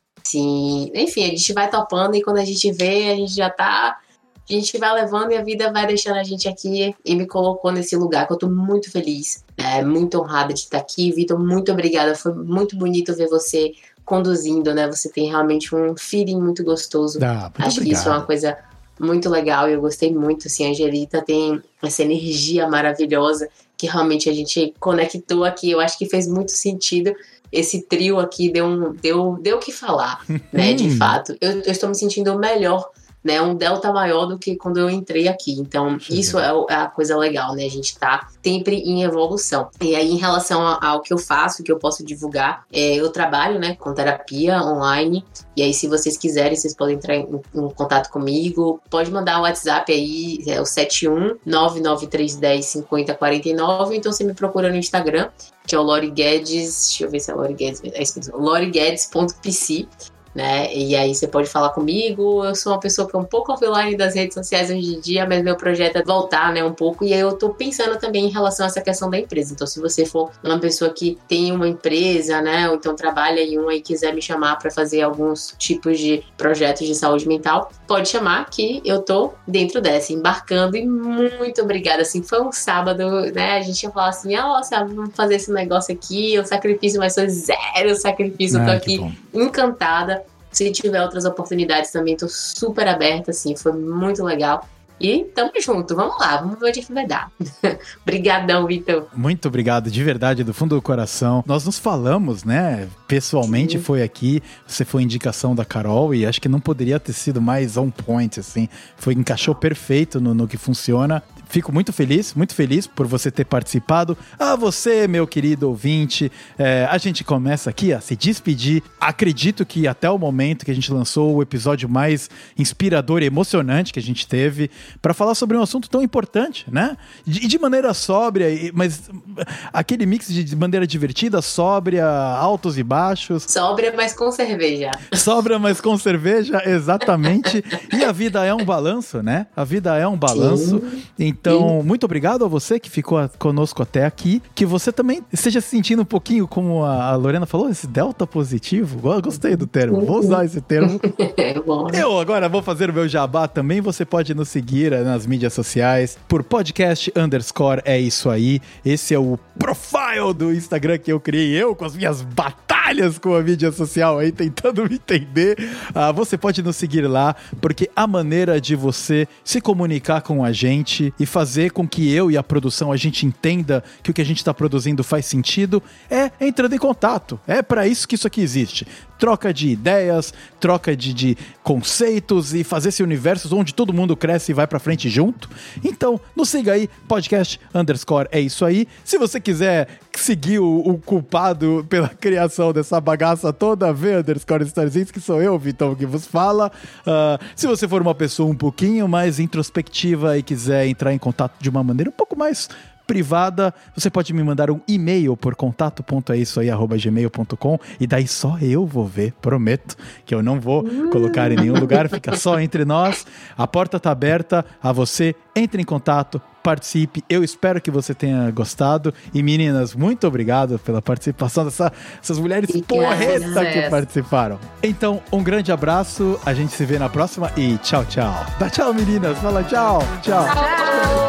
Sim, enfim, a gente vai topando e quando a gente vê, a gente já tá... A gente vai levando e a vida vai deixando a gente aqui e me colocou nesse lugar que eu tô muito feliz. É, muito honrada de estar aqui. Vitor, muito obrigada. Foi muito bonito ver você conduzindo, né? Você tem realmente um feeling muito gostoso. Ah, muito Acho obrigado. que isso é uma coisa... muito legal, eu gostei muito, assim, a Angelita tem essa energia maravilhosa que realmente a gente conectou aqui, eu acho que fez muito sentido, esse trio aqui deu um, deu, deu o que falar, né, de fato, eu, eu estou me sentindo melhor, né, um delta maior do que quando eu entrei aqui, então isso é, é a coisa legal, né, a gente tá sempre em evolução. E aí em relação ao que eu faço, que eu posso divulgar, é, eu trabalho, né, com terapia online, e aí se vocês quiserem, vocês podem entrar em, em contato comigo, pode mandar o WhatsApp aí, é o sete um nove nove três um zero cinco zero quatro nove, então você me procura no Instagram, que é o Lori Guedes, deixa eu ver se é Lori Guedes, é isso mesmo, lori guedes ponto p c, né? E aí você pode falar comigo. Eu sou uma pessoa que é um pouco offline das redes sociais hoje em dia, mas meu projeto é voltar, né, um pouco, e aí eu tô pensando também em relação a essa questão da empresa. Então se você for uma pessoa que tem uma empresa, né, ou então trabalha em uma e quiser me chamar para fazer alguns tipos de projetos de saúde mental, pode chamar que eu tô dentro dessa, embarcando. E muito obrigada, assim, foi um sábado, né, a gente ia falar assim, ah, oh, vamos fazer esse negócio aqui, o sacrifício, mas foi zero sacrifício, eu tô aqui encantada. Se tiver outras oportunidades também, tô super aberta, assim, foi muito legal. E tamo junto, vamos lá, vamos ver onde é que vai dar. Obrigadão, Vitor. Muito obrigado, de verdade, do fundo do coração. Nós nos falamos, né, pessoalmente. Sim. Foi aqui, você foi indicação da Carol e acho que não poderia ter sido mais on point, assim. Foi, encaixou perfeito no, no que funciona. Fico muito feliz, muito feliz por você ter participado. A você, meu querido ouvinte, é, a gente começa aqui a se despedir. Acredito que até o momento que a gente lançou o episódio mais inspirador e emocionante que a gente teve para falar sobre um assunto tão importante, né? E de, de maneira sóbria, mas aquele mix de, de maneira divertida, sóbria, altos e baixos. Sóbria, mas com cerveja. Sóbria, mas com cerveja, exatamente. E a vida é um balanço, né? A vida é um balanço. Sim. Então, muito obrigado a você que ficou conosco até aqui, que você também esteja se sentindo um pouquinho, como a Lorena falou, esse delta positivo. Eu gostei do termo, vou usar esse termo. É bom. Eu agora vou fazer o meu jabá também, você pode nos seguir nas mídias sociais por podcast underscore é isso aí. Esse é o profile do Instagram que eu criei, eu com as minhas batalhas com a mídia social aí, tentando me entender. Ah, você pode nos seguir lá, porque a maneira de você se comunicar com a gente e fazer com que eu e a produção a gente entenda que o que a gente está produzindo faz sentido é entrando em contato. É para isso que isso aqui existe. troca de ideias, troca de, de conceitos e fazer esse universo onde todo mundo cresce e vai pra frente junto. Então, nos siga aí, podcast underscore é isso aí. Se você quiser seguir o, o culpado pela criação dessa bagaça toda, vê underscore Starzinski, que sou eu, Vitão, que vos fala. Uh, se você for uma pessoa um pouquinho mais introspectiva e quiser entrar em contato de uma maneira um pouco mais privada, você pode me mandar um e-mail por contato ponto é isso aí arroba gmail ponto com e daí só eu vou ver, prometo que eu não vou colocar em nenhum lugar, fica só entre nós. A porta tá aberta a você, entre em contato, participe. Eu espero que você tenha gostado. E meninas, muito obrigado pela participação dessa, dessas mulheres porretas que participaram. Então, um grande abraço, a gente se vê na próxima e tchau, tchau. Dá tchau, meninas. Fala tchau. Tchau. Tchau.